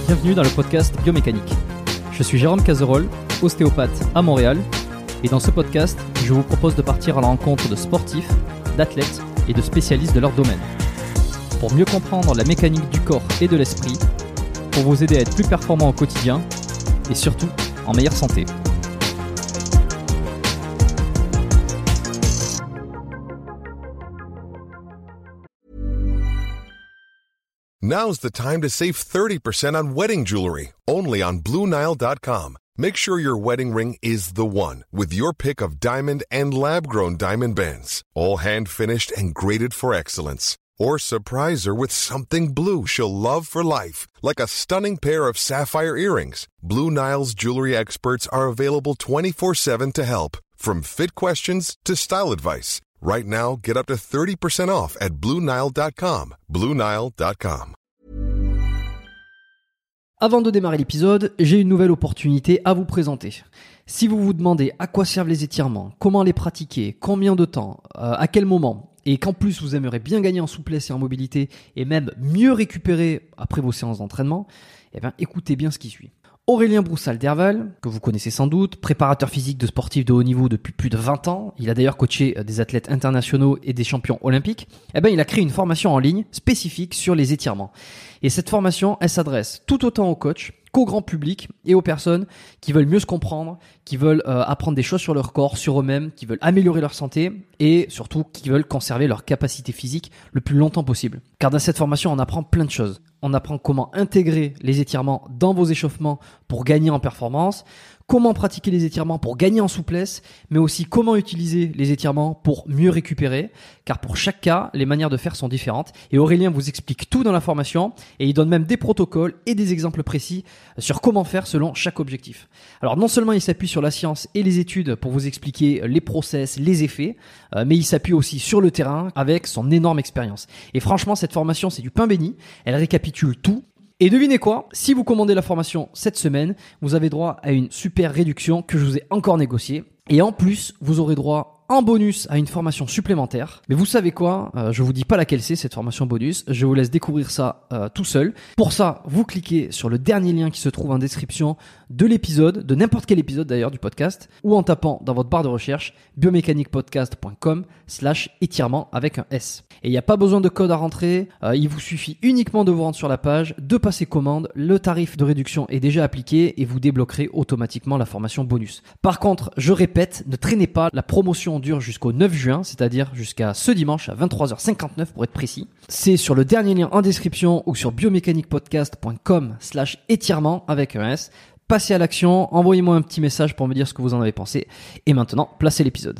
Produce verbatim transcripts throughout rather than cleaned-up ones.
bienvenue dans le podcast Biomécanique. Je suis Jérôme Cazerolle, ostéopathe à Montréal, et dans ce podcast, je vous propose de partir à la rencontre de sportifs, d'athlètes et de spécialistes de leur domaine. Pour mieux comprendre la mécanique du corps et de l'esprit, pour vous aider à être plus performant au quotidien, et surtout en meilleure santé. Now's the time to save thirty percent on wedding jewelry, only on Blue Nile dot com. Make sure your wedding ring is the one, with your pick of diamond and lab-grown diamond bands, all hand-finished and graded for excellence. Or surprise her with something blue she'll love for life, like a stunning pair of sapphire earrings. Blue Nile's jewelry experts are available twenty-four seven to help, from fit questions to style advice. Right now, get up to thirty percent off at Blue Nile dot com. Blue Nile dot com. Avant de démarrer l'épisode, j'ai une nouvelle opportunité à vous présenter. Si vous vous demandez à quoi servent les étirements, comment les pratiquer, combien de temps, euh, à quel moment, et qu'en plus vous aimeriez bien gagner en souplesse et en mobilité, et même mieux récupérer après vos séances d'entraînement, eh bien écoutez bien ce qui suit. Aurélien Broussal-Derval, que vous connaissez sans doute, préparateur physique de sportifs de haut niveau depuis plus de vingt ans, il a d'ailleurs coaché des athlètes internationaux et des champions olympiques, eh ben, il a créé une formation en ligne spécifique sur les étirements. Et cette formation, elle s'adresse tout autant aux coachs qu'au grand public et aux personnes qui veulent mieux se comprendre, qui veulent euh, apprendre des choses sur leur corps, sur eux-mêmes, qui veulent améliorer leur santé et surtout qui veulent conserver leur capacité physique le plus longtemps possible. Car dans cette formation, on apprend plein de choses. On apprend comment intégrer les étirements dans vos échauffements pour gagner en performance, comment pratiquer les étirements pour gagner en souplesse, mais aussi comment utiliser les étirements pour mieux récupérer, car pour chaque cas, les manières de faire sont différentes. Et Aurélien vous explique tout dans la formation et il donne même des protocoles et des exemples précis sur comment faire selon chaque objectif. Alors non seulement il s'appuie sur la science et les études pour vous expliquer les process, les effets, euh, mais il s'appuie aussi sur le terrain avec son énorme expérience. Et franchement, cette formation, c'est du pain béni. Elle récapitule tout. Et devinez quoi, si vous commandez la formation cette semaine, vous avez droit à une super réduction que je vous ai encore négociée. Et en plus, vous aurez droit en bonus à une formation supplémentaire. Mais vous savez quoi, euh, je vous dis pas laquelle c'est cette formation bonus, je vous laisse découvrir ça euh, tout seul. Pour ça, vous cliquez sur le dernier lien qui se trouve en description de l'épisode, de n'importe quel épisode d'ailleurs du podcast, ou en tapant dans votre barre de recherche biomécaniquepodcast.com slash étirement avec un S. Et il n'y a pas besoin de code à rentrer, euh, il vous suffit uniquement de vous rendre sur la page, de passer commande, le tarif de réduction est déjà appliqué et vous débloquerez automatiquement la formation bonus. Par contre, je répète, ne traînez pas, la promotion dure jusqu'au neuf juin, c'est-à-dire jusqu'à ce dimanche à vingt-trois heures cinquante-neuf pour être précis. C'est sur le dernier lien en description ou sur biomécaniquepodcast.com slash étirement avec un S. Passez à l'action, envoyez-moi un petit message pour me dire ce que vous en avez pensé. Et maintenant, placez l'épisode.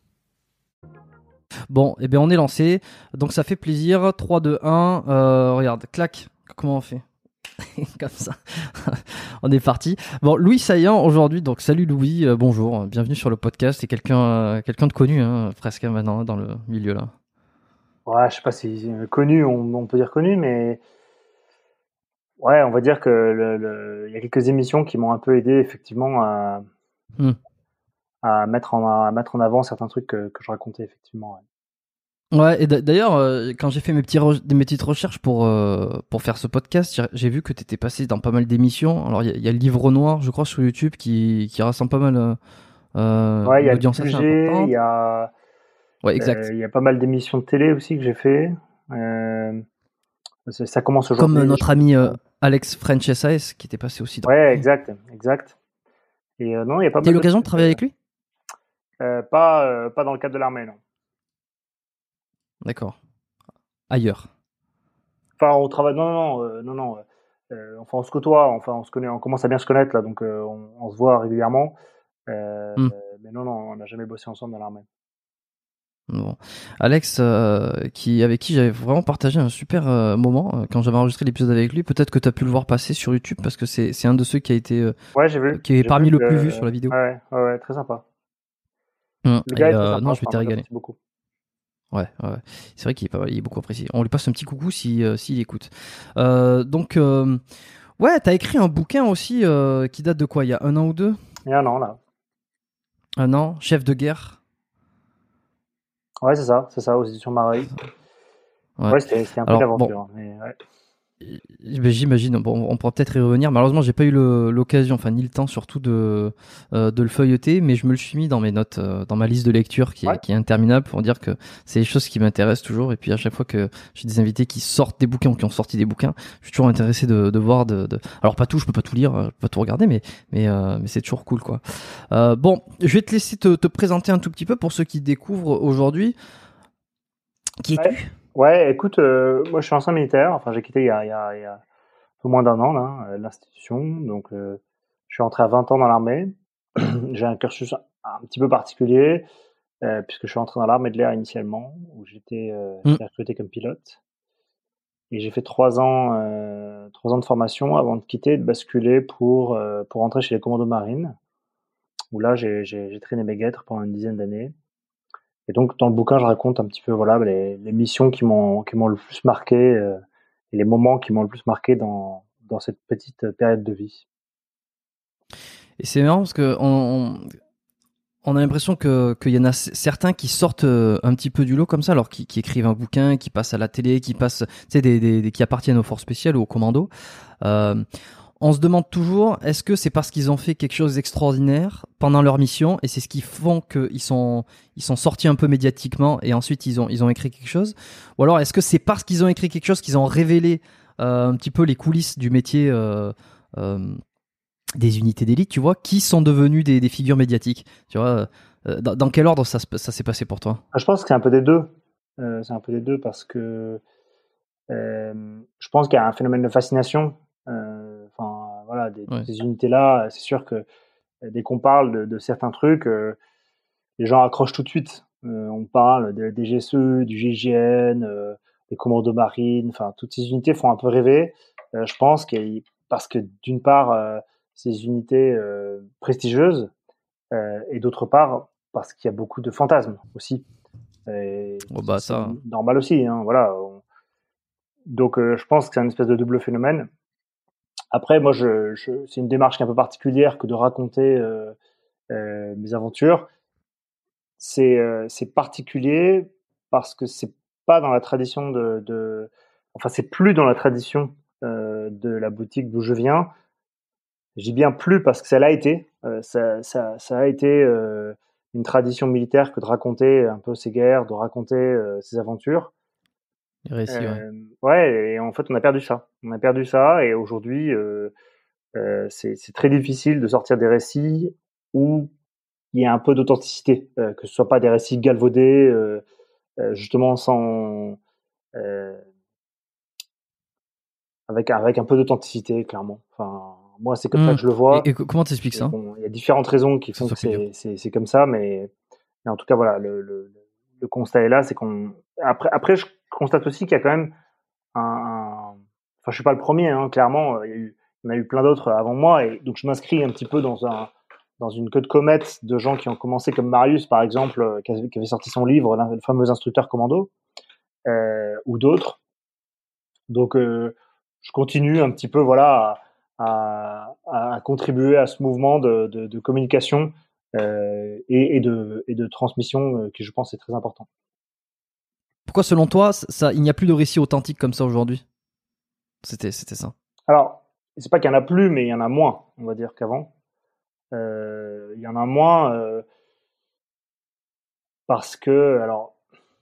Bon, et eh bien on est lancé, donc ça fait plaisir. trois, deux, un, euh, regarde, clac, comment on fait? Comme ça, on est parti. Bon, Louis Saillant aujourd'hui, donc salut Louis, euh, bonjour, bienvenue sur le podcast. C'est quelqu'un, euh, quelqu'un de connu, hein, presque maintenant dans le milieu là. Ouais, je sais pas si connu, on, on peut dire connu, mais ouais, on va dire que le, le, il y a quelques émissions qui m'ont un peu aidé effectivement à, hmm. à mettre en à mettre en avant certains trucs que, que je racontais effectivement. Ouais. Ouais, et d'ailleurs, euh, quand j'ai fait mes, petits re- mes petites recherches pour, euh, pour faire ce podcast, j'ai vu que tu étais passé dans pas mal d'émissions. Alors, il y, y a le Livre Noir, je crois, sur YouTube qui, qui rassemble pas mal euh, ouais, d'audience assez importante. Il y a, ouais, exact. Il euh, y a pas mal d'émissions de télé aussi que j'ai fait. Euh, ça, ça commence aujourd'hui. Comme notre ami euh, Alex French S A S qui était passé aussi dans. Ouais, exact, exact. Et euh, non, il y a pas mal. T'as eu l'occasion de travailler avec lui? euh, pas, euh, pas dans le cadre de l'armée, non. D'accord. Ailleurs. Enfin, on travaille. Non, non, non, euh, non, non. Euh, enfin, on se côtoie. Enfin, on se connaît. On commence à bien se connaître là, donc euh, on, on se voit régulièrement. Euh, mm. Mais non, non, on n'a jamais bossé ensemble dans l'armée. Bon. Alex, euh, qui avec qui j'avais vraiment partagé un super euh, moment euh, quand j'avais enregistré l'épisode avec lui. Peut-être que tu as pu le voir passer sur YouTube parce que c'est c'est un de ceux qui a été. Euh, ouais, j'ai vu. Qui est j'ai parmi vu le plus euh, vu sur la vidéo. Ouais, ouais, ouais, très sympa. Mm. Le gars Et, est très euh, sympa. Non, je vais te régaler. Merci beaucoup. Ouais, ouais, c'est vrai qu'il est, pas, il est beaucoup apprécié. On lui passe un petit coucou si, euh, s'il écoute. Euh, donc, euh, ouais, t'as écrit un bouquin aussi euh, qui date de quoi? Il y a un an ou deux? Il y a un an, là. Un an, Chef de guerre. Ouais, c'est ça, c'est ça, aux éditions Mareuil. Ouais, ouais c'était, c'était un peu Alors, d'aventure. Bon, mais ouais. Ben, j'imagine. Bon, on pourra peut-être y revenir. Malheureusement, j'ai pas eu le, l'occasion, enfin ni le temps surtout de euh, de le feuilleter, mais je me le suis mis dans mes notes, euh, dans ma liste de lecture qui est Ouais. qui est interminable pour dire que c'est des choses qui m'intéressent toujours. Et puis à chaque fois que j'ai des invités qui sortent des bouquins ou qui ont sorti des bouquins, je suis toujours intéressé de de voir. De, de... Alors pas tout, je peux pas tout lire, je peux pas tout regarder, mais mais euh, mais c'est toujours cool quoi. Euh, bon, je vais te laisser te, te présenter un tout petit peu pour ceux qui découvrent aujourd'hui. Qui es-tu? Ouais, ouais écoute, euh, moi je suis ancien militaire, enfin j'ai quitté il y a, il y a, il y a un peu moins d'un an là, euh, l'institution, donc euh, je suis entré à vingt ans dans l'armée. J'ai un cursus un petit peu particulier, euh, puisque je suis entré dans l'armée de l'air initialement, où j'étais euh, Mm. j'étais recruté comme pilote. Et j'ai fait trois ans, euh, trois ans de formation avant de quitter et de basculer pour, euh, pour rentrer chez les commandos marines, où là j'ai, j'ai, j'ai traîné mes guêtres pendant une dizaine d'années. Et donc, dans le bouquin, je raconte un petit peu voilà les, les missions qui m'ont qui m'ont le plus marqué euh, et les moments qui m'ont le plus marqué dans dans cette petite période de vie. Et c'est marrant parce que on, on, on a l'impression que qu'il y en a c- certains qui sortent euh, un petit peu du lot comme ça, alors qui, qui écrivent un bouquin, qui passent à la télé, qui passent, tu sais, des, des, des- qui appartiennent aux forces spéciales ou aux commandos. Euh, on se demande toujours, est-ce que c'est parce qu'ils ont fait quelque chose d'extraordinaire pendant leur mission et c'est ce qui font qu'ils sont ils sont sortis un peu médiatiquement et ensuite ils ont ils ont écrit quelque chose, ou alors est-ce que c'est parce qu'ils ont écrit quelque chose qu'ils ont révélé euh, un petit peu les coulisses du métier euh, euh, des unités d'élite, tu vois, qui sont devenus des, des figures médiatiques, tu vois. Euh, dans, dans quel ordre ça, se- ça s'est passé pour toi? Ah, je pense que c'est un peu des deux. Euh, c'est un peu des deux parce que euh, je pense qu'il y a un phénomène de fascination. Euh, Enfin, voilà, des, Ouais. ces unités-là, c'est sûr que euh, dès qu'on parle de, de certains trucs, euh, les gens accrochent tout de suite. Euh, on parle de- des G S E, du G I G N, euh, des commandos marines, enfin, toutes ces unités font un peu rêver. Euh, je pense que parce que d'une part, euh, ces unités euh, prestigieuses, euh, et d'autre part, parce qu'il y a beaucoup de fantasmes aussi. Et Oh bah c'est ça. normal aussi, hein, voilà. On- Donc, euh, je pense que c'est un espèce de double phénomène. Après, moi, je, je, c'est une démarche qui est un peu particulière que de raconter euh, euh, mes aventures. C'est euh, c'est particulier parce que c'est pas dans la tradition de, de enfin c'est plus dans la tradition euh, de la boutique d'où je viens. Je dis bien plus parce que ça l'a été. Euh, ça, ça, ça a été euh, une tradition militaire que de raconter un peu ses guerres, de raconter euh, ses aventures. Les récits, ouais. Euh, ouais, et en fait on a perdu ça. On a perdu ça et aujourd'hui euh, euh, c'est c'est très difficile de sortir des récits où il y a un peu d'authenticité, euh, que ce soit pas des récits galvaudés. Euh, euh, justement sans euh, avec avec un peu d'authenticité clairement. Enfin moi c'est comme ça Hmm. que je le Et, et vois. co- comment t'expliques Et ça? bon, il y a différentes raisons qui Que ce font soit que plus dur. c'est c'est c'est comme ça, mais, mais en tout cas voilà le le, le constat est là, c'est qu'on après après je constate aussi qu'il y a quand même un, un... enfin je suis pas le premier hein, clairement il y a eu il y en a eu plein d'autres avant moi et donc je m'inscris un petit peu dans un dans une queue de comète de gens qui ont commencé comme Marius par exemple qui avait, qui avait sorti son livre le fameux instructeur commando euh, ou d'autres. Donc, euh, je continue un petit peu, voilà, à, à, à contribuer à ce mouvement de, de, de communication euh, et, et, de, et de transmission euh, qui, je pense, est très important. Pourquoi, selon toi, ça, il n'y a plus de récits authentiques comme ça aujourd'hui? C'était, c'était ça. Alors, c'est pas qu'il y en a plus, mais il y en a moins, on va dire, qu'avant. Euh, il y en a moins euh, parce que, alors,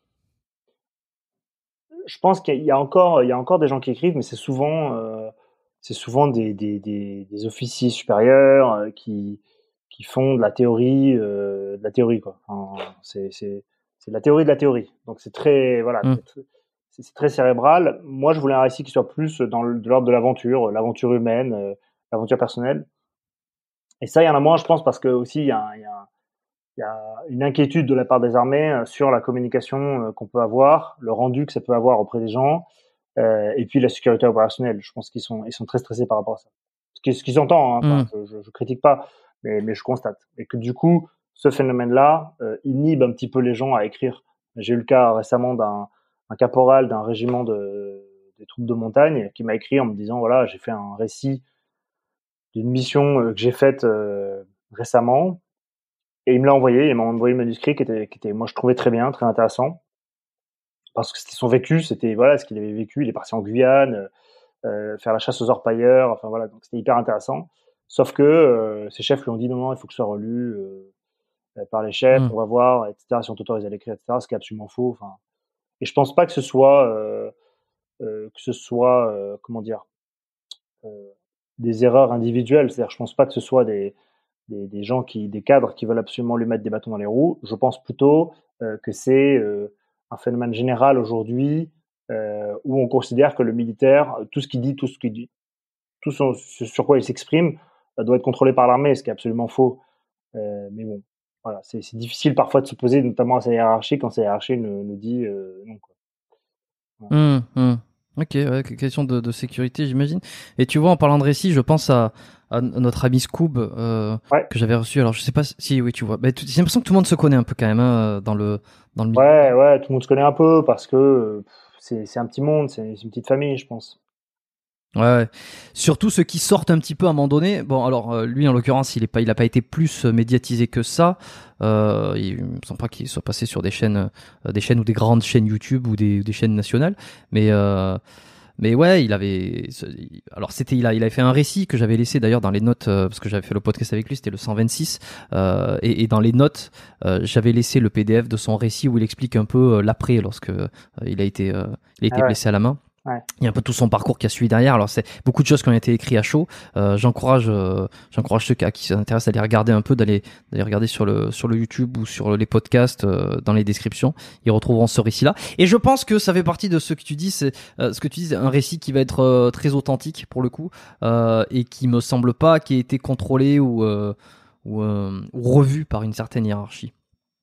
je pense qu'il y a encore, il y a encore des gens qui écrivent, mais c'est souvent, euh, c'est souvent des, des, des, des officiers supérieurs euh, qui, qui font de la théorie, euh, de la théorie quoi. Enfin, c'est, c'est, c'est de la théorie de la théorie. Donc c'est très, voilà, Hmm. c'est, c'est, c'est très cérébral. Moi, je voulais un récit qui soit plus dans le, de l'ordre de l'aventure, l'aventure humaine, euh, l'aventure personnelle. Et ça, il y en a moins, je pense, parce que aussi il y a, il y a il y a une inquiétude de la part des armées sur la communication qu'on peut avoir, le rendu que ça peut avoir auprès des gens, euh, et puis la sécurité opérationnelle. Je pense qu'ils sont, ils sont très stressés par rapport à ça. Ce qu'ils, ce qu'ils entendent, hein, Hmm. enfin, je, je, je critique pas, mais, mais je constate. Et que du coup, ce phénomène-là euh, inhibe un petit peu les gens à écrire. J'ai eu le cas récemment d'un un caporal d'un régiment de, des troupes de montagne qui m'a écrit en me disant, voilà, j'ai fait un récit d'une mission que j'ai faite euh, récemment. Et il me l'a envoyé, il m'a envoyé le manuscrit qui était, qui était, moi je trouvais très bien, très intéressant, parce que c'était son vécu, c'était voilà ce qu'il avait vécu. Il est parti en Guyane, euh, faire la chasse aux orpailleurs. Enfin voilà, donc c'était hyper intéressant. Sauf que euh, ses chefs lui ont dit non, non, il faut que ce soit relu euh, par les chefs, mmh. on va voir, et cetera. Si on t'autorise à l'écrire, et cetera. Ce qui est absolument faux. Enfin, et je pense pas que ce soit, euh, euh, que ce soit, euh, comment dire, euh, des erreurs individuelles. C'est-à-dire, je pense pas que ce soit des Des, des gens qui, des cadres qui veulent absolument lui mettre des bâtons dans les roues. Je pense plutôt euh, que c'est euh, un phénomène général aujourd'hui euh, où on considère que le militaire, tout ce qu'il dit, tout ce qu'il dit, tout son, ce sur quoi il s'exprime, euh, doit être contrôlé par l'armée, ce qui est absolument faux. Euh, mais bon, voilà, c'est, c'est difficile parfois de s'opposer, notamment à sa hiérarchie, quand sa hiérarchie nous, nous dit euh, non. Quoi. Voilà. Mmh, mmh. Ok, ouais, question de, de sécurité, j'imagine. Et tu vois, en parlant de récit, je pense à, à notre ami Scoob euh, ouais. que j'avais reçu. Alors, je sais pas si, oui, tu vois. Mais j'ai l'impression que tout le monde se connaît un peu quand même hein, dans le dans le milieu. Ouais, ouais, tout le monde se connaît un peu parce que pff, c'est c'est un petit monde, c'est, c'est une petite famille, je pense. Ouais, ouais, surtout ceux qui sortent un petit peu à un moment donné. Bon, alors euh, lui en l'occurrence, il est pas, il a pas été plus médiatisé que ça. Euh, il me semble pas qu'il soit passé sur des chaînes, euh, des chaînes ou des grandes chaînes YouTube ou des, des chaînes nationales. Mais euh, mais ouais, il avait. Alors c'était, il a, il avait fait un récit que j'avais laissé d'ailleurs dans les notes euh, parce que j'avais fait le podcast avec lui, c'était le cent vingt-six. Euh, et, et dans les notes, euh, j'avais laissé le P D F de son récit où il explique un peu euh, l'après lorsque euh, il a été, euh, il a été ah ouais. blessé à la main. Ouais. Il y a un peu tout son parcours qui a suivi derrière. Alors c'est beaucoup de choses qui ont été écrites à chaud. Euh, j'encourage, euh, j'encourage ceux qui, à qui s'intéressent d'aller regarder un peu, d'aller, d'aller regarder sur le sur le YouTube ou sur les podcasts euh, dans les descriptions. Ils retrouveront ce récit-là. Et je pense que ça fait partie de ce que tu dis. C'est euh, ce que tu dis, c'est un récit qui va être euh, très authentique pour le coup euh, et qui me semble pas qui ait été contrôlé ou euh, ou, euh, ou revu par une certaine hiérarchie.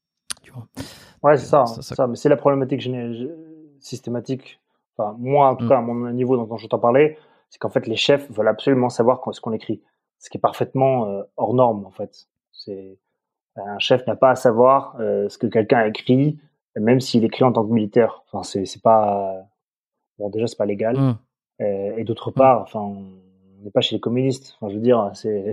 Tu vois. Ouais, c'est ça, ça, ça. ça. Mais c'est la problématique géné- systématique. Enfin, moi, en tout mmh. cas, à mon niveau dont je t'en parlais, c'est qu'en fait, les chefs veulent absolument savoir ce qu'on écrit. Ce qui est parfaitement euh, hors norme, en fait. C'est, un chef n'a pas à savoir euh, ce que quelqu'un a écrit, même s'il écrit en tant que militaire. Enfin, c'est, c'est pas... Bon, déjà, c'est pas légal. Mmh. Euh, et d'autre part, enfin, on n'est pas chez les communistes. Enfin, je veux dire, c'est...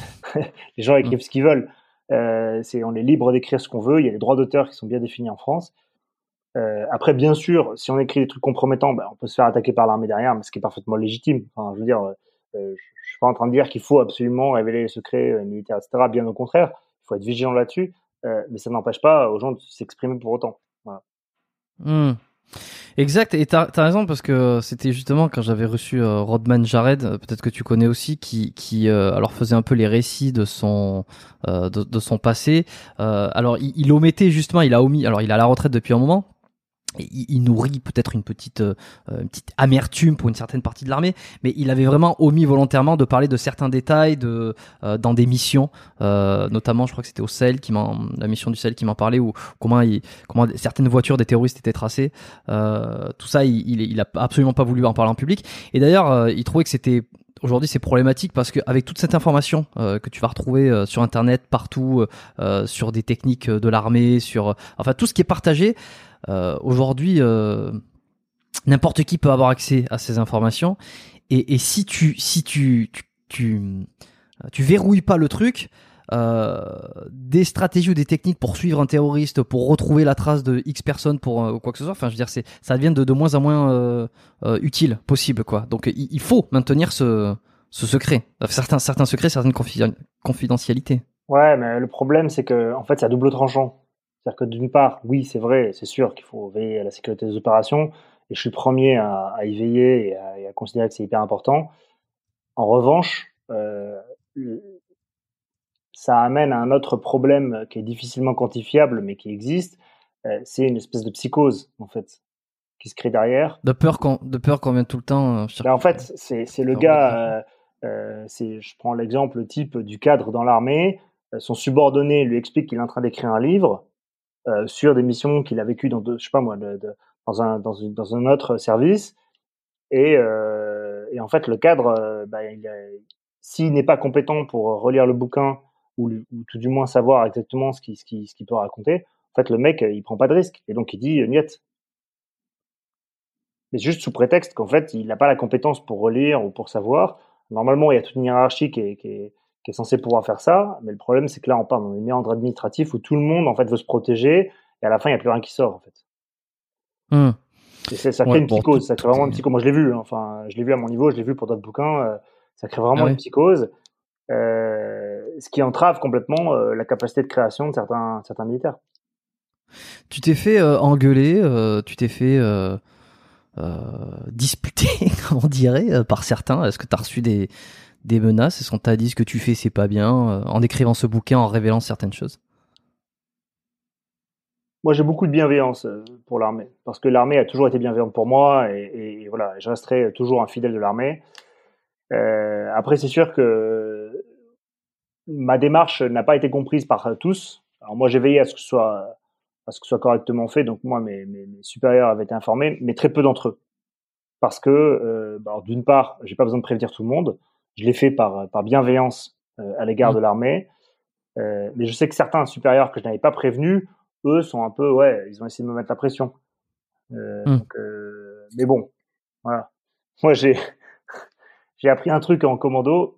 les gens écrivent mmh. ce qu'ils veulent. Euh, c'est, on est libre d'écrire ce qu'on veut. Il y a les droits d'auteur qui sont bien définis en France. Euh, après, bien sûr, si on écrit des trucs compromettants, ben, on peut se faire attaquer par l'armée derrière, mais ce qui est parfaitement légitime. Enfin, je veux dire, euh, je suis pas en train de dire qu'il faut absolument révéler les secrets euh, militaires, et cetera. Bien au contraire, il faut être vigilant là-dessus, euh, mais ça n'empêche pas aux gens de s'exprimer pour autant. Voilà. Mmh. Exact, et t'as, t'as raison parce que c'était justement quand j'avais reçu euh, Rodman Jared, peut-être que tu connais aussi, qui, qui euh, alors faisait un peu les récits de son euh, de, de son passé. Euh, alors il, il omettait justement, il a omis, alors il est à la retraite depuis un moment. Il, il nourrit peut-être une petite, euh, une petite amertume pour une certaine partie de l'armée, mais il avait vraiment omis volontairement de parler de certains détails de euh, dans des missions, euh, notamment je crois que c'était au Sahel qui m'en, la mission du Sahel qui m'en parlait, ou comment il, comment certaines voitures des terroristes étaient tracées. Euh, tout ça, il, il, il a absolument pas voulu en parler en public. Et d'ailleurs, euh, il trouvait que c'était aujourd'hui c'est problématique parce qu'avec toute cette information euh, que tu vas retrouver euh, sur internet partout, euh, sur des techniques de l'armée, sur euh, enfin tout ce qui est partagé. Euh, aujourd'hui, euh, n'importe qui peut avoir accès à ces informations, et, et si tu si tu tu, tu tu verrouilles pas le truc, euh, des stratégies ou des techniques pour suivre un terroriste, pour retrouver la trace de X personnes, pour euh, quoi que ce soit. Enfin, je veux dire, c'est ça devient de, de moins en moins euh, euh, utile, possible, quoi. Donc, il, il faut maintenir ce ce secret, certains certains secrets, certaines confi- confidentialités. Ouais, mais le problème, c'est que en fait, c'est à double tranchant. C'est-à-dire que d'une part, oui, c'est vrai, c'est sûr qu'il faut veiller à la sécurité des opérations, et je suis le premier à, à y veiller et à, et à considérer que c'est hyper important. En revanche, euh, ça amène à un autre problème qui est difficilement quantifiable, mais qui existe. Euh, c'est une espèce de psychose, en fait, qui se crée derrière. De peur qu'on, de peur qu'on vienne tout le temps. Euh, ben, en fait, c'est, c'est le gars. Euh, euh, c'est, je prends l'exemple type du cadre dans l'armée. Euh, son subordonné lui explique qu'il est en train d'écrire un livre. Euh, sur des missions qu'il a vécues dans, de, je sais pas moi, de, de, dans un dans, une, dans un autre service, et, euh, et en fait le cadre, euh, bah, il a, s'il n'est pas compétent pour relire le bouquin ou, ou tout du moins savoir exactement ce qu'il ce qui, ce qu'il peut raconter, en fait le mec il prend pas de risque et donc il dit niet. Mais juste sous prétexte qu'en fait il n'a pas la compétence pour relire ou pour savoir. Normalement il y a toute une hiérarchie qui est, qui est qui est censé pouvoir faire ça, mais le problème c'est que là on parle dans des méandres administratifs où tout le monde en fait veut se protéger et à la fin il n'y a plus rien qui sort en fait. Mmh. Et c'est, ça crée Ouais, une bon, psychose, tout, ça crée tout vraiment une est... psychose. Moi, je l'ai vu, hein. Enfin, je l'ai vu à mon niveau, je l'ai vu pour d'autres bouquins. Euh, ça crée Ah vraiment une ouais. psychose, euh, ce qui entrave complètement euh, la capacité de création de certains, certains militaires. Tu t'es fait euh, engueuler, euh, tu t'es fait euh, euh, disputer, on dirait, euh, par certains. Est-ce que tu as reçu des, des menaces? Est-ce qu'on t'a dit ce que tu fais, c'est pas bien, euh, en écrivant ce bouquin, en révélant certaines choses? Moi, j'ai beaucoup de bienveillance euh, pour l'armée, parce que l'armée a toujours été bienveillante pour moi, et, et, et voilà, je resterai toujours un fidèle de l'armée. Euh, après, c'est sûr que ma démarche n'a pas été comprise par tous. Alors moi, j'ai veillé à ce que ce soit, à ce que ce soit correctement fait, donc moi, mes, mes, mes supérieurs avaient été informés, mais très peu d'entre eux. Parce que, euh, bah, alors, d'une part, j'ai pas besoin de prévenir tout le monde, je l'ai fait par, par bienveillance euh, à l'égard Mmh. de l'armée, euh, mais je sais que certains supérieurs que je n'avais pas prévenus, eux, sont un peu, ouais, ils ont essayé de me mettre la pression. Euh, Mmh. donc, euh, mais bon, voilà. Moi, j'ai j'ai appris un truc en commando,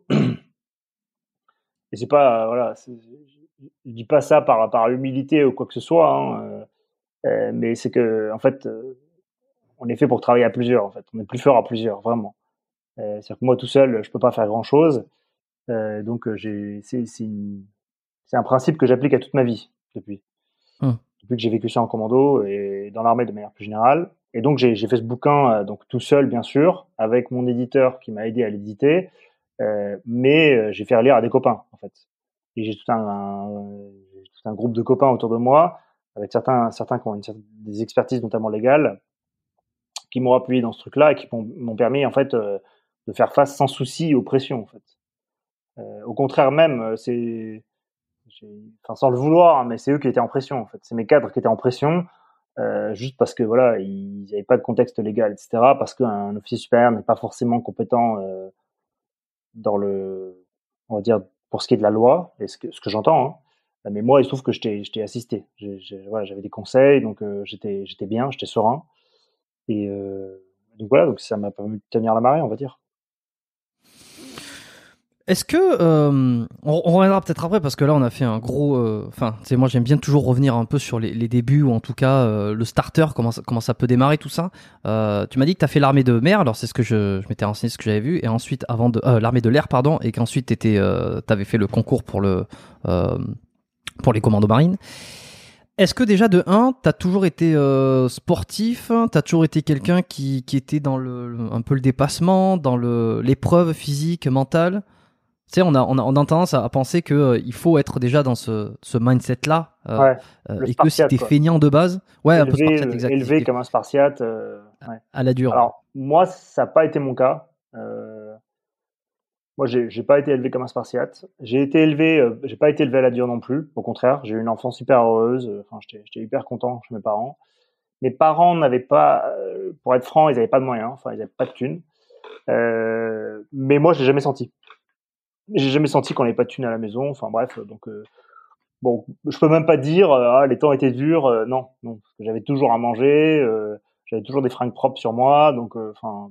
et c'est pas, euh, voilà, c'est, je dis pas ça par par humilité ou quoi que ce soit, hein, euh, euh, mais c'est que, en fait, euh, on est fait pour travailler à plusieurs. En fait, on est plus fort à plusieurs, vraiment. Euh, c'est-à-dire que moi, tout seul, je peux pas faire grand-chose. Euh, donc, euh, j'ai, c'est, c'est, une- c'est un principe que j'applique à toute ma vie depuis. Mmh. Depuis que j'ai vécu ça en commando et dans l'armée de manière plus générale. Et donc j'ai, j'ai fait ce bouquin euh, donc tout seul bien sûr, avec mon éditeur qui m'a aidé à l'éditer, euh, mais euh, j'ai fait relire à des copains en fait. Et j'ai tout un, un, j'ai tout un groupe de copains autour de moi, avec certains certains qui ont une, des expertises notamment légales, qui m'ont appuyé dans ce truc-là et qui m'ont, m'ont permis en fait euh, de faire face sans souci aux pressions en fait. Euh, au contraire même, euh, c'est j'ai, enfin sans le vouloir, hein, mais c'est eux qui étaient en pression en fait. C'est mes cadres qui étaient en pression, euh, juste parce que voilà, ils n'avaient pas de contexte légal, et cetera. Parce qu'un officier supérieur n'est pas forcément compétent euh, dans le, on va dire, pour ce qui est de la loi, et ce que, ce que j'entends. Hein. Mais moi, il se trouve que je t'ai, je t'ai assisté. J'ai, j'ai, voilà, j'avais des conseils, donc euh, j'étais, j'étais bien, j'étais serein. Et euh, donc voilà, donc ça m'a permis de tenir la marée, on va dire. Est-ce que euh, on, on reviendra peut-être après parce que là on a fait un gros. Enfin, euh, tu sais, moi j'aime bien toujours revenir un peu sur les, les débuts ou en tout cas euh, le starter, comment ça, comment ça peut démarrer tout ça. Euh, tu m'as dit que t'as fait l'armée de mer, alors c'est ce que je, je m'étais renseigné, ce que j'avais vu, et ensuite avant de euh, l'armée de l'air pardon, et qu'ensuite t'étais, euh, t'avais fait le concours pour le euh, pour les commandos marines. Est-ce que déjà de un, t'as toujours été euh, sportif, t'as toujours été quelqu'un qui, qui était dans le un peu le dépassement, dans le l'épreuve physique, mentale? Tu sais, on a, on a, on a tendance à, à penser que euh, il faut être déjà dans ce, ce mindset-là euh, Ouais, euh, le et que si Spartiate, t'es quoi. feignant de base, ouais, un peu Élevé, spartiate, euh, exact, si élevé t'es comme un Spartiate. Euh, ouais. à la dure. Ouais. Alors moi, ça n'a pas été mon cas. Euh, Moi, j'ai, j'ai pas été élevé comme un Spartiate. J'ai été élevé, euh, j'ai pas été élevé à la dure non plus. Au contraire, j'ai eu une enfance super heureuse. Enfin, j'étais, j'étais hyper content chez mes parents. Mes parents n'avaient pas, euh, pour être franc, ils n'avaient pas de moyens. Enfin, ils n'avaient pas de thunes. Euh, mais moi, je l'ai jamais senti. J'ai jamais senti qu'on n'avait pas de thunes à la maison. Enfin, bref, donc euh, bon, je peux même pas dire, euh, ah, les temps étaient durs. Euh, non, non, parce que j'avais toujours à manger. Euh, j'avais toujours des fringues propres sur moi. Donc, euh, enfin,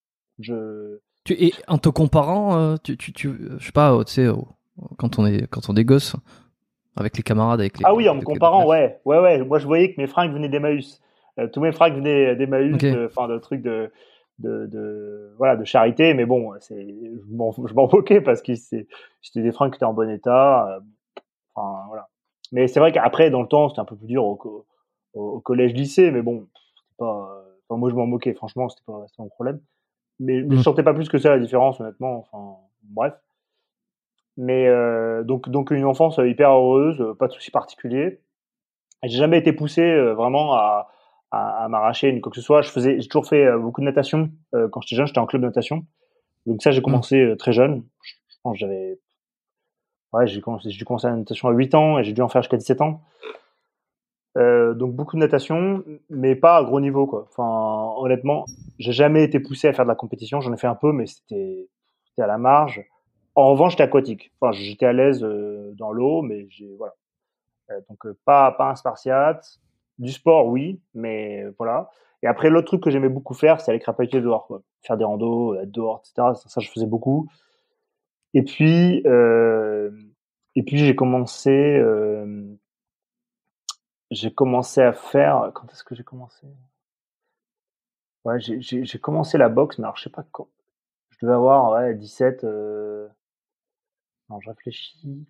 je, Tu, et en te comparant, euh, tu, tu, tu, je sais pas, euh, tu sais, euh, quand on est, quand on est gosse, avec les camarades, avec les, Ah oui, en me avec les comparant, classe. ouais, ouais, ouais. Moi, je voyais que mes fringues venaient d'Emmaüs. Euh, tous mes fringues venaient d'Emmaüs, Ok. de, enfin, de trucs de, de, de, voilà, de charité. Mais bon, c'est, je m'en, je m'en moquais parce que c'est, c'était des fringues qui étaient en bon état. Euh, enfin, voilà. Mais c'est vrai qu'après, dans le temps, c'était un peu plus dur au, co- au, au collège, lycée. Mais bon, c'était pas, enfin, moi, je m'en moquais. Franchement, c'était pas, c'était mon problème. Mais, mais je Mm. sentais pas plus que ça la différence, honnêtement. Enfin, bref. Mais euh, donc, donc une enfance hyper heureuse, pas de soucis particuliers. J'ai jamais été poussé euh, vraiment à, à, à m'arracher une quoi que ce soit. Je faisais, j'ai toujours fait euh, beaucoup de natation. Euh, quand j'étais jeune, j'étais en club de natation. Donc ça, j'ai Mm. commencé euh, très jeune. Je pense que j'avais, ouais, j'ai commencé, j'ai dû commencer la natation à huit ans et j'ai dû en faire jusqu'à dix-sept ans. Euh, donc beaucoup de natation, mais pas à gros niveau, quoi. Enfin, honnêtement, j'ai jamais été poussé à faire de la compétition. J'en ai fait un peu, mais c'était, c'était à la marge. En revanche, j'étais aquatique. Enfin, j'étais à l'aise euh, dans l'eau, mais j'ai, voilà. Euh, donc euh, pas pas un Spartiate. Du sport, oui, mais euh, voilà. Et après, l'autre truc que j'aimais beaucoup faire, c'est aller crapahuter dehors, quoi. Faire des randos, être dehors, et cetera. Ça, ça, je faisais beaucoup. Et puis, euh, et puis j'ai commencé, euh, j'ai commencé à faire. Quand est-ce que j'ai commencé Ouais, j'ai, j'ai, j'ai commencé la boxe, mais alors je sais pas quand. Je devais avoir ouais, dix-sept. Euh... Non, je réfléchis.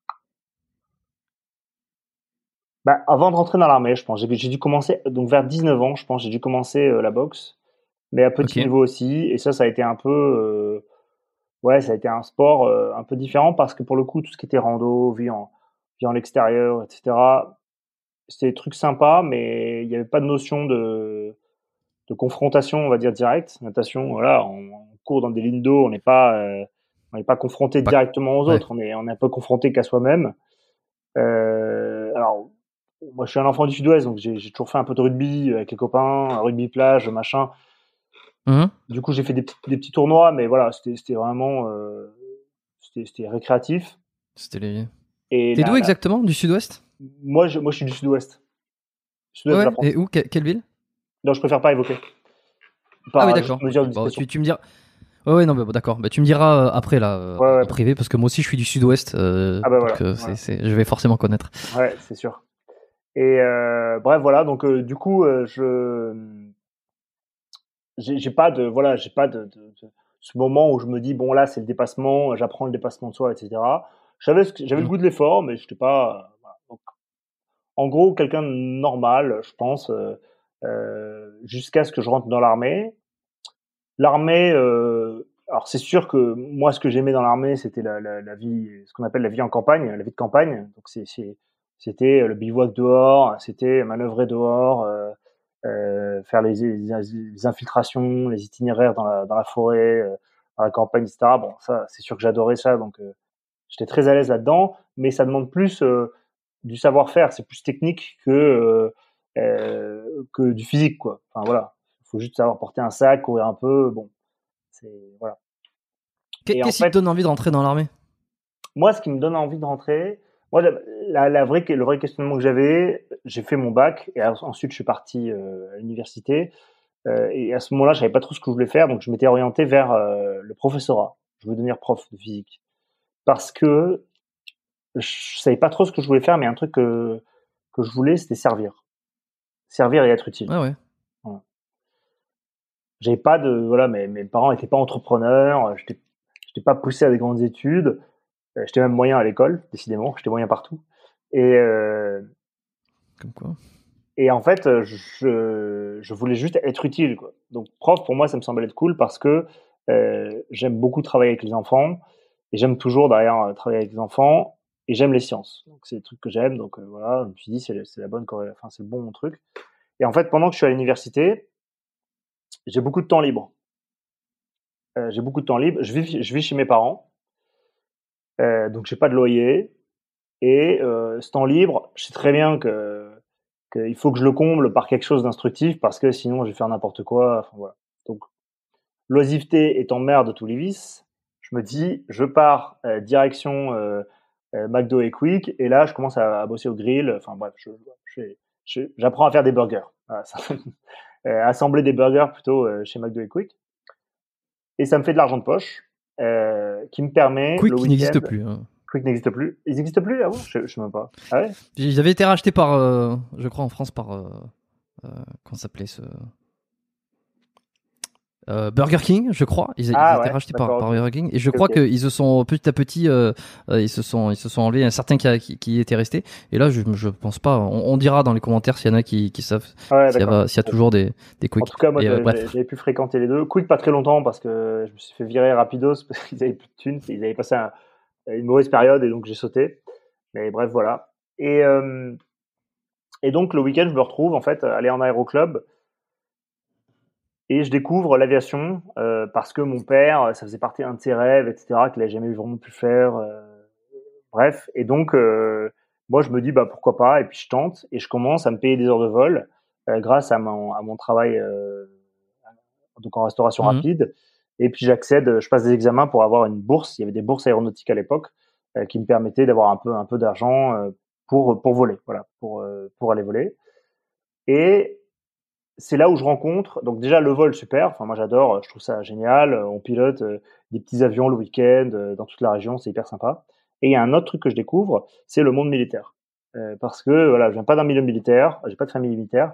Bah, avant de rentrer dans l'armée, je pense. J'ai, j'ai dû commencer, donc vers dix-neuf ans, je pense, j'ai dû commencer euh, la boxe, mais à petit Ok. niveau aussi. Et ça, ça a été un peu. Euh... Ouais, ça a été un sport euh, un peu différent parce que pour le coup, tout ce qui était rando, vie en, vie en l'extérieur, et cetera, c'était des trucs sympas, mais il n'y avait pas de notion de, de confrontation, on va dire, directe. Natation, voilà, on, on court dans des lignes d'eau, on n'est pas, euh, on n'est pas confronté Bah, directement aux ouais. autres, on est, on est un peu confronté qu'à soi-même. Euh, alors, moi, je suis un enfant du Sud-Ouest, donc j'ai, j'ai toujours fait un peu de rugby avec les copains, rugby plage, machin. Mhm. Du coup, j'ai fait des, des petits tournois, mais voilà, c'était, c'était vraiment, euh, c'était, c'était récréatif. C'était les. Et T'es d'où là, là, exactement? Du sud-ouest? moi, je, moi, je suis du Sud-Ouest, Sud-Ouest Ouais, de la ouais. Et France. où? Que- quelle ville? Donc, je préfère pas évoquer, Ah oui, par juste d'accord. mesure Ok. de Bon, discrétion. tu, tu me diras. Ouais, ouais, non, bah, bon, d'accord. Bah, tu me diras euh, après, là, euh, Ouais, ouais, en privé, parce que moi aussi, je suis du sud-ouest. euh, ah bah donc, voilà, euh, c'est, voilà. c'est, je vais forcément connaître. Ouais, c'est sûr. Et euh, bref, voilà. Donc, euh, du coup, euh, je j'ai, j'ai pas de voilà, j'ai pas de, de, de ce moment où je me dis bon là, c'est le dépassement, j'apprends le dépassement de soi, et cetera. J'avais ce que- j'avais le Mhm. goût de l'effort, mais je n'étais pas. Euh, voilà. Donc, en gros, quelqu'un de normal, je pense, euh, euh, jusqu'à ce que je rentre dans l'armée. L'armée, euh, alors c'est sûr que moi, ce que j'aimais dans l'armée, c'était la, la, la vie, ce qu'on appelle la vie en campagne, la vie de campagne. Donc c'est, c'est, c'était le bivouac dehors, c'était manœuvrer dehors, euh, euh, faire les, les, les infiltrations, les itinéraires dans la, dans la forêt, euh, dans la campagne, et cetera. Bon, ça, c'est sûr que j'adorais ça, donc euh, j'étais très à l'aise là-dedans, mais ça demande plus euh, du savoir-faire, c'est plus technique que euh, euh, que du physique, quoi. Enfin voilà, il faut juste savoir porter un sac, courir un peu, bon, c'est voilà. Et en Qu'est-ce qui te fait, donne envie de rentrer dans l'armée? moi, ce qui me donne envie de rentrer, moi, la, la, la vraie, le vrai questionnement que j'avais, j'ai fait mon bac et ensuite je suis parti euh, à l'université. Euh, et à ce moment-là, je savais pas trop ce que je voulais faire, donc je m'étais orienté vers euh, le professorat. Je voulais devenir prof de physique parce que je savais pas trop ce que je voulais faire, mais un truc que que je voulais, c'était servir, servir et être utile. Ah ouais. Voilà. J'avais pas de voilà, mes, mes parents étaient pas entrepreneurs, j'étais j'étais pas poussé à des grandes études. Euh, j'étais même moyen à l'école, décidément, j'étais moyen partout. Et, euh, Comme quoi. et en fait, je, je voulais juste être utile, quoi. Donc, prof, pour moi, ça me semblait être cool parce que euh, j'aime beaucoup travailler avec les enfants et j'aime toujours d'ailleurs travailler avec les enfants et j'aime les sciences. Donc, c'est des trucs que j'aime. Donc, euh, voilà, je me suis dit, c'est, c'est la bonne corrélation, enfin, c'est le bon truc. Et en fait, pendant que je suis à l'université, j'ai beaucoup de temps libre. Euh, j'ai beaucoup de temps libre. Je vis, je vis chez mes parents, euh, donc j'ai pas de loyer. Et euh, ce temps libre, je sais très bien que qu'il faut que je le comble par quelque chose d'instructif parce que sinon je vais faire n'importe quoi. Enfin, voilà. Donc, l'oisiveté étant mère de tous les vices, je me dis, je pars euh, direction euh, euh, McDo et Quick et là je commence à, à bosser au grill. Enfin bref, je, je, je, j'apprends à faire des burgers. Voilà, ça, euh, assembler des burgers plutôt euh, chez McDo et Quick. Et ça me fait de l'argent de poche euh, qui me permet Quick le qui week-end. n'existe plus. Hein. Quick n'existe plus. Ils n'existent plus, ah bon, je, je sais même pas. Ah ouais. Ils avaient été rachetés par, euh, je crois en France, par, euh, euh, comment ça s'appelait ce euh, Burger King, je crois. Ils, ils Ah étaient ouais, rachetés par, d'accord, par ok. Burger King, et je Ok, crois ok. qu'ils se sont petit à petit, euh, euh, ils se sont, ils se sont enlevés. Un certain qui, a, qui, qui était resté. Et là, je, je pense pas. On, on dira dans les commentaires s'il y en a qui, qui savent Ouais, s'il y, d'accord. a, s'il y a toujours des, des En Quick. tout cas, moi, Et euh, j'avais bref. j'avais pu fréquenter les deux. Quick, pas très longtemps parce que je me suis fait virer rapidos parce qu'ils avaient plus de thunes. Ils avaient passé un- une mauvaise période et donc j'ai sauté. Mais bref, voilà. Et, euh, et donc, le week-end, je me retrouve en fait à aller en aéroclub et je découvre l'aviation euh, parce que mon père, ça faisait partie d'un de ses rêves, et cetera, qu'il n'a jamais vraiment pu faire. euh, bref. Et donc, euh, moi, je me dis, bah, pourquoi pas. Et puis, je tente et je commence à me payer des heures de vol euh, grâce à mon, à mon travail euh, donc en restauration Mhm. rapide. Et puis j'accède, je passe des examens pour avoir une bourse. Il y avait des bourses aéronautiques à l'époque euh, qui me permettaient d'avoir un peu un peu d'argent euh, pour pour voler, voilà, pour euh, pour aller voler. Et c'est là où je rencontre donc déjà le vol super. Enfin moi j'adore, je trouve ça génial. On pilote euh, des petits avions le week-end euh, dans toute la région, c'est hyper sympa. Et il y a un autre truc que je découvre, c'est le monde militaire. Euh, parce que voilà, je viens pas d'un milieu militaire, j'ai pas de famille militaire,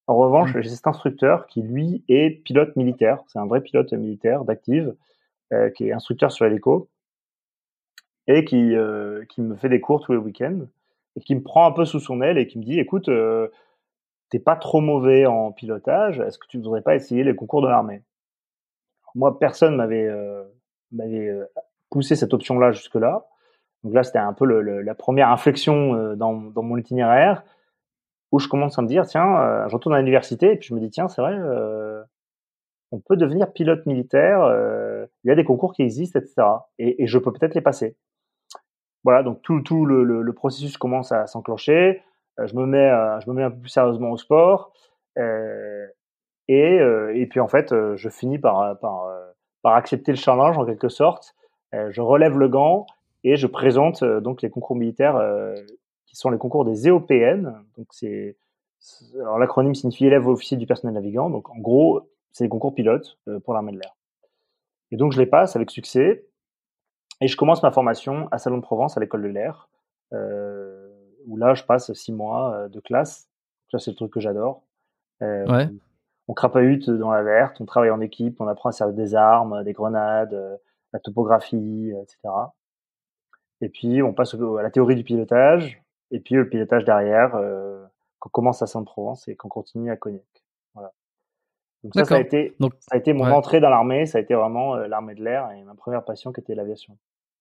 En revanche, mmh. j'ai cet instructeur qui, lui, est pilote militaire. C'est un vrai pilote militaire d'active, euh, qui est instructeur sur hélico et qui, euh, qui me fait des cours tous les week-ends et qui me prend un peu sous son aile et qui me dit, écoute, euh, t'es pas trop mauvais en pilotage, est-ce que tu voudrais pas essayer les concours de l'armée? Moi, personne m'avait euh, m'avait poussé cette option-là jusque-là. Donc là, c'était un peu le, le, la première inflexion euh, dans, dans mon itinéraire où je commence à me dire, tiens, euh, je retourne à l'université et puis je me dis, tiens, c'est vrai, euh, on peut devenir pilote militaire, euh, il y a des concours qui existent, et cetera. Et, et je peux peut-être les passer. Voilà, donc tout, tout le, le, le processus commence à s'enclencher. Euh, je me mets, euh, je me mets un peu plus sérieusement au sport. Euh, et, euh, et puis en fait, euh, je finis par, par, euh, par accepter le challenge en quelque sorte. Euh, je relève le gant et je présente euh, donc les concours militaires euh, qui sont les concours des E O P N. Donc c'est, c'est alors l'acronyme signifie élève officier du personnel navigant. Donc en gros, c'est les concours pilotes euh, pour l'armée de l'air. Et donc je les passe avec succès. Et je commence ma formation à Salon de Provence, à l'école de l'air, euh, où là, je passe six mois de classe. Ça, c'est le truc que j'adore. Euh, ouais. On crapahute dans la verte, on travaille en équipe, on apprend à servir des armes, des grenades, euh, la topographie, et cetera. Et puis, on passe au, à la théorie du pilotage, et puis le pilotage derrière, euh, qu'on commence à Salon de Provence et qu'on continue à Cognac. Voilà. Donc ça, ça a été, Donc, ça a été mon ouais. entrée dans l'armée, ça a été vraiment euh, l'armée de l'air et ma première passion qui était l'aviation.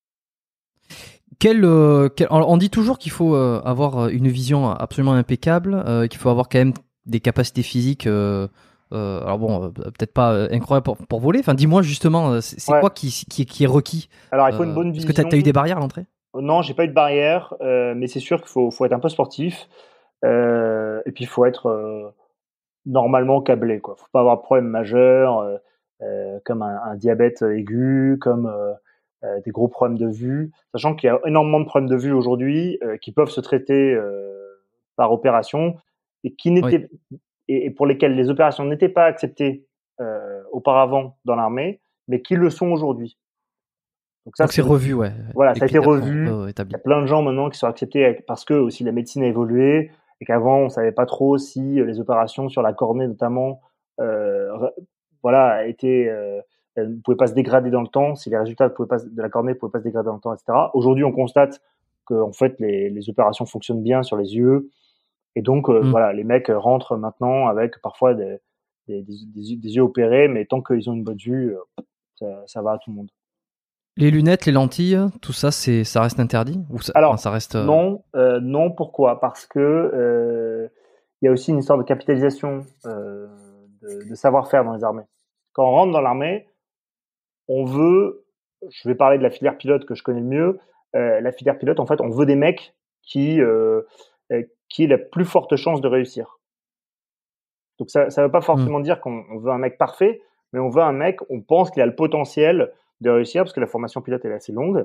Quel, euh, quel, on dit toujours qu'il faut euh, avoir une vision absolument impeccable, euh, qu'il faut avoir quand même des capacités physiques. Euh, euh, alors bon, euh, peut-être pas euh, incroyable pour, pour voler. Enfin, dis-moi justement, c'est, c'est ouais. quoi qui, qui, qui est requis? Alors, il faut une bonne euh, vision. Est-ce que tu as eu des barrières à l'entrée? Non, j'ai pas eu de barrière, euh, mais c'est sûr qu'il faut, faut être un peu sportif. Euh, et puis, il faut être euh, normalement câblé, quoi. Faut pas avoir de problème majeur, euh, euh, comme un, un diabète aigu, comme euh, euh, des gros problèmes de vue. Sachant qu'il y a énormément de problèmes de vue aujourd'hui euh, qui peuvent se traiter euh, par opération et qui n'étaient oui. et, et pour lesquels les opérations n'étaient pas acceptées euh, auparavant dans l'armée, mais qui le sont aujourd'hui. Donc ça, Donc c'est, c'est revu, ouais. Voilà, ça a été revu. Euh, Il y a plein de gens maintenant qui sont acceptés parce que aussi la médecine a évolué et qu'avant on savait pas trop si les opérations sur la cornée notamment, euh, voilà, étaient, euh, elles ne pouvaient pas se dégrader dans le temps, si les résultats pouvaient pas, de la cornée ne pouvaient pas se dégrader dans le temps, et cetera. Aujourd'hui, on constate que en fait les, les opérations fonctionnent bien sur les yeux et donc euh, mmh. voilà, les mecs rentrent maintenant avec parfois des, des, des, des, des yeux opérés, mais tant qu'ils ont une bonne vue, ça, ça va à tout le monde. Les lunettes, les lentilles, tout ça, c'est, ça reste interdit ou ça, Alors, enfin, ça reste euh... non, euh, non. Pourquoi? Parce que euh, il y a aussi une histoire de capitalisation euh, de, de savoir-faire dans les armées. Quand on rentre dans l'armée, on veut, je vais parler de la filière pilote que je connais le mieux. Euh, la filière pilote, en fait, on veut des mecs qui euh, qui aient la plus forte chance de réussir. Donc ça, ça veut pas forcément mmh. dire qu'on on veut un mec parfait, mais on veut un mec, on pense qu'il a le potentiel de réussir parce que la formation pilote elle est assez longue.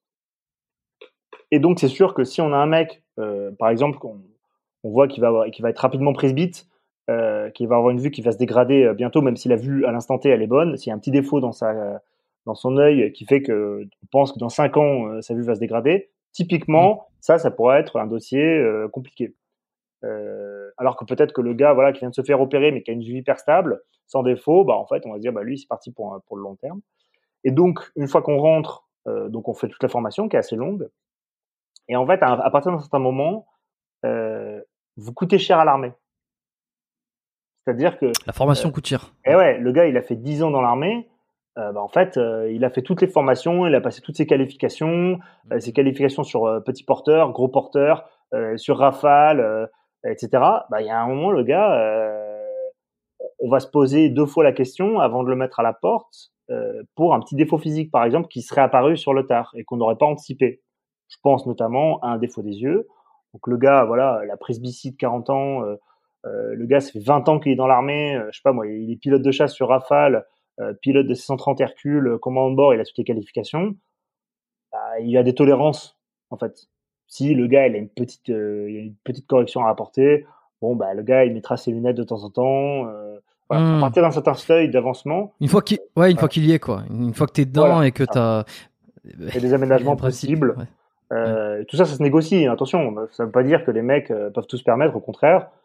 Et donc c'est sûr que si on a un mec, euh, par exemple, qu'on on voit qu'il va avoir, qu'il va être rapidement presbyte, euh, qu'il va avoir une vue qui va se dégrader euh, bientôt, même si la vue à l'instant T elle est bonne, s'il y a un petit défaut dans sa euh, dans son œil qui fait que on pense que dans cinq ans euh, sa vue va se dégrader, typiquement mmh. ça, ça pourrait être un dossier euh, compliqué. Euh, alors que peut-être que le gars, voilà, qui vient de se faire opérer mais qui a une vue hyper stable, sans défaut, bah en fait on va se dire bah lui c'est parti pour pour le long terme. Et donc, une fois qu'on rentre, euh, donc on fait toute la formation qui est assez longue. Et en fait, à, à partir d'un certain moment, euh, vous coûtez cher à l'armée. C'est-à-dire que la formation euh, coûte cher. Et ouais, le gars, il a fait dix ans dans l'armée. Euh, bah, en fait, euh, il a fait toutes les formations, il a passé toutes ses qualifications, euh, ses qualifications sur euh, petit porteur, gros porteur, euh, sur Rafale, euh, et cetera. Bah, il y a un moment, le gars, euh, on va se poser deux fois la question avant de le mettre à la porte. Euh, pour un petit défaut physique, par exemple, qui serait apparu sur le tard et qu'on n'aurait pas anticipé. Je pense notamment à un défaut des yeux. Donc le gars, voilà, la presbytie de quarante ans, euh, euh, le gars, ça fait vingt ans qu'il est dans l'armée, euh, je sais pas moi, il est pilote de chasse sur Rafale, euh, pilote de C cent trente Hercule, euh, commandant de bord, il a toutes les qualifications. Bah, il a des tolérances, en fait. Si le gars, il a une petite, euh, il a une petite correction à apporter, bon, bah le gars, il mettra ses lunettes de temps en temps. Euh, Voilà. Mmh. À partir d'un certain seuil d'avancement. Une fois qu'il, ouais, une ouais. fois qu'il y est, quoi. Une fois que t'es dedans voilà. et que t'as. Il y a des aménagements possibles. Ouais. Euh, ouais. Tout ça, ça se négocie. Attention, ça veut pas dire que les mecs euh, peuvent tout se permettre. Au contraire,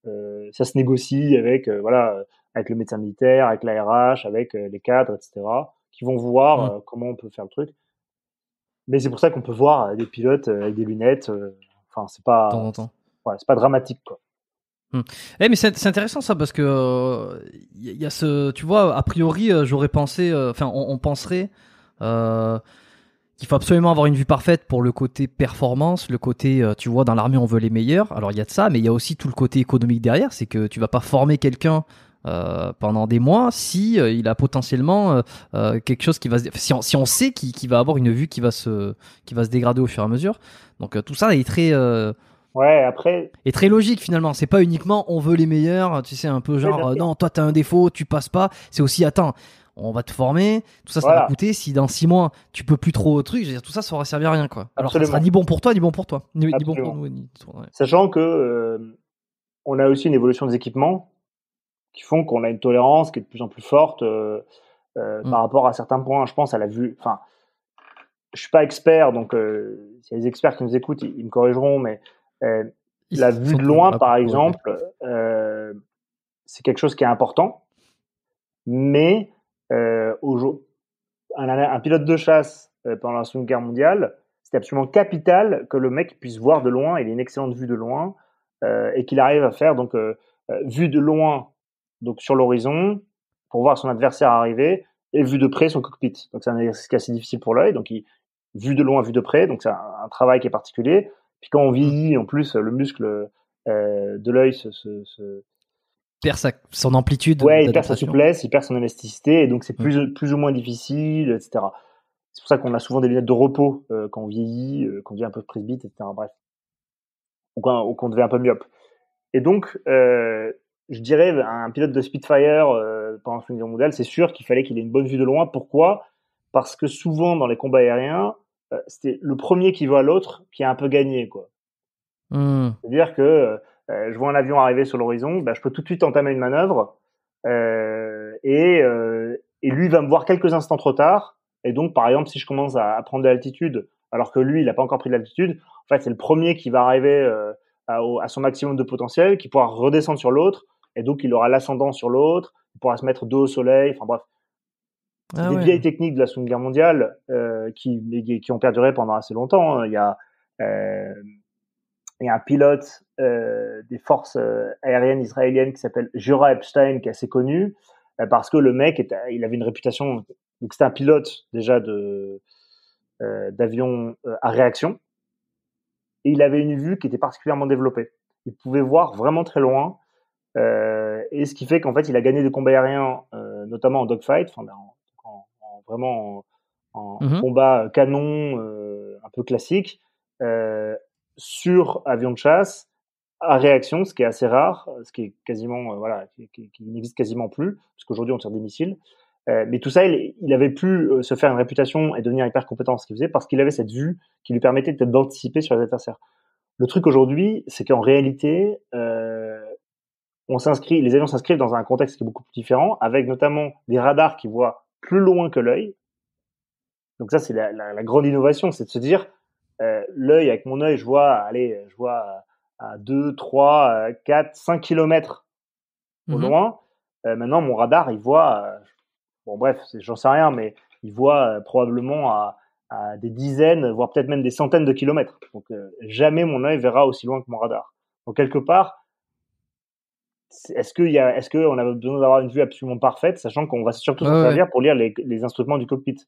euh, ça se négocie avec, euh, voilà, avec le médecin militaire, avec l'A R H, avec euh, les cadres, et cetera, qui vont voir mmh. euh, comment on peut faire le truc. Mais c'est pour ça qu'on peut voir des pilotes euh, avec des lunettes. Euh, enfin, c'est pas, de temps en temps. C'est, ouais, c'est pas dramatique, quoi. Hum. Eh mais c'est, c'est intéressant ça parce que il euh, y, y a ce, tu vois, a priori euh, j'aurais pensé, enfin euh, on, on penserait euh, qu'il faut absolument avoir une vue parfaite pour le côté performance, le côté, euh, tu vois, dans l'armée on veut les meilleurs. Alors il y a de ça, mais il y a aussi tout le côté économique derrière, c'est que tu vas pas former quelqu'un euh, pendant des mois si euh, il a potentiellement euh, quelque chose qui va, se, si on, si on sait qu'il, qu'il va avoir une vue qui va se, qui va se dégrader au fur et à mesure. Donc euh, tout ça est très euh, Ouais, après. Et très logique finalement. C'est pas uniquement on veut les meilleurs, tu sais, un peu genre ouais, euh, non, toi t'as un défaut, tu passes pas. C'est aussi attends, on va te former, tout ça, ça voilà. va coûter. Si dans six mois tu peux plus trop au truc, je veux dire, tout ça, ça aura servi à rien quoi. Alors Absolument. Ça sera ni bon pour toi, ni bon pour toi, ni, ni bon pour nous. Ni... Ouais. Sachant que euh, on a aussi une évolution des équipements qui font qu'on a une tolérance qui est de plus en plus forte euh, euh, mm. par rapport à certains points. Je pense à la vue. Enfin, je suis pas expert, donc euh, s'il y a des experts qui nous écoutent, ils, ils me corrigeront, mais Euh, la vue de loin, par exemple, euh, c'est quelque chose qui est important, mais euh, au jour, un, un pilote de chasse euh, pendant la Seconde Guerre mondiale, c'était absolument capital que le mec puisse voir de loin, il ait une excellente vue de loin, euh, et qu'il arrive à faire donc euh, euh, vue de loin, donc sur l'horizon, pour voir son adversaire arriver, et vue de près son cockpit. Donc c'est un exercice assez difficile pour l'œil, donc il, vue de loin, vue de près, donc c'est un, un travail qui est particulier. Puis quand on vieillit, en plus, le muscle euh, de l'œil se, se, se... perd sa, son amplitude. Ouais, il perd sa souplesse, il perd son élasticité, et donc c'est plus, mmh. plus ou moins difficile, et cetera. C'est pour ça qu'on a souvent des lunettes de repos euh, quand on vieillit, euh, quand on devient un peu presbyte, et cetera. Bref, ou quand, ou quand on devient un peu myope. Et donc, euh, je dirais, un pilote de Spitfire euh, pendant la Seconde Guerre mondiale, c'est sûr qu'il fallait qu'il ait une bonne vue de loin. Pourquoi ? Parce que souvent, dans les combats aériens, Euh, c'était le premier qui voit l'autre qui a un peu gagné, quoi. Mmh. C'est-à-dire que euh, je vois un avion arriver sur l'horizon, bah, je peux tout de suite entamer une manœuvre euh, et, euh, et lui va me voir quelques instants trop tard. Et donc, par exemple, si je commence à, à prendre de l'altitude alors que lui, il n'a pas encore pris de l'altitude, en fait, c'est le premier qui va arriver euh, à, à son maximum de potentiel, qui pourra redescendre sur l'autre, et donc il aura l'ascendant sur l'autre, il pourra se mettre dos au soleil, enfin bref. C'est ah des ouais. vieilles techniques de la Seconde Guerre mondiale euh, qui, qui ont perduré pendant assez longtemps. Il y a, euh, il y a un pilote euh, des forces aériennes israéliennes qui s'appelle Giora Epstein, qui est assez connu euh, parce que le mec, était, il avait une réputation. Donc c'était un pilote déjà de euh, d'avion euh, à réaction, et il avait une vue qui était particulièrement développée. Il pouvait voir vraiment très loin, euh, et ce qui fait qu'en fait, il a gagné des combats aériens, euh, notamment en dogfight, enfin, en, vraiment en, en mmh. combat canon euh, un peu classique euh, sur avion de chasse à réaction, ce qui est assez rare, ce qui est quasiment euh, voilà, qui, qui, qui n'existe quasiment plus parce qu'aujourd'hui on tire des missiles. Euh, mais tout ça, il, il avait pu euh, se faire une réputation et devenir hyper compétent dans ce qu'il faisait parce qu'il avait cette vue qui lui permettait peut-être d'anticiper sur les adversaires. Le truc aujourd'hui, c'est qu'en réalité, euh, on s'inscrit, les avions s'inscrivent dans un contexte qui est beaucoup plus différent, avec notamment des radars qui voient plus loin que l'œil. Donc ça, c'est la, la, la grande innovation, c'est de se dire, euh, l'œil, avec mon œil, je vois, allez, je vois à deux, trois, quatre, cinq kilomètres au mmh. loin. Euh, maintenant, mon radar, il voit, euh, bon bref, j'en sais rien, mais il voit euh, probablement à, à des dizaines, voire peut-être même des centaines de kilomètres. Donc euh, jamais mon œil verra aussi loin que mon radar. Donc quelque part, est-ce qu'il y a, est-ce qu'on a besoin d'avoir une vue absolument parfaite, sachant qu'on va surtout ouais, s'en servir ouais. pour lire les, les instruments du cockpit.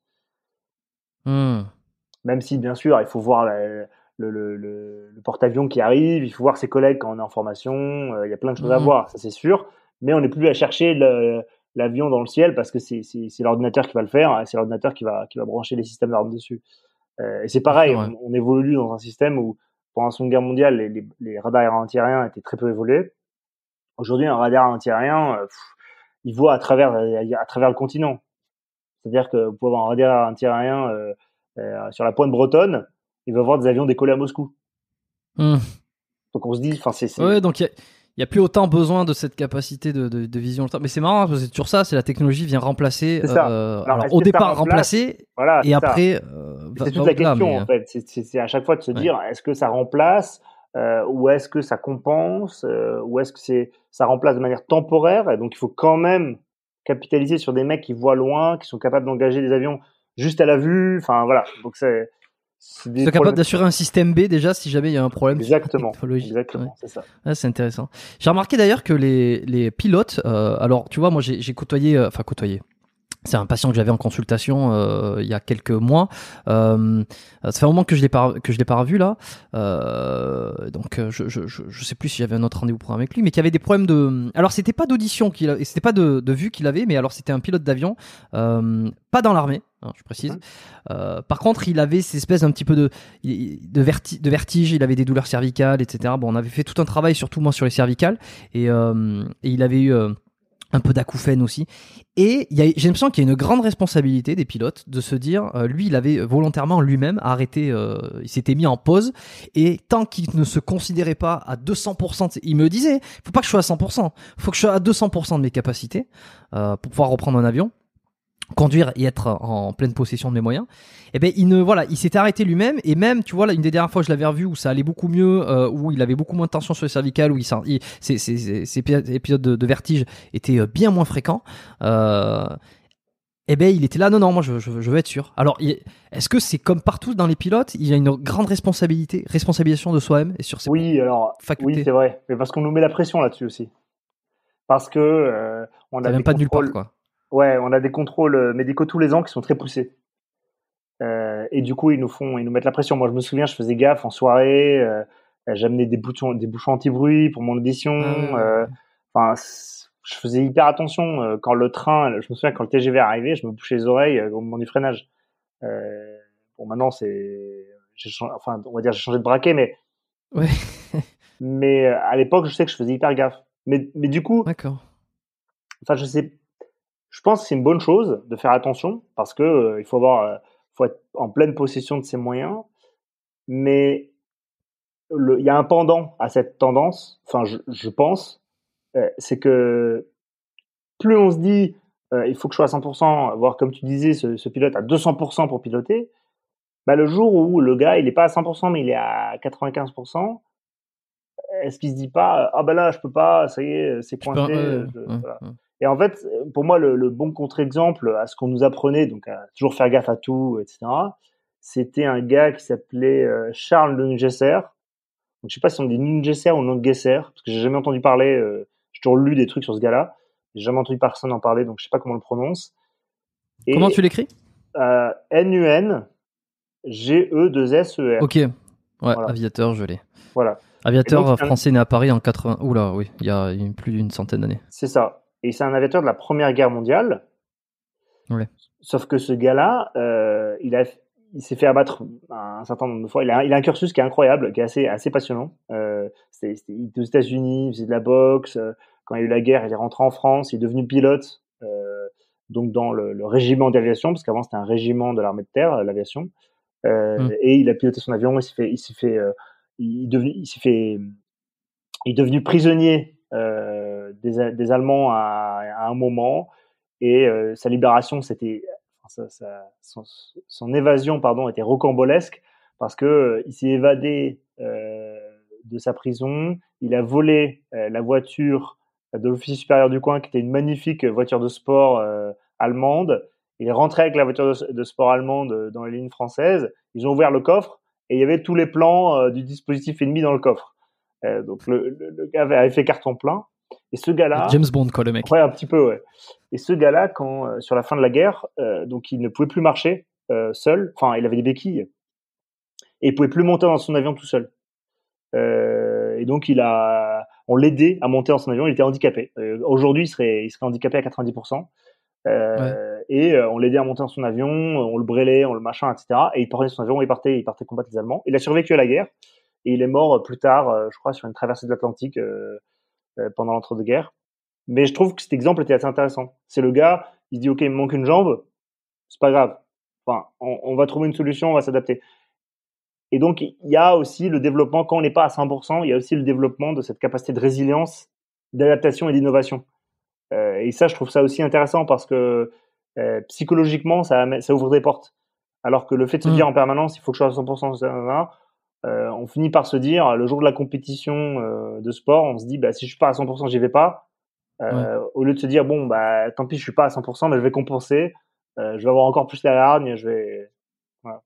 Mmh. Même si, bien sûr, il faut voir la, le, le, le, le porte-avions qui arrive, il faut voir ses collègues quand on est en formation, euh, il y a plein de choses mmh. à voir, ça c'est sûr, mais on n'est plus à chercher le, l'avion dans le ciel parce que c'est, c'est, c'est l'ordinateur qui va le faire, c'est l'ordinateur qui va, qui va brancher les systèmes d'armes dessus. Euh, et c'est pareil, ouais. on, on évolue dans un système où, pendant la Seconde Guerre mondiale, les, les, les radars anti-aériens étaient très peu évolués. Aujourd'hui, un radar anti-aérien, euh, pff, il voit à travers, à travers le continent. C'est-à-dire que vous pouvez avoir un radar anti-aérien euh, euh, sur la pointe bretonne, il va voir des avions décoller à Moscou. Mmh. Donc on se dit, enfin c'est, c'est. Ouais, donc il y a, y a plus autant besoin de cette capacité de, de, de vision. Mais c'est marrant parce que c'est toujours ça, c'est la technologie vient remplacer. C'est ça. Euh, alors, alors au départ remplacer, voilà, et après. Euh, c'est toute la question mais... en fait. C'est, c'est, c'est à chaque fois de se dire, ouais. est-ce que ça remplace euh, ou est-ce que ça compense, euh, ou est-ce que c'est ça remplace de manière temporaire, et donc il faut quand même capitaliser sur des mecs qui voient loin, qui sont capables d'engager des avions juste à la vue, enfin voilà, donc c'est c'est des capable d'assurer un système B déjà si jamais il y a un problème. Exactement, exactement, ouais. C'est ça. Ah, c'est intéressant. J'ai remarqué d'ailleurs que les les pilotes, euh, alors tu vois, moi j'ai, j'ai côtoyé, euh, enfin côtoyé. C'est un patient que j'avais en consultation euh, il y a quelques mois. Euh, ça fait un moment que je l'ai pas que je l'ai pas revu là. Euh, donc je, je je je sais plus si j'avais un autre rendez-vous programmé avec lui, mais qui avait des problèmes de. Alors c'était pas d'audition qu'il, a... c'était pas de, de vue qu'il avait, mais alors c'était un pilote d'avion, euh, pas dans l'armée. Hein, je précise. Mmh. Euh, par contre, il avait ces espèces d'un petit peu de de, verti... de vertige. Il avait des douleurs cervicales, et cetera. Bon, on avait fait tout un travail, surtout moi sur les cervicales, et, euh, et il avait eu euh, un peu d'acouphènes aussi. Et il y a, j'ai l'impression qu'il y a une grande responsabilité des pilotes de se dire, euh, lui, il avait volontairement lui-même arrêté, euh, il s'était mis en pause, et tant qu'il ne se considérait pas à deux cents pour cent, il me disait, faut pas que je sois à cent pour cent, faut que je sois à deux cents pour cent de mes capacités euh, pour pouvoir reprendre un avion, conduire et être en pleine possession de mes moyens. Et ben il ne voilà, il s'était arrêté lui-même, et même tu vois là, une des dernières fois je l'avais revu où ça allait beaucoup mieux, euh, où il avait beaucoup moins de tension sur les cervicales, où il, il ces, ces, ces épisodes de, de vertige étaient bien moins fréquents. Euh, et ben il était là, non non, moi je, je, je veux être sûr. Alors il, est-ce que c'est comme partout dans les pilotes, il y a une grande responsabilité, responsabilisation de soi-même et sur ses oui alors facultés. Oui c'est vrai, mais parce qu'on nous met la pression là-dessus aussi, parce que euh, on a même pas de nulle part quoi. Ouais, on a des contrôles médicaux tous les ans qui sont très poussés. Euh, et du coup, ils nous font, ils nous mettent la pression. Moi, je me souviens, je faisais gaffe en soirée. Euh, j'amenais des bouchons, des bouchons anti-bruit pour mon audition. Enfin, ah, euh, je faisais hyper attention. Quand le train, je me souviens quand le T G V arrivait, je me bouchais les oreilles au moment du freinage. Euh, bon, maintenant, c'est, j'ai changé, enfin, on va dire, j'ai changé de braquet, mais, ouais. mais à l'époque, je sais que je faisais hyper gaffe. Mais, mais du coup, d'accord. Enfin, je sais. Je pense que c'est une bonne chose de faire attention parce que euh, il faut avoir, euh, faut être en pleine possession de ses moyens. Mais il y a un pendant à cette tendance. Enfin, je, je pense, euh, c'est que plus on se dit, euh, il faut que je sois à cent pour cent, voire comme tu disais, ce, ce pilote à deux cents pour cent pour piloter. Bah, le jour où le gars, il est pas à cent pour cent, mais il est à quatre-vingt-quinze pour cent, est-ce qu'il se dit pas, ah ben là, je peux pas, ça y est, c'est coincé. Euh, je, euh, voilà. euh. Et en fait, pour moi, le, le bon contre-exemple à ce qu'on nous apprenait, donc à toujours faire gaffe à tout, et cetera, c'était un gars qui s'appelait euh, Charles Nungesser. Donc, je sais pas si on dit Nungesser ou Nungesser, parce que j'ai jamais entendu parler, euh, j'ai toujours lu des trucs sur ce gars-là, j'ai jamais entendu personne en parler, donc je sais pas comment on le prononce. Et, comment tu l'écris euh, N U N G E deux S E R. Ok, ouais, voilà. Aviateur, je l'ai. Voilà. Aviateur donc, français né à Paris en quatre-vingts. Oula, oui, il y a plus d'une centaine d'années. C'est ça. Et c'est un aviateur de la Première Guerre mondiale. Ouais. Sauf que ce gars-là, euh, il, a, il s'est fait abattre un certain nombre de fois. Il a, il a un cursus qui est incroyable, qui est assez, assez passionnant. Euh, c'était, c'était, il était aux États-Unis, il faisait de la boxe. Euh, quand il y a eu la guerre, il est rentré en France. Il est devenu pilote, euh, donc dans le, le régiment d'aviation, parce qu'avant c'était un régiment de l'armée de terre, l'aviation. Euh, mm. Et il a piloté son avion. Il s'est fait, il s'est fait, euh, il, devenu, il s'est fait, il est devenu prisonnier euh, des, des Allemands à, à un moment. Et euh, sa libération, c'était sa, sa, son, son évasion, pardon, était rocambolesque parce que euh, il s'est évadé euh, de sa prison. Il a volé euh, la voiture de l'officier supérieur du coin, qui était une magnifique voiture de sport euh, allemande. Il est rentré avec la voiture de, de sport allemande dans les lignes françaises. Ils ont ouvert le coffre et il y avait tous les plans euh, du dispositif ennemi dans le coffre. Euh, donc le, le, le gars avait fait carton plein. Et ce gars-là, James Bond quoi, le mec. Ouais, un petit peu, ouais. Et ce gars-là, quand euh, sur la fin de la guerre, euh, donc il ne pouvait plus marcher euh, seul. Enfin, il avait des béquilles et il pouvait plus monter dans son avion tout seul. Euh, et donc il a, on l'aidait à monter dans son avion. Il était handicapé. Euh, aujourd'hui, il serait, il serait handicapé à quatre-vingt-dix pour cent. Euh, ouais. Et euh, on l'aidait à monter dans son avion, on le brûlait, on le machin, et cetera. Et il partait son avion, il partait, il partait combattre les Allemands. Il a survécu à la guerre et il est mort plus tard, euh, je crois, sur une traversée de l'Atlantique euh, euh, pendant l'entre-deux-guerres. Mais je trouve que cet exemple était assez intéressant. C'est le gars, il dit, OK, il me manque une jambe, c'est pas grave. Enfin, on, on va trouver une solution, on va s'adapter. Et donc, il y a aussi le développement, quand on n'est pas à cent pour cent, il y a aussi le développement de cette capacité de résilience, d'adaptation et d'innovation. Euh, et ça, je trouve ça aussi intéressant parce que euh, psychologiquement, ça, ça ouvre des portes. Alors que le fait de se mmh. dire en permanence, il faut que je sois à cent pour cent, euh, on finit par se dire, le jour de la compétition euh, de sport, on se dit, bah, si je suis pas à cent pour cent, j'y vais pas. Euh, ouais. Au lieu de se dire, bon, bah, tant pis, je suis pas à cent pour cent, mais je vais compenser. Euh, je vais avoir encore plus la hargne, je vais. Voilà.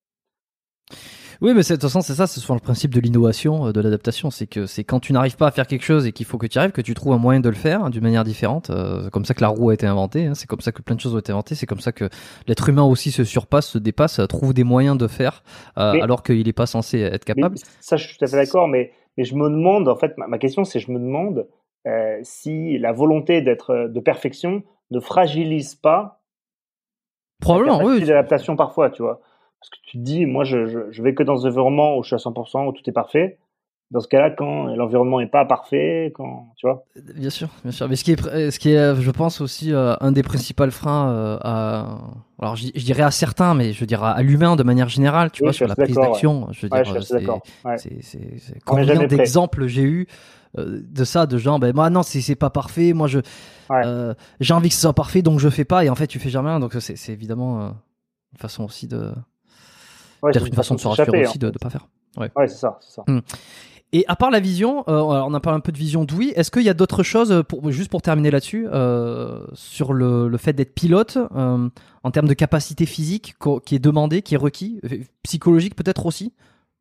Oui, mais de toute façon, c'est ça, c'est souvent le principe de l'innovation, de l'adaptation. C'est que c'est quand tu n'arrives pas à faire quelque chose et qu'il faut que tu y arrives, que tu trouves un moyen de le faire hein, d'une manière différente. Euh, c'est comme ça que la roue a été inventée, hein, c'est comme ça que plein de choses ont été inventées, c'est comme ça que l'être humain aussi se surpasse, se dépasse, trouve des moyens de faire, euh, mais, alors qu'il n'est pas censé être capable. Ça, je suis tout à fait d'accord, mais, mais je me demande, en fait, ma, ma question, c'est je me demande euh, si la volonté d'être de perfection ne fragilise pas probablement, la capacité oui. d'adaptation parfois, tu vois. Parce que tu te dis, moi, je, je, je vais que dans un environnement où je suis à cent pour cent, où tout est parfait. Dans ce cas-là, quand l'environnement n'est pas parfait, quand, tu vois. Bien sûr, bien sûr. Mais ce qui est, ce qui est, je pense aussi, euh, un des principaux freins euh, à, alors je, je dirais à certains, mais je dirais à l'humain de manière générale, tu oui, vois, sur la prise d'action. Ouais. Je veux ouais, dire, je suis d'accord. Ouais. C'est, c'est, c'est, combien d'exemples j'ai eu euh, de ça, de gens, ben moi non, c'est, c'est pas parfait, moi je, ouais. euh, j'ai envie que ce soit parfait, donc je fais pas, et en fait tu fais jamais rien, donc c'est, c'est évidemment euh, une façon aussi de. Ouais, peut-être une façon de se rassurer aussi, de ne pas faire. Ouais, ouais c'est ça. C'est ça. Hum. Et à part la vision, euh, on a parlé un peu de vision d'Ouïe, est-ce qu'il y a d'autres choses, pour, juste pour terminer là-dessus, euh, sur le, le fait d'être pilote, euh, en termes de capacité physique, qui est demandé, qui est requis, psychologique peut-être aussi?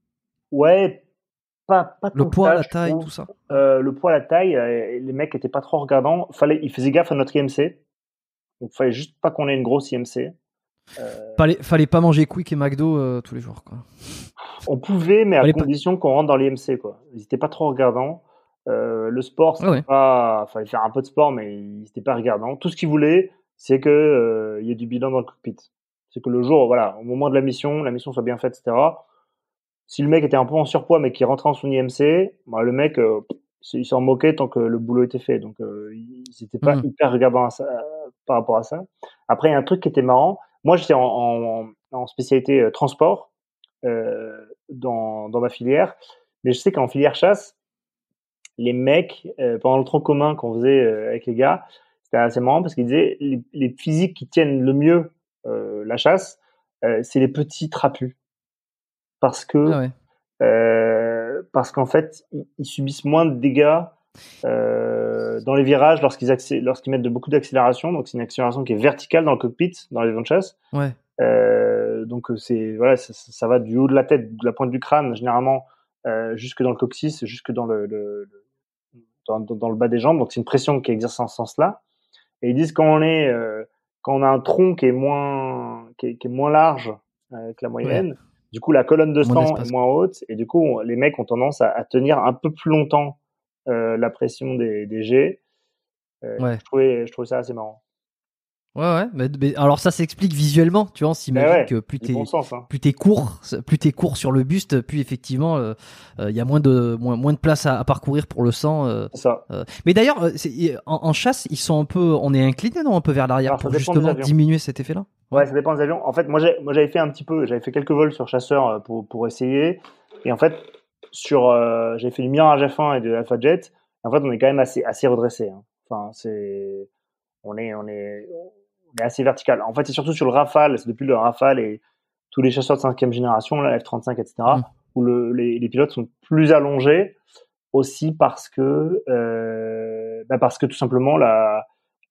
Ouais, pas, pas le poids, ça, la taille, tout ça. Euh, le poids, la taille, euh, les mecs étaient pas trop regardants. Fallait, ils faisaient gaffe à notre I M C. Donc, fallait juste pas qu'on ait une grosse I M C. Euh... Fallait, fallait pas manger Quick et McDo euh, tous les jours, quoi. On pouvait, mais à fallait condition pas... qu'on rentre dans l'I M C, quoi. Ils étaient pas trop regardants. Euh, le sport, c'était ah ouais. pas, fallait faire un peu de sport, mais ils étaient pas regardants. Tout ce qu'ils voulaient, c'est que euh, il y ait du bilan dans le cockpit. C'est que le jour, voilà, au moment de la mission, la mission soit bien faite, et cetera. Si le mec était un peu en surpoids, mais qu'il rentrait en son I M C, bah, le mec, euh, il s'en moquait tant que le boulot était fait. Donc, euh, ils n'étaient pas mmh. hyper regardants à ça, euh, par rapport à ça. Après, il y a un truc qui était marrant. Moi, j'étais en, en, en spécialité euh, transport euh, dans, dans ma filière. Mais je sais qu'en filière chasse, les mecs, euh, pendant le tronc commun qu'on faisait euh, avec les gars, c'était assez marrant parce qu'ils disaient les, les physiques qui tiennent le mieux euh, la chasse, euh, c'est les petits trapus. Parce que, ah ouais. euh, parce qu'en fait, ils, ils subissent moins de dégâts euh, dans les virages lorsqu'ils, accé- lorsqu'ils mettent de beaucoup d'accélération. Donc, c'est une accélération qui est verticale dans le cockpit, dans les avions de chasse. Ouais. Euh, donc, c'est, voilà, ça, ça va du haut de la tête, de la pointe du crâne, généralement, euh, jusque dans le coccyx, jusque dans le, le, le dans, dans le bas des jambes. Donc, c'est une pression qui est exercée en ce sens-là. Et ils disent quand on est, euh, quand on a un tronc qui est moins, qui est, qui est moins large euh, que la moyenne. Ouais. Du coup, la colonne de sang est moins haute et du coup, on, les mecs ont tendance à, à tenir un peu plus longtemps euh, la pression des, des jets. Euh, ouais. je, trouvais, je trouvais ça assez marrant. Ouais, ouais. Mais, mais alors ça s'explique visuellement, tu vois. On s'imagine ouais, que plus t'es, bon sens, hein. plus t'es court, plus t'es court sur le buste, plus effectivement, il euh, euh, y a moins de moins, moins de place à, à parcourir pour le sang. Euh, c'est ça. Euh, mais d'ailleurs, c'est, en, en chasse, ils sont un peu, on est incliné, non, un peu vers l'arrière alors, pour justement diminuer cet effet-là. Ouais. ouais, ça dépend des avions. En fait, moi, j'ai, moi, j'avais fait un petit peu, j'avais fait quelques vols sur chasseur pour pour essayer. Et en fait, sur, euh, j'avais fait du Mirage F un et de Alpha Jet. En fait, on est quand même assez assez redressé. Hein. Enfin, c'est, on est on est on est assez vertical. En fait, c'est surtout sur le Rafale, c'est depuis le Rafale et tous les chasseurs de cinquième génération, la F trente-cinq, et cetera, mmh. où le, les, les pilotes sont plus allongés. Aussi parce que euh, bah parce que tout simplement la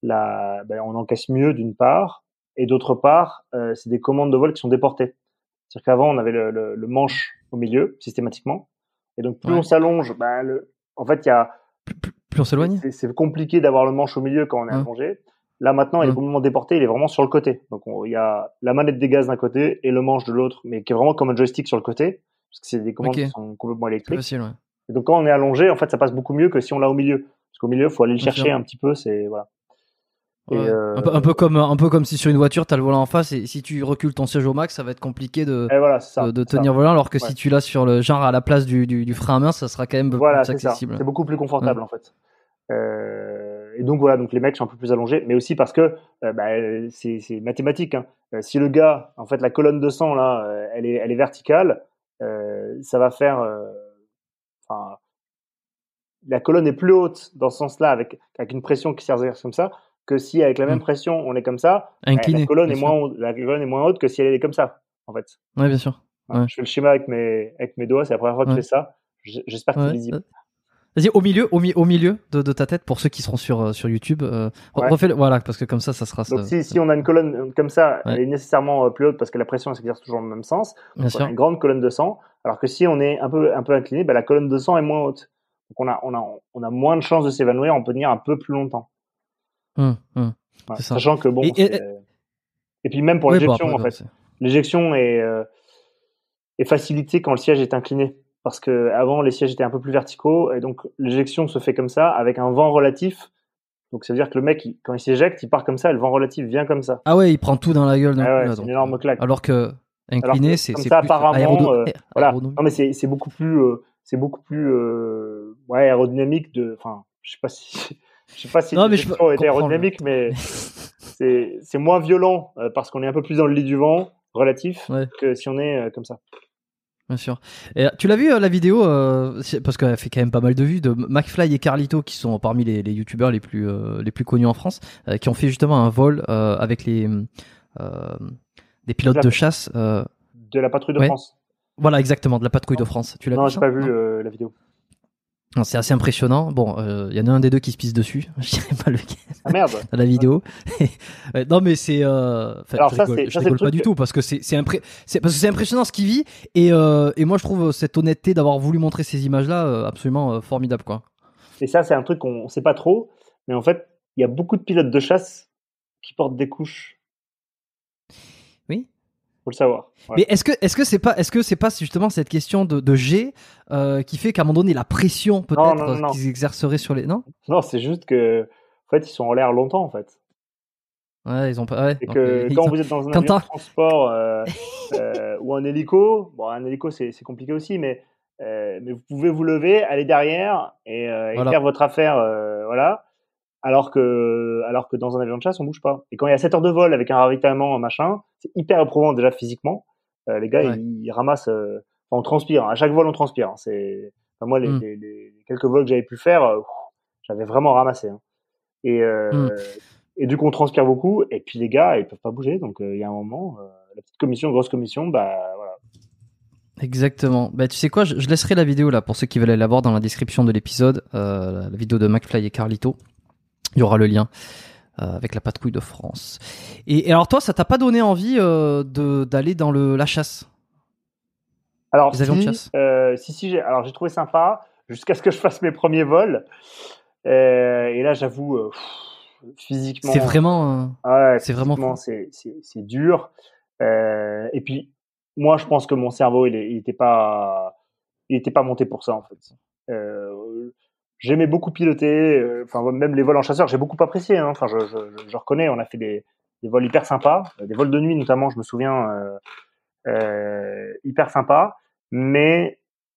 la bah on encaisse mieux d'une part et d'autre part euh, c'est des commandes de vol qui sont déportées. C'est-à-dire qu'avant on avait le, le, le manche au milieu systématiquement et donc plus ouais. on s'allonge, bah le en fait il y a plus, plus, plus on s'éloigne. C'est, c'est compliqué d'avoir le manche au milieu quand on est ouais. allongé. Là maintenant il est complètement déporté, il est vraiment sur le côté. Donc il y a la manette des gaz d'un côté et le manche de l'autre, mais qui est vraiment comme un joystick sur le côté parce que c'est des commandes okay. qui sont complètement électriques. C'est facile, ouais. Et donc, quand on est allongé, en fait, ça passe beaucoup mieux que si on l'a au milieu. Parce qu'au milieu, il faut aller le Bien chercher sûr. un petit peu, c'est, voilà. Ouais. Et euh... un, peu, un peu comme, un peu comme si sur une voiture, t'as le volant en face et si tu recules ton siège au max, ça va être compliqué de, voilà, ça, de, de tenir le volant, alors que ouais. si tu l'as sur le, genre à la place du, du, du frein à main, ça sera quand même voilà, plus accessible. C'est, c'est beaucoup plus confortable, ouais. en fait. Euh, et donc, voilà, donc les mecs sont un peu plus allongés, mais aussi parce que, euh, bah, c'est, c'est mathématique, hein. Euh, si le gars, en fait, la colonne de sang, là, euh, elle est, elle est verticale, euh, ça va faire, enfin, euh, la colonne est plus haute dans ce sens-là avec, avec une pression qui s'exerce comme ça que si avec la même mmh. pression on est comme ça, incliné, la colonne est moins haute, la colonne est moins haute que si elle est comme ça en fait. Ouais, bien sûr. Ouais. Je fais le schéma avec mes, avec mes doigts, c'est la première fois que ouais. je fais ça. J'espère que ouais. c'est visible. Vas-y, au milieu, au, mi- au milieu de, de ta tête, pour ceux qui seront sur, euh, sur YouTube. Euh, Ouais. refais-le, voilà, parce que comme ça, ça sera... Donc, ça, si, ça... si on a une colonne comme ça, ouais. elle est nécessairement plus haute parce que la pression s'exerce toujours dans le même sens. Bien Donc, sûr. on a une grande colonne de sang. Alors que si on est un peu, un peu incliné, bah, la colonne de sang est moins haute. Donc, on a, on a, on a moins de chances de s'évanouir. On peut tenir un peu plus longtemps. Hum, hum. Ouais. C'est ça. Sachant que bon, et, et, et puis même pour ouais, l'éjection, bon, après, en fait, l'éjection est, euh, est facilitée quand le siège est incliné. Parce que avant les sièges étaient un peu plus verticaux et donc l'éjection se fait comme ça avec un vent relatif. Donc ça veut dire que le mec, il, quand il s'éjecte, il part comme ça, et le vent relatif vient comme ça. Ah ouais, il prend tout dans la gueule d'un ah coup ouais, là. C'est donc, une énorme claque. Alors que incliné, alors que, c'est comme c'est ça plus apparemment, aérodo- euh, voilà. aérodynamique. Non mais c'est c'est beaucoup plus euh, c'est beaucoup plus euh, ouais aérodynamique de. Enfin, je sais pas si je sais pas si l'éjection est aérodynamique, le... mais c'est c'est moins violent euh, parce qu'on est un peu plus dans le lit du vent relatif ouais. que si on est euh, comme ça. Bien sûr. Et tu l'as vu euh, la vidéo euh, parce qu'elle fait quand même pas mal de vues de McFly et Carlito qui sont parmi les, les youtubeurs les plus euh, les plus connus en France, euh, qui ont fait justement un vol euh, avec les euh, des pilotes de, la, de chasse euh... de la patrouille de ouais. France. Voilà, exactement, de la patrouille de France. Tu l'as non, vu? Non, j'ai pas vu euh, la vidéo. Non, c'est assez impressionnant. Bon, il euh, y en a un des deux qui se pisse dessus. Je dirais pas lequel. Ah merde. Dans la vidéo. non, mais c'est. Euh... Enfin, Alors je ça, rigole, c'est, je ça, rigole c'est pas du que... tout parce que c'est, c'est, impré... c'est parce que c'est impressionnant ce qu'il vit et euh, et moi je trouve cette honnêteté d'avoir voulu montrer ces images-là euh, absolument euh, formidable, quoi. Et ça, c'est un truc qu'on sait pas trop, mais en fait, il y a beaucoup de pilotes de chasse qui portent des couches. Oui. Faut le savoir. Ouais. Mais est-ce que est-ce que c'est pas est-ce que c'est pas justement cette question de, de G euh, qui fait qu'à un moment donné la pression peut-être non, non, non, qu'ils exerceraient sur les non non c'est juste que en fait ils sont en l'air longtemps en fait. Ouais, ils ont pas. Ouais, et que quand ont... vous êtes dans un Quentin... avion de transport euh, euh, ou un hélico, bon un hélico c'est, c'est compliqué aussi, mais euh, mais vous pouvez vous lever, aller derrière et, euh, et voilà. faire votre affaire, euh, voilà. Alors que, alors que dans un avion de chasse, on bouge pas. Et quand il y a sept heures de vol avec un ravitaillement, un machin, c'est hyper éprouvant déjà physiquement. Euh, les gars, ouais. ils, ils ramassent, euh, enfin, on transpire. À chaque vol, on transpire. Hein. C'est, enfin, moi, les, mm. les, les quelques vols que j'avais pu faire, euh, j'avais vraiment ramassé. Hein. Et, euh, mm. et du coup, on transpire beaucoup. Et puis les gars, ils peuvent pas bouger. Donc, il euh, y a un moment, euh, la petite commission, grosse commission, bah voilà. Exactement. Bah, tu sais quoi, je, je laisserai la vidéo là pour ceux qui veulent aller la voir dans la description de l'épisode, euh, la vidéo de McFly et Carlito. Il y aura le lien euh, avec la patrouille de France. Et, et alors toi, ça t'a pas donné envie euh, de d'aller dans le la chasse? Alors les avions si, de chasse. Euh, si si, j'ai, alors j'ai trouvé sympa jusqu'à ce que je fasse mes premiers vols. Euh, et là, j'avoue, euh, pff, physiquement, c'est vraiment, euh, ouais, c'est vraiment, c'est c'est c'est dur. Euh, et puis moi, je pense que mon cerveau, il, il était pas, il était pas monté pour ça en fait. Euh, J'aimais beaucoup piloter, enfin euh, même les vols en chasseur, j'ai beaucoup apprécié. Hein. Enfin, je, je, je reconnais, on a fait des, des vols hyper sympas, des vols de nuit notamment, je me souviens, euh, euh, hyper sympas. Mais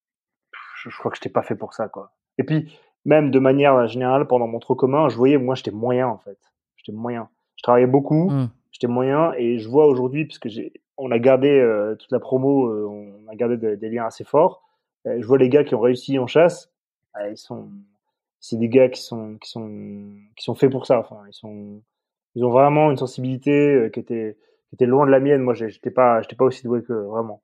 je, je crois que j'étais pas fait pour ça, quoi. Et puis même de manière générale, pendant mon trop commun, je voyais moi j'étais moyen en fait. J'étais moyen. Je travaillais beaucoup, mmh. j'étais moyen, et je vois aujourd'hui, parce que j'ai, on a gardé euh, toute la promo, euh, on a gardé de, des liens assez forts. Euh, je vois les gars qui ont réussi en chasse, euh, ils sont c'est des gars qui sont qui sont qui sont faits pour ça. Enfin, ils sont ils ont vraiment une sensibilité euh, qui était qui était loin de la mienne. Moi, j'étais pas j'étais pas aussi doué que vraiment.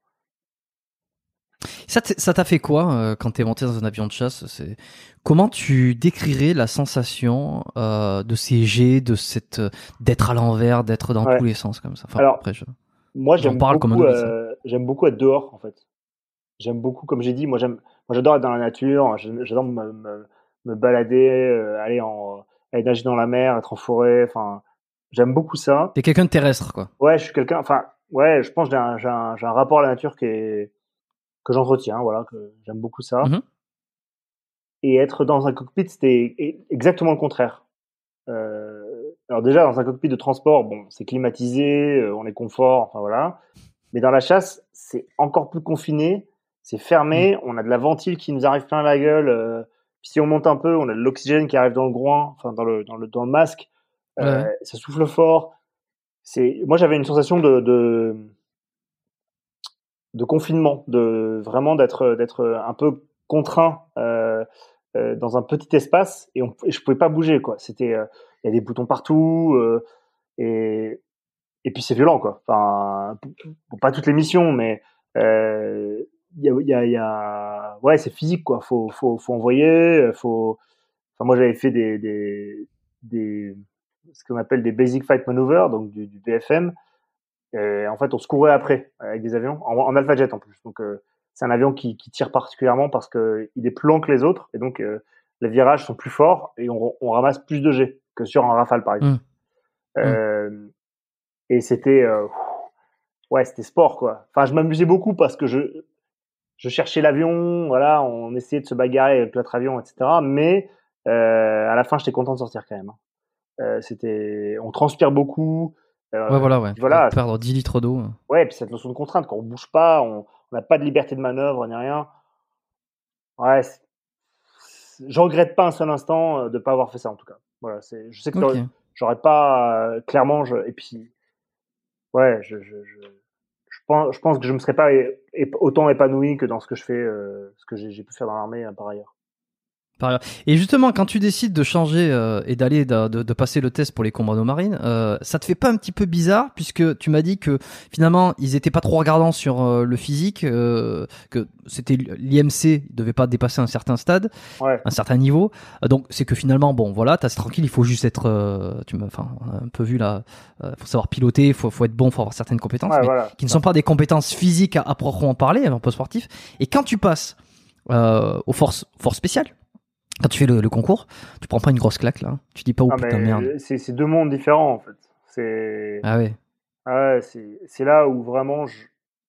Ça, ça t'a fait quoi euh, quand t'es monté dans un avion de chasse? C'est comment tu décrirais la sensation euh, de ces jets, de cette d'être à l'envers, d'être dans ouais. tous les sens comme ça. Enfin, alors, après, je, moi, j'aime beaucoup, comme un novice, euh, j'aime beaucoup être dehors en fait. J'aime beaucoup, comme j'ai dit, moi j'aime, moi j'adore être dans la nature. J'adore me, me me balader, euh, aller en aller nager dans la mer, être en forêt, enfin j'aime beaucoup ça. T'es quelqu'un de terrestre, quoi. Ouais, je suis quelqu'un, enfin ouais, je pense que j'ai un, j'ai un, j'ai un rapport à la nature qui est que j'entretiens, voilà, que j'aime beaucoup ça. Mm-hmm. Et être dans un cockpit, c'était exactement le contraire. Euh, alors déjà dans un cockpit de transport, bon, c'est climatisé, on est confort, enfin voilà. Mais dans la chasse, c'est encore plus confiné, c'est fermé, mm. on a de la ventile qui nous arrive plein la gueule. Euh, Puis si on monte un peu, on a de l'oxygène qui arrive dans le groin, enfin dans le dans le dans le masque. Euh, ouais. Ça souffle fort. C'est moi j'avais une sensation de de, de confinement, de vraiment d'être d'être un peu contraint euh, euh, dans un petit espace et, on, et je pouvais pas bouger quoi. C'était il euh, y a des boutons partout euh, et et puis c'est violent quoi. Enfin bon, pas toutes les missions, mais euh, y a, y a, y a, ouais, c'est physique, quoi. Faut, faut, faut envoyer, faut, enfin, moi, j'avais fait des, des, des, ce qu'on appelle des basic fight maneuvers, donc du, du B F M. Et en fait, on se courait après avec des avions, en, en Alpha Jet en plus. Donc, euh, c'est un avion qui, qui tire particulièrement parce que il est plus lent que les autres, et donc euh, les virages sont plus forts et on, on ramasse plus de jets que sur un Rafale, par exemple. Mmh. Euh, mmh. Et c'était, euh, ouais, c'était sport, quoi. Enfin, je m'amusais beaucoup parce que je, je cherchais l'avion, voilà, on essayait de se bagarrer avec l'autre avion, et cetera. Mais euh, à la fin, j'étais content de sortir quand même. Euh, c'était, on transpire beaucoup. Euh, ouais, voilà, ouais. Voilà, perdre dix litres d'eau. Ouais, et puis cette notion de contrainte, quand on bouge pas, on n'a pas de liberté de manœuvre ni rien. Ouais, c'est... je regrette pas un seul instant de pas avoir fait ça en tout cas. Voilà, c'est, je sais que okay. j'aurais pas euh, clairement, je... et puis ouais, je, je, je, je pense, je pense que je me serais pas é... É... autant épanoui que dans ce que je fais, euh, ce que j'ai, j'ai pu faire dans l'armée euh, par ailleurs. Et justement, quand tu décides de changer euh, et d'aller de, de, de passer le test pour les commandos marines, euh, ça te fait pas un petit peu bizarre puisque tu m'as dit que finalement ils étaient pas trop regardants sur euh, le physique, euh, que c'était l'I M C, il devait pas dépasser un certain stade, ouais. un certain niveau. Euh, donc c'est que finalement, bon voilà, t'as c'est tranquille, il faut juste être, euh, tu m'as, enfin, on a un peu vu là, euh, faut savoir piloter, faut faut être bon, faut avoir certaines compétences, ouais, mais voilà. qui ne sont pas des compétences physiques à, à proprement parler, un peu sportif. Et quand tu passes euh, aux forces forces spéciales. Quand tu fais le, le concours, tu prends pas une grosse claque là. Tu dis pas oh ah, putain merde. C'est, c'est deux mondes différents en fait. C'est ah ouais. Ah ouais, c'est c'est là où vraiment je...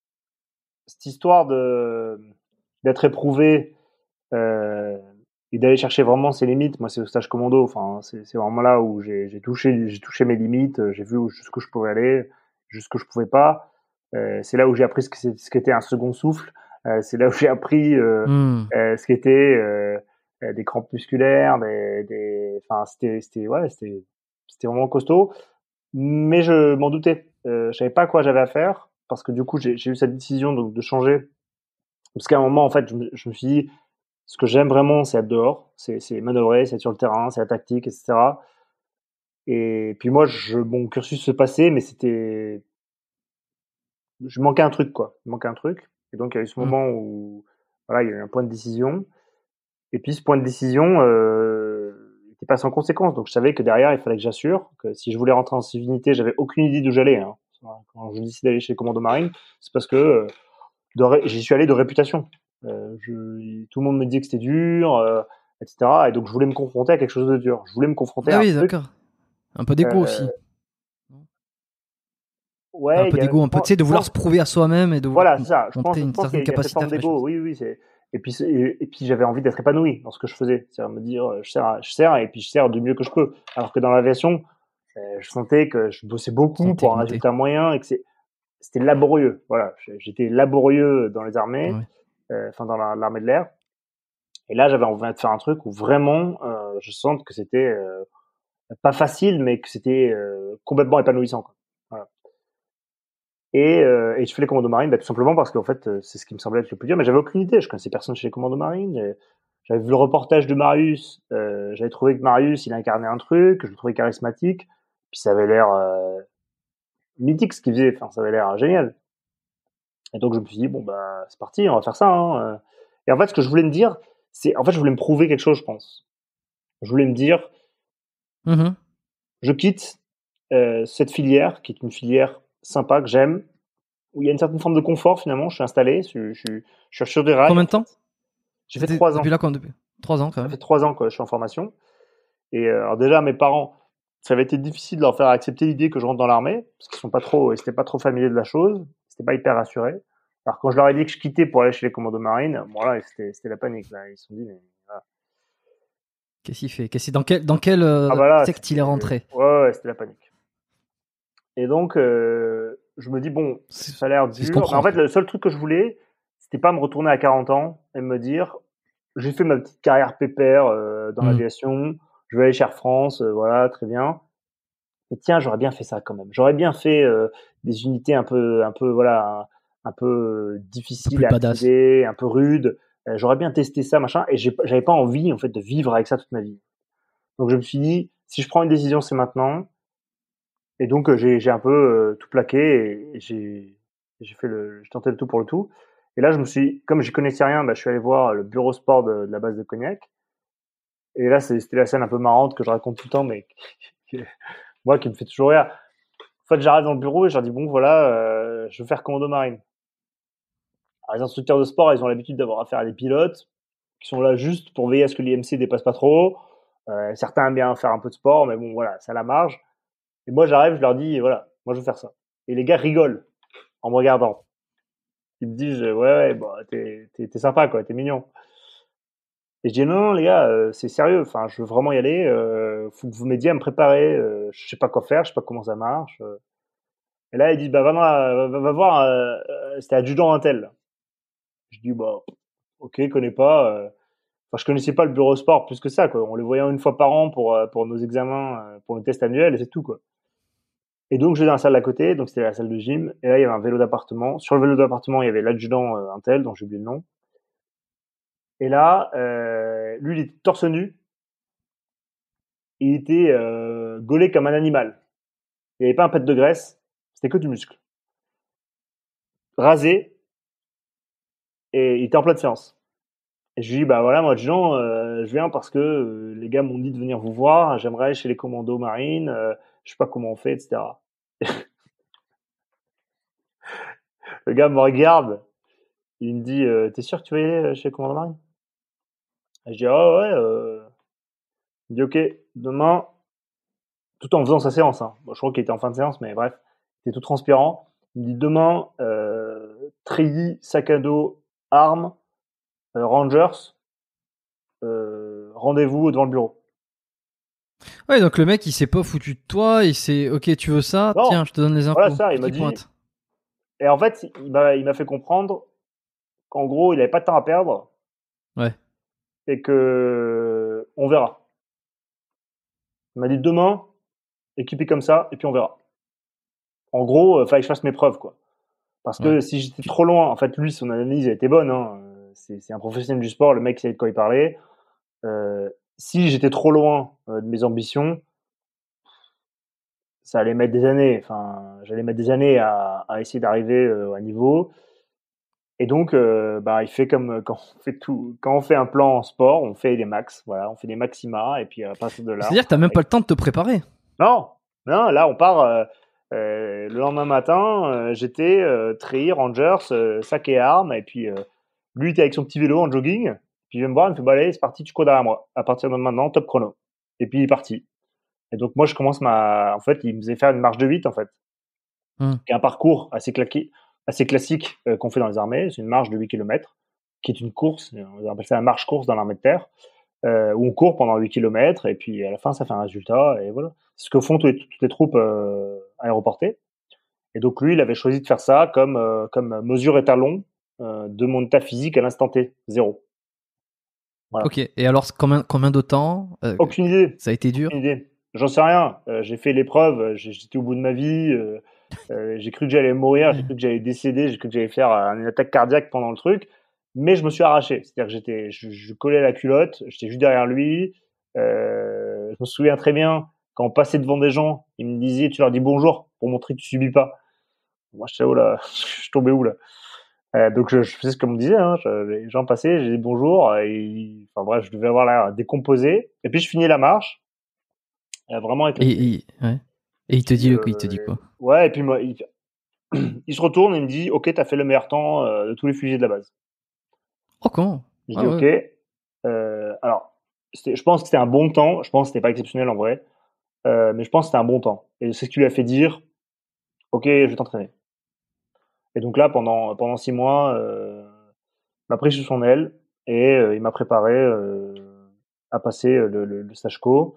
cette histoire de d'être éprouvé euh, et d'aller chercher vraiment ses limites. Moi, c'est au stage commando. Enfin, c'est c'est vraiment là où j'ai j'ai touché j'ai touché mes limites. J'ai vu jusqu'où je pouvais aller, jusqu'où je pouvais pas. Euh, c'est là où j'ai appris ce que c'est, ce qu'était un second souffle. Euh, c'est là où j'ai appris euh, mm. euh, ce qu'était euh, des crampes musculaires, des, des, enfin, c'était, c'était, ouais, c'était, c'était vraiment costaud. Mais je m'en doutais. Euh, je savais pas quoi j'avais à faire parce que du coup, j'ai, j'ai eu cette décision de, de changer. Parce qu'à un moment, en fait, je me, je me suis dit, ce que j'aime vraiment, c'est être dehors, c'est, c'est manœuvrer, c'est être sur le terrain, c'est la tactique, et cetera. Et puis moi, je, mon cursus se passait, mais c'était, je manquais un truc, quoi. Il manquait un truc. Et donc, il y a eu ce mmh. moment où, voilà, il y a eu un point de décision. Et puis, ce point de décision, euh, n'était pas sans conséquence. Donc, je savais que derrière, il fallait que j'assure que si je voulais rentrer en civilité, j'avais aucune idée d'où j'allais. Hein. Quand je décidais d'aller chez les commandos marines, c'est parce que euh, de ré... j'y suis allé de réputation. Euh, je... Tout le monde me disait que c'était dur, euh, et cetera. Et donc, je voulais me confronter à quelque chose de dur. Je voulais me confronter ah à oui, un truc. D'accord. Un peu d'égo euh... aussi. Ouais, un peu a... d'égo, un peu, tu sais, de vouloir se prouver à soi-même et de vouloir voilà, c'est ça. Je pense, une je pense certaine qu'il y a capacité cette forme d'égo. Oui, oui, c'est... Et puis, et, et puis j'avais envie d'être épanoui dans ce que je faisais. C'est-à-dire me dire, je sers, je sers, et puis je sers du mieux que je peux. Alors que dans l'aviation, euh, je sentais que je bossais beaucoup Santé, pour un résultat monté. moyen et que c'est, c'était laborieux. Voilà, j'étais laborieux dans les armées, ouais. euh, enfin dans la, l'armée de l'air. Et là, j'avais envie de faire un truc où vraiment, euh, je sente que c'était euh, pas facile, mais que c'était euh, complètement épanouissant, quoi. Voilà. Et, euh, et je fais les commandos marines bah, tout simplement parce qu'en fait, c'est ce qui me semblait être le plus dur. Mais j'avais aucune idée. Je connaissais personne chez les commandos marines. J'avais vu le reportage de Marius. Euh, j'avais trouvé que Marius, il incarnait un truc. Je le trouvais charismatique. Puis ça avait l'air euh, mythique ce qu'il faisait. Enfin, ça avait l'air génial. Et donc je me suis dit bon bah c'est parti, on va faire ça. Hein. Et en fait, ce que je voulais me dire, c'est en fait je voulais me prouver quelque chose, je pense. Je voulais me dire, mm-hmm. je quitte euh, cette filière qui est une filière sympa que j'aime, où il y a une certaine forme de confort finalement. Je suis installé, je, je, je suis sur des rails. Combien de temps? J'ai fait trois ans. Depuis là, quand depuis trois ans quand même. Ça fait trois ans que je suis en formation. Et euh, alors déjà, mes parents, ça avait été difficile de leur faire accepter l'idée que je rentre dans l'armée, parce qu'ils sont pas trop, ils étaient pas trop familiers de la chose, ils étaient pas hyper rassurés. Alors quand je leur ai dit que je quittais pour aller chez les commandos marines, bon là, c'était, c'était la panique là. Ils se sont dit, mais voilà. Qu'est-ce qu'il fait? Qu'est-ce dans quel dans quel euh, ah bah là, secte il est rentré? Ouais, ouais, c'était la panique. Et donc, euh, je me dis bon, ça a l'air dur. Mais en fait, le seul truc que je voulais, c'était pas me retourner à quarante ans et me dire, j'ai fait ma petite carrière pépère euh, dans mmh. l'aviation, je vais aller chez Air France, euh, voilà, très bien. Et tiens, j'aurais bien fait ça quand même. J'aurais bien fait euh, des unités un peu, un peu, voilà, un, un peu difficiles à accéder, un peu rudes. Euh, j'aurais bien testé ça, machin. Et j'ai, j'avais pas envie, en fait, de vivre avec ça toute ma vie. Donc je me suis dit, si je prends une décision, c'est maintenant. Et donc j'ai, j'ai un peu euh, tout plaqué et, et j'ai, j'ai fait le, j'ai tenté le tout pour le tout. Et là, je me suis, comme je connaissais rien, bah, je suis allé voir le bureau sport de, de la base de Cognac. Et là, c'était la scène un peu marrante que je raconte tout le temps, mais moi qui me fait toujours rire. En fait, j'arrive dans le bureau et je leur dis bon, voilà, euh, je veux faire commando marine. Alors, les instructeurs de sport, ils ont l'habitude d'avoir affaire à des pilotes qui sont là juste pour veiller à ce que l'I M C dépasse pas trop. Euh, certains aiment bien faire un peu de sport, mais bon, voilà, c'est à la marge. Et moi, j'arrive, je leur dis, voilà, moi, je veux faire ça. Et les gars rigolent en me regardant. Ils me disent, ouais, ouais, bah, t'es, t'es, t'es sympa, quoi, t'es mignon. Et je dis, non, non, les gars, euh, c'est sérieux. Enfin, je veux vraiment y aller. Euh, faut que vous m'aidiez à me préparer. Euh, je sais pas quoi faire, je sais pas comment ça marche. Euh. Et là, ils disent, bah, va, va, va, va voir, euh, euh, c'était adjudant Intel. Je dis, bah, ok, je connais pas. Euh. Enfin, je connaissais pas le bureau sport plus que ça, quoi. On les voyait une fois par an pour, euh, pour nos examens, euh, pour nos tests annuels, et c'est tout, quoi. Et donc, je vais dans la salle d'à côté, donc c'était la salle de gym, et là, il y avait un vélo d'appartement. Sur le vélo d'appartement, il y avait l'adjudant euh, Intel, dont j'ai oublié le nom. Et là, euh, lui, il était torse nu. Il était euh, gaulé comme un animal. Il n'y avait pas un pet de graisse, c'était que du muscle. Rasé, et il était en pleine séance. Et je lui dis, bah voilà, moi, adjudant, euh, je viens parce que euh, les gars m'ont dit de venir vous voir, j'aimerais aller chez les commandos marines, euh, je sais pas comment on fait, et cetera. Le gars me regarde, il me dit, euh, t'es sûr que tu veux aller chez les commandos marines? Et je dis, ah oh, ouais, euh... il me dit, ok, demain, tout en faisant sa séance, hein. Bon, je crois qu'il était en fin de séance, mais bref, il était tout transpirant. Il me dit, demain, euh, treillis, sac à dos, armes, euh, Rangers, euh, rendez-vous devant le bureau. Ouais, donc le mec, il s'est pas foutu de toi, il s'est, ok, tu veux ça? Non, tiens, je te donne les infos. voilà ça, il m'a dit. Pointe. Et en fait, il m'a, il m'a fait comprendre qu'en gros, il avait pas de temps à perdre. Ouais. Et que on verra. Il m'a dit demain, équipé comme ça, et puis on verra. En gros, il fallait que je fasse mes preuves, quoi. Parce que Ouais. si j'étais trop loin, en fait, lui, son analyse a été bonne. Hein. C'est, c'est un professionnel du sport, le mec savait de quoi il parlait. Euh, si j'étais trop loin euh, de mes ambitions, ça allait mettre des années. Enfin, j'allais mettre des années à, à essayer d'arriver euh, à niveau. Et donc, euh, bah, il fait comme quand on fait tout, quand on fait un plan en sport, on fait des max, voilà, on fait des maxima, et puis à partir de là. C'est-à-dire que t'as même pas le temps de te préparer. Non, non, là, on part. Euh, euh, le lendemain matin, euh, j'étais euh, treillis, Rangers, euh, sac et armes, et puis euh, lui, il était avec son petit vélo en jogging. Puis il vient me voir, il me fait bah, allez, c'est parti, tu cours derrière moi. À partir de maintenant, top chrono. Et puis il est parti. Et donc moi, je commence ma. En fait, il me faisait faire une marche de huit, en fait. Hum. Qui est un parcours assez claqué, assez classique euh, qu'on fait dans les armées. C'est une marche de huit kilomètres, qui est une course. On appelle ça la marche-course dans l'armée de terre. Euh, où on court pendant huit kilomètres et puis à la fin ça fait un résultat et voilà. C'est ce que font toutes les, toutes les troupes euh, aéroportées. Et donc lui, il avait choisi de faire ça comme euh, comme mesure étalon euh, de mon état physique à l'instant T, zéro. Voilà. Ok. Et alors combien combien de temps euh, Aucune idée. Ça a été dur. Aucune idée. J'en sais rien. Euh, j'ai fait l'épreuve. J'étais au bout de ma vie. Euh, euh, j'ai cru que j'allais mourir. J'ai cru que j'allais décéder. J'ai cru que j'allais faire une attaque cardiaque pendant le truc. Mais je me suis arraché. C'est-à-dire que j'étais, je, je collais la culotte, j'étais juste derrière lui. Euh, je me souviens très bien quand on passait devant des gens, il me disait, tu leur dis bonjour pour montrer que tu subis pas. Moi, je sais où là, je tombais où là. Euh, donc je, je faisais ce qu'on me disait. Hein. Je, les gens passaient, j'ai dit bonjour. Et, enfin bref, je devais avoir l'air décomposé. Et puis je finis la marche. Euh, vraiment avec. Et, et, ouais. et il te dit, euh, il te dit quoi? Ouais. Et puis moi, il, il se retourne et il me dit, ok, t'as fait le meilleur temps euh, de tous les fusiliers de la base. Oh, quand Je dis ah, ok. Ouais. Euh, alors, je pense que c'était un bon temps. Je pense que c'était pas exceptionnel en vrai. Euh, mais je pense que c'était un bon temps. Et c'est ce qui lui a fait dire ok, je vais t'entraîner. Et donc là, pendant, pendant six mois, euh, il m'a pris sous son aile et euh, il m'a préparé euh, à passer le, le, le stage co.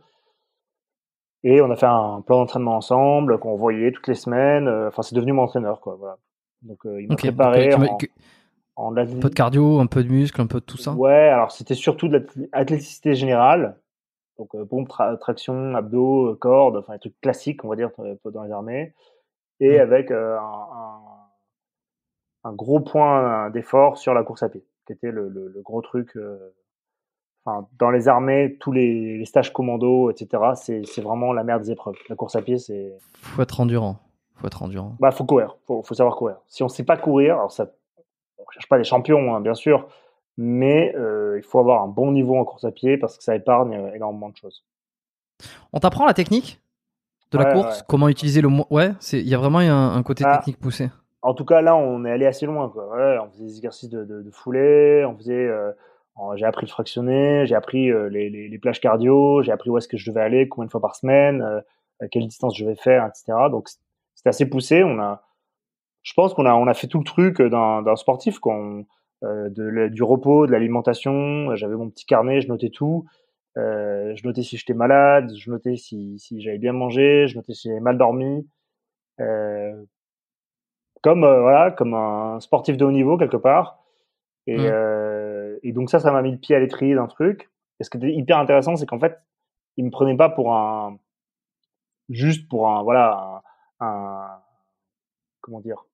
Et on a fait un plan d'entraînement ensemble qu'on voyait toutes les semaines. Enfin, c'est devenu mon entraîneur, quoi. Voilà. Donc, euh, il m'a okay, préparé donc, euh, en... En un peu de cardio, un peu de muscle, un peu de tout ça. Ouais, alors c'était surtout de l'athléticité générale. Donc euh, pompe, tra- traction, abdos, cordes, enfin des trucs classiques, on va dire, dans les armées. Et mmh. avec euh, un, un, un gros point d'effort sur la course à pied, qui était le, le, le gros truc. Euh, enfin, dans les armées, tous les, les stages commando, et cetera, c'est, c'est vraiment la merde des épreuves. La course à pied, c'est... Faut être endurant. faut être endurant. Bah, faut courir. Faut, faut savoir courir. Si on sait pas courir, alors ça, on cherche pas des champions, hein, bien sûr, mais euh, il faut avoir un bon niveau en course à pied parce que ça épargne euh, énormément de choses. On t'apprend la technique de la Ouais, course, ouais. comment utiliser le mo- ouais, c'est il y a vraiment un, un côté Ah, technique poussé. en tout cas, là, on est allé assez loin, quoi. Ouais, on faisait des exercices de, de, de foulée, on faisait, euh, en- j'ai appris le fractionné, j'ai appris euh, les, les, les plages cardio, j'ai appris où est-ce que je devais aller, combien de fois par semaine, euh, à quelle distance je vais faire, et cetera. Donc, c'était assez poussé. On a, je pense qu'on a, on a fait tout le truc d'un, d'un sportif, quoi. On- euh, de, la- du repos, de l'alimentation. J'avais mon petit carnet, je notais tout. Euh, je notais si j'étais malade, je notais si, si j'avais bien mangé, je notais si j'avais mal dormi. Euh, comme euh, voilà, comme un sportif de haut niveau quelque part. Et, Mm. euh, et donc ça, ça m'a mis le pied à l'étrier d'un truc. Et ce qui était hyper intéressant, c'est qu'en fait, il me prenait pas pour un, juste pour un, voilà, un, un comment dire,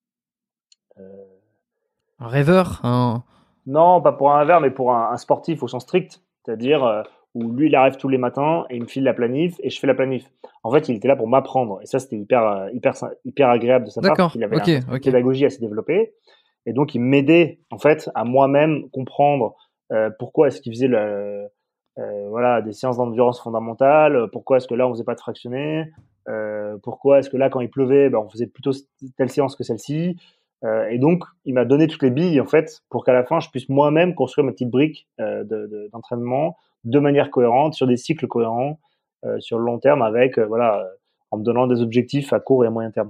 euh, Un rêveur, un non, pas pour un verre, mais pour un, un sportif au sens strict, c'est-à-dire euh, où lui, il arrive tous les matins et il me file la planif et je fais la planif. En fait, il était là pour m'apprendre et ça, c'était hyper, euh, hyper, hyper agréable de sa part parce D'accord, qu'il avait ok, un esprit de ok. pédagogie assez développé. Et donc, il m'aidait, en fait, à moi-même comprendre euh, pourquoi est-ce qu'il faisait le, euh, voilà, des séances d'endurance fondamentales, pourquoi est-ce que là, on faisait pas de fractionné, euh, pourquoi est-ce que là, quand il pleuvait, ben, on faisait plutôt telle séance que celle-ci. Euh, et donc, il m'a donné toutes les billes, en fait, pour qu'à la fin, je puisse moi-même construire ma petite brique euh, de, de, d'entraînement de manière cohérente, sur des cycles cohérents, euh, sur le long terme, avec, euh, voilà, euh, en me donnant des objectifs à court et à moyen terme.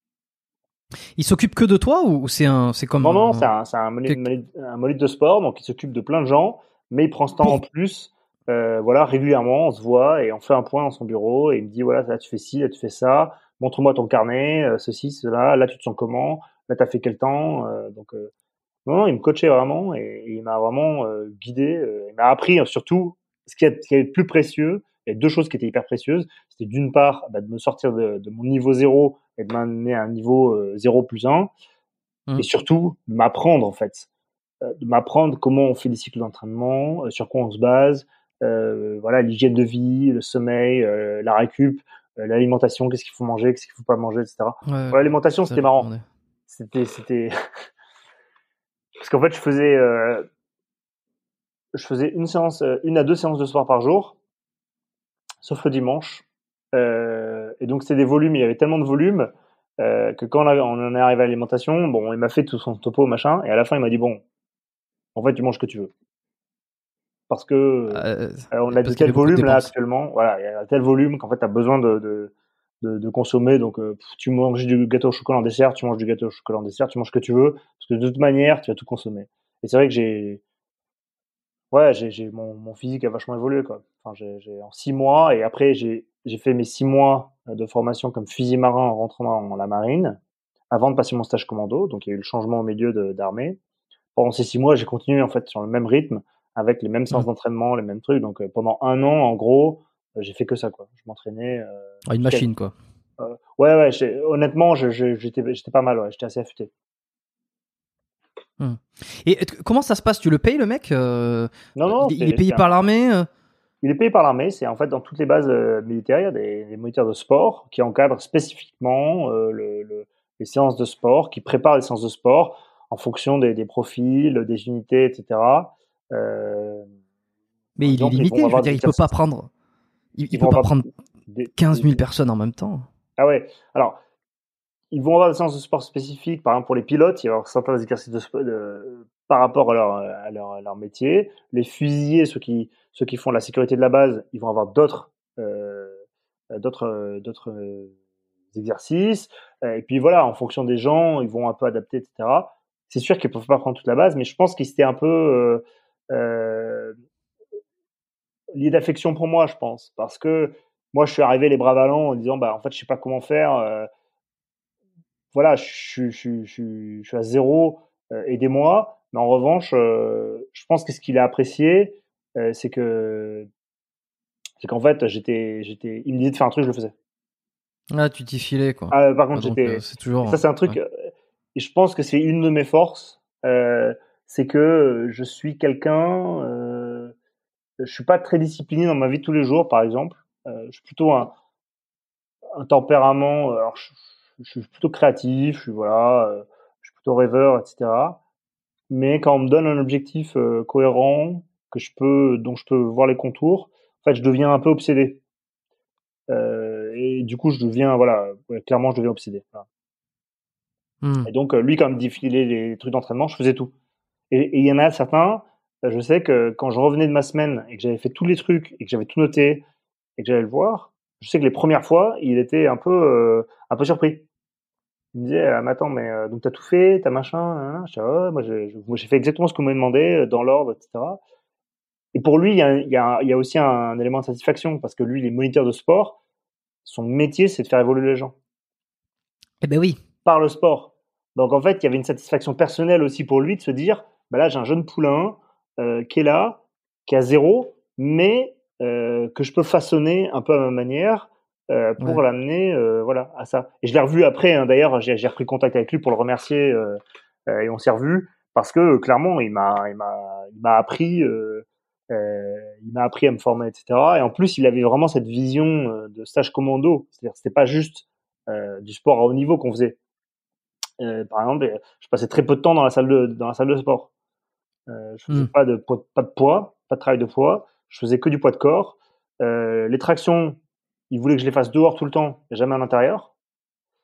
Il s'occupe que de toi ou c'est un, c'est comme Non, non, c'est un, un, c'est un, que- monite, un monite de sport, donc il s'occupe de plein de gens, mais il prend ce temps en pour, plus. Euh, voilà, régulièrement, on se voit et on fait un point dans son bureau et il me dit voilà, là tu fais ci, là tu fais ça, montre-moi ton carnet, euh, ceci, cela, là tu te sens comment, là tu as fait quel temps. Euh, donc, euh, non, non, il me coachait vraiment et, et il m'a vraiment euh, guidé. Euh, il m'a appris euh, surtout ce qui est, ce qui est le plus précieux. Il y a deux choses qui étaient hyper précieuses. C'était d'une part bah, de me sortir de, de mon niveau zéro et de m'amener à un niveau euh, zéro plus un et Mm. surtout de m'apprendre en fait, euh, de m'apprendre comment on fait des cycles d'entraînement, euh, sur quoi on se base, euh, voilà, l'hygiène de vie, le sommeil, euh, la récup, euh, l'alimentation, qu'est-ce qu'il faut manger, qu'est-ce qu'il faut pas manger, et cetera. Ouais, Bon, l'alimentation, ça c'était je me marrant. demandais. C'était, c'était, parce qu'en fait, je faisais, euh, je faisais une séance, euh, une à deux séances de sport par jour, sauf le dimanche. Euh, et donc, c'était des volumes. Il y avait tellement de volumes euh, que quand on, avait, on en est arrivé à l'alimentation, bon, il m'a fait tout son topo, machin, et à la fin, il m'a dit bon, en fait, tu manges ce que tu veux. Parce que euh, Euh, on a de parce qu'il y tels avait beaucoup de volumes là dépenses. actuellement. Voilà, il y a un tel volume qu'en fait, tu as besoin de, de, de, de consommer. Donc, euh, tu manges du gâteau au chocolat en dessert, tu manges du gâteau au chocolat en dessert, tu manges ce que tu veux, parce que de toute manière, tu vas tout consommer. Et c'est vrai que j'ai, ouais, j'ai, j'ai mon, mon physique a vachement évolué quoi. Enfin, j'ai, j'ai en six mois et après j'ai, j'ai fait mes six mois de formation comme fusil marin en rentrant dans la marine, avant de passer mon stage commando. Donc, il y a eu le changement au milieu de, d'armée. Pendant ces six mois, j'ai continué en fait sur le même rythme, avec les mêmes Mm. séances d'entraînement, les mêmes trucs. Donc euh, pendant un an, en gros, euh, j'ai fait que ça quoi. Je m'entraînais. Euh, Ah, une jusqu'à- machine quoi. euh, ouais, ouais. j'ai- Honnêtement, je- je- j'étais, j'étais pas mal. Ouais, j'étais assez affûté. Mm. Et euh, comment ça se passe? Tu le payes le mec? Euh, Non, non, il, est- il est c'est, payé c'est un- par l'armée? euh il est payé par l'armée. C'est en fait dans toutes les bases euh, militaires, il y a des, des moniteurs de sport qui encadrent spécifiquement euh, le, le- les séances de sport, qui préparent les séances de sport en fonction des, des profils, des unités, et cetera. Euh, Par Mais il est exemple, ils vont limité. Je veux avoir dire, des il peut pas exercices. prendre. Il, il Ils peut vont pas avoir prendre des, quinze mille des, personnes en même temps. Ah ouais. Alors, ils vont avoir des séances de sport spécifiques. Par exemple, pour les pilotes, il va y avoir certains exercices de sport de, par rapport à leur, à, leur, à leur métier. Les fusiliers, ceux qui, ceux qui font la sécurité de la base, ils vont avoir d'autres euh, d'autres euh, d'autres euh, exercices. Et puis voilà, en fonction des gens, ils vont un peu adapter, et cetera. C'est sûr qu'ils peuvent pas prendre toute la base, mais je pense qu'ils étaient un peu euh, euh, liés d'affection pour moi, je pense. Parce que moi, je suis arrivé les bras ballants en disant, bah, en fait, je sais pas comment faire. Euh, voilà, je, je, je, je, je suis à zéro, euh, aidez-moi. Mais en revanche, euh, je pense que ce qu'il a apprécié, euh, c'est que c'est qu'en fait, j'étais, j'étais, il me disait de faire un truc, je le faisais. Ah, tu t'y filais quoi. Ah, par Ah, contre, donc euh, j'étais, c'est et toujours. ça, c'est un Ouais. truc, euh, et je pense que c'est une de mes forces, euh, c'est que je suis quelqu'un, euh, je suis pas très discipliné dans ma vie de tous les jours, par exemple. Euh, je suis plutôt un, un tempérament. Alors, je suis plutôt créatif, je suis voilà, euh, je suis plutôt rêveur, et cetera. Mais quand on me donne un objectif euh, cohérent, que je peux, dont je peux voir les contours, en fait, je deviens un peu obsédé. Euh, et du coup, je deviens, voilà, ouais, clairement, je deviens obsédé. Voilà. Mm. Et donc, euh, lui, quand il me défilait les trucs d'entraînement, je faisais tout. Et il y en a certains, je sais que quand je revenais de ma semaine et que j'avais fait tous les trucs et que j'avais tout noté et que j'allais le voir, je sais que les premières fois, il était un peu, euh, un peu surpris. Il me disait, ah, mais attends, mais euh, donc t'as tout fait, t'as machin, hein, je dis, ah, ouais, moi, j'ai, moi j'ai fait exactement ce qu'on m'a demandé, dans l'ordre, et cetera. Et pour lui, il y a, il y a, il y a aussi un, un élément de satisfaction parce que lui, il est moniteur de sport. Son métier, c'est de faire évoluer les gens. Eh ben oui. Par le sport. Donc en fait, il y avait une satisfaction personnelle aussi pour lui de se dire, bah là, j'ai un jeune poulain euh, qui est là, qui a zéro, mais euh, que je peux façonner un peu à ma manière euh, pour ouais. l'amener euh, voilà, à ça. Et je l'ai revu après, hein, d'ailleurs, j'ai, j'ai repris contact avec lui pour le remercier euh, euh, et on s'est revu parce que euh, clairement, il m'a, il m'a, il m'a appris, euh, euh, il m'a appris à me former, et cetera. Et en plus, il avait vraiment cette vision euh, de stage commando, c'est-à-dire c'était pas juste euh, du sport à haut niveau qu'on faisait. Euh, par exemple, je passais très peu de temps dans la salle de, dans la salle de sport. Euh, je faisais mmh. pas de poids, pas de poids, pas de travail de poids. Je faisais que du poids de corps. Euh, les tractions, ils voulaient que je les fasse dehors tout le temps, et jamais en intérieur. Pourquoi ?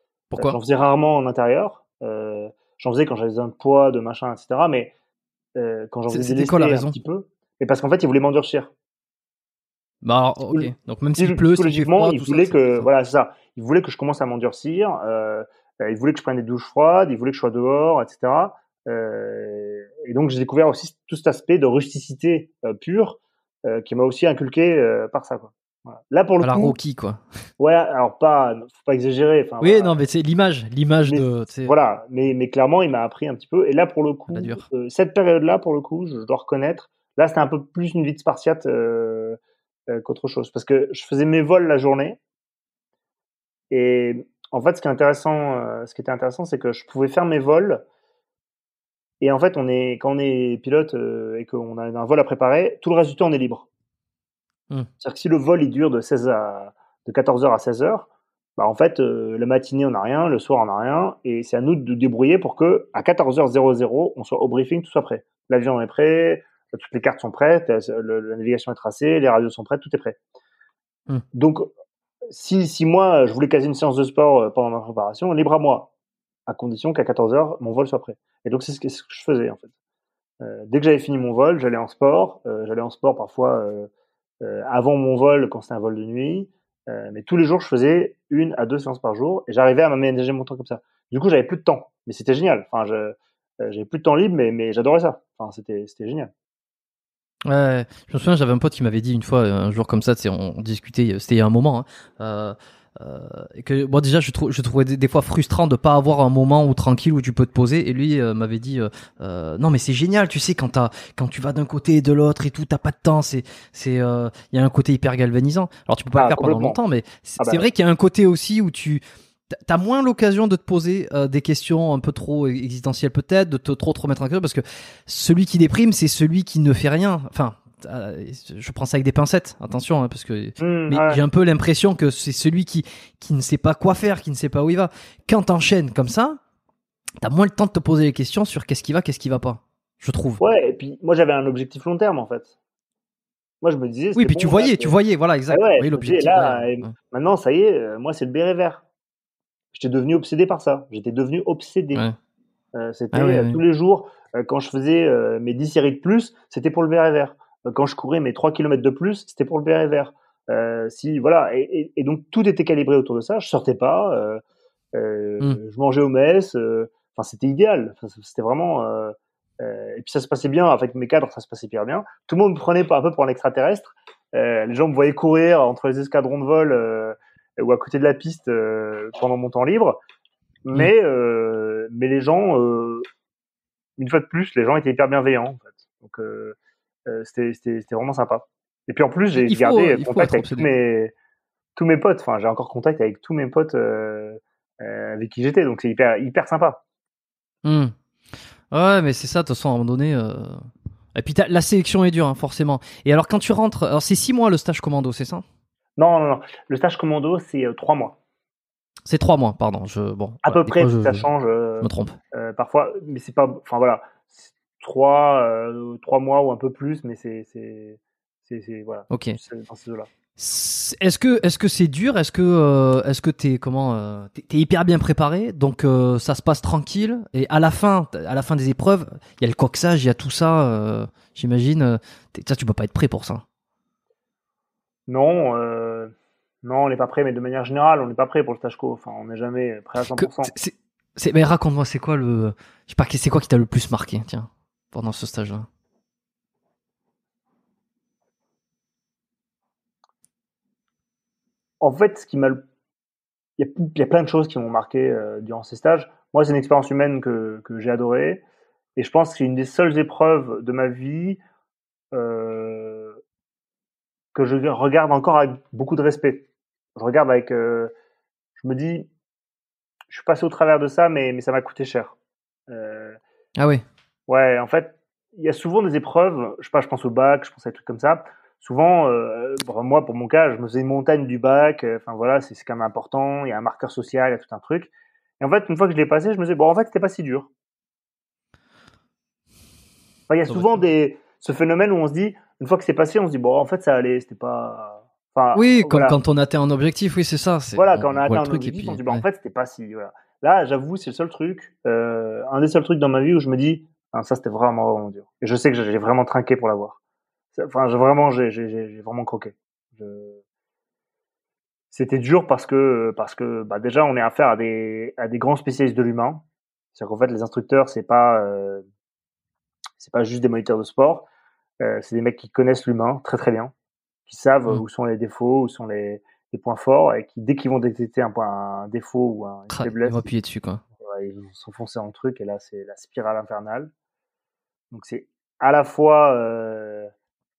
euh, J'en faisais rarement en intérieur. Euh, j'en faisais quand j'avais besoin de poids, de machin, et cetera. Mais euh, quand j'en faisais des quoi la raison ? Un petit peu, mais parce qu'en fait, ils voulaient m'endurcir. Bah alors, ok. Donc même s'il pleut, psychologiquement, ils voulaient que, ça. voilà, c'est ça. Ils voulaient que je commence à m'endurcir. Euh, ils voulaient que je prenne des douches froides. Ils voulaient que je sois dehors, et cetera. Euh, et donc j'ai découvert aussi tout cet aspect de rusticité euh, pure euh, qui m'a aussi inculqué euh, par ça, quoi. Voilà. Là pour le à coup. La Rocky, quoi. Ouais, alors pas, faut pas exagérer. Enfin, oui, voilà. non, mais c'est l'image, l'image mais, de. T'sais... Voilà, mais mais clairement, il m'a appris un petit peu. Et là pour le coup, euh, cette période-là, pour le coup, je dois reconnaître, là c'était un peu plus une vie de Spartiate euh, euh, qu'autre chose, parce que je faisais mes vols la journée. Et en fait, ce qui est intéressant, euh, ce qui était intéressant, c'est que je pouvais faire mes vols. Et en fait, on est, quand on est pilote euh, et qu'on a un vol à préparer, tout le reste du temps, on est libre. Mmh. C'est-à-dire que si le vol il dure de, seize à, de quatorze heures à seize heures, bah en fait, euh, la matinée, on n'a rien, le soir, on n'a rien. Et c'est à nous de débrouiller pour que à quatorze heures, on soit au briefing, tout soit prêt. L'avion est prêt, toutes les cartes sont prêtes, le, la navigation est tracée, les radios sont prêtes, tout est prêt. Mmh. Donc, si, si moi, je voulais caser une séance de sport pendant ma préparation, libre à moi, à condition qu'à quatorze heures, mon vol soit prêt. Et donc, c'est ce que, ce que je faisais, en fait. Euh, dès que j'avais fini mon vol, j'allais en sport. Euh, j'allais en sport parfois euh, euh, avant mon vol, quand c'était un vol de nuit. Euh, mais tous les jours, je faisais une à deux séances par jour. Et j'arrivais à m'aménager mon temps comme ça. Du coup, j'avais plus de temps. Mais c'était génial. Enfin, je, euh, j'avais plus de temps libre, mais, mais j'adorais ça. Enfin, c'était, c'était génial. Ouais, je me souviens, j'avais un pote qui m'avait dit une fois, un jour comme ça, tu sais, on, on discutait, c'était il y a un moment, hein, euh, Euh, et que bon déjà je trouve je trouvais des, des fois frustrant de pas avoir un moment où tranquille où tu peux te poser, et lui euh, m'avait dit euh, euh, non mais c'est génial, tu sais, quand t'as quand tu vas d'un côté et de l'autre et tout, t'as pas de temps, c'est c'est il euh, y a un côté hyper galvanisant. Alors tu peux pas ah, le faire pendant longtemps, mais c'est, ah bah, c'est vrai qu'il y a un côté aussi où tu t'as moins l'occasion de te poser euh, des questions un peu trop existentielles peut-être, de te trop te remettre en question, parce que celui qui déprime, c'est celui qui ne fait rien. Enfin, je prends ça avec des pincettes, attention, hein, parce que mmh, mais ouais. J'ai un peu l'impression que c'est celui qui qui ne sait pas quoi faire, qui ne sait pas où il va. Quand t'enchaînes comme ça, t'as moins le temps de te poser les questions sur qu'est-ce qui va, qu'est-ce qui va pas, je trouve. Ouais, et puis moi j'avais un objectif long terme en fait. Moi je me disais. Oui, puis bon, tu voyais, là, tu voyais, voilà, exact. Ah ouais, oui, l'objectif. Là, ouais. Maintenant, ça y est, moi c'est le béret vert. J'étais devenu obsédé par ça. J'étais devenu obsédé. Ouais. Euh, c'était ah ouais, euh, tous ouais. les jours euh, quand je faisais euh, mes dix séries de plus, c'était pour le béret vert. Quand je courais mes trois kilomètres de plus, c'était pour le béret vert. Euh, si, voilà. Et, et, et donc, tout était calibré autour de ça. Je sortais pas. Euh, euh, mm. Je mangeais au mess. Enfin, euh, c'était idéal. Enfin, c'était vraiment... Euh, euh, et puis, ça se passait bien. Avec mes cadres, ça se passait hyper bien. Tout le monde me prenait un peu pour un extraterrestre. Euh, les gens me voyaient courir entre les escadrons de vol euh, ou à côté de la piste euh, pendant mon temps libre. Mais, mm. euh, mais les gens... Euh, une fois de plus, les gens étaient hyper bienveillants, en fait. Donc... Euh, Euh, c'était, c'était, c'était vraiment sympa. Et puis en plus, j'ai il gardé faut, contact avec tous mes, tous mes potes. Enfin, j'ai encore contact avec tous mes potes euh, euh, avec qui j'étais. Donc c'est hyper, hyper sympa. Mmh. Ouais, mais c'est ça, de toute façon, à un moment donné. Euh... Et puis la sélection est dure, hein, forcément. Et alors quand tu rentres, alors c'est six mois le stage commando, c'est ça ? Non, non, non. Le stage commando, c'est euh, trois mois. C'est trois mois, pardon. Je, bon, à ouais, peu près, fois, je, ça je, change. Euh, je me trompe. Euh, parfois, mais c'est pas. Enfin voilà, c'est trois, euh, trois mois ou un peu plus, mais c'est, c'est, c'est, c'est voilà. Ok. C'est dans ces eaux-là. Est-ce que est-ce que c'est dur? Est-ce que euh, est-ce que t'es comment euh, t'es, t'es hyper bien préparé, donc euh, ça se passe tranquille et à la fin à la fin des épreuves il y a le coxage, il y a tout ça, euh, j'imagine. Ça tu peux pas être prêt pour ça. Non, euh, non, on n'est pas prêt, mais de manière générale, on n'est pas prêt pour le stage co. Enfin, on n'est jamais prêt à cent pour cent. Que, c'est, c'est, mais raconte-moi, c'est quoi le, je sais pas, c'est quoi qui t'a le plus marqué, tiens, pendant ce stage-là? En fait, ce qui m'a, il y a, il y a plein de choses qui m'ont marqué euh, durant ces stages. Moi, c'est une expérience humaine que, que j'ai adorée, et je pense que c'est une des seules épreuves de ma vie euh, que je regarde encore avec beaucoup de respect. Je regarde avec, euh, je me dis, je suis passé au travers de ça, mais, mais ça m'a coûté cher. Euh, Ah oui. ouais, en fait, il y a souvent des épreuves, je sais pas, je pense au bac, je pense à des trucs comme ça. Souvent, euh, bon, moi, pour mon cas, je me faisais une montagne du bac, enfin voilà, c'est, c'est quand même important, il y a un marqueur social, il y a tout un truc. Et en fait, une fois que je l'ai passé, je me disais, bon, en fait, c'était pas si dur. Enfin, il y a souvent des, ce phénomène où on se dit, une fois que c'est passé, on se dit, bon, en fait, ça allait, c'était pas. Enfin, Oui, comme voilà. quand on atteint un objectif, oui, c'est ça. C'est, Voilà, on, quand on a on voit atteint le un truc et objectif, puis, on se dit, bah, en ouais. fait, c'était pas si. Voilà. Là, j'avoue, c'est le seul truc, euh, un des seuls trucs dans ma vie où je me dis, ah, ça, c'était vraiment, vraiment dur. Et je sais que j'ai vraiment trinqué pour l'avoir. Enfin, j'ai vraiment, j'ai, j'ai, j'ai vraiment croqué. Je... C'était dur parce que, parce que, bah, déjà, on est affaire à des, à des grands spécialistes de l'humain. C'est-à-dire qu'en fait, les instructeurs, c'est pas, euh, c'est pas juste des moniteurs de sport. Euh, c'est des mecs qui connaissent l'humain très très bien, qui savent Mm. où sont les défauts, où sont les, les points forts, et qui, dès qu'ils vont détecter un, point, un défaut ou un, une Tra- faiblesse, Ils vont appuyer dessus, quoi. ouais, ils vont s'enfoncer dans le truc, et là, c'est la spirale infernale. Donc, c'est à la fois, euh,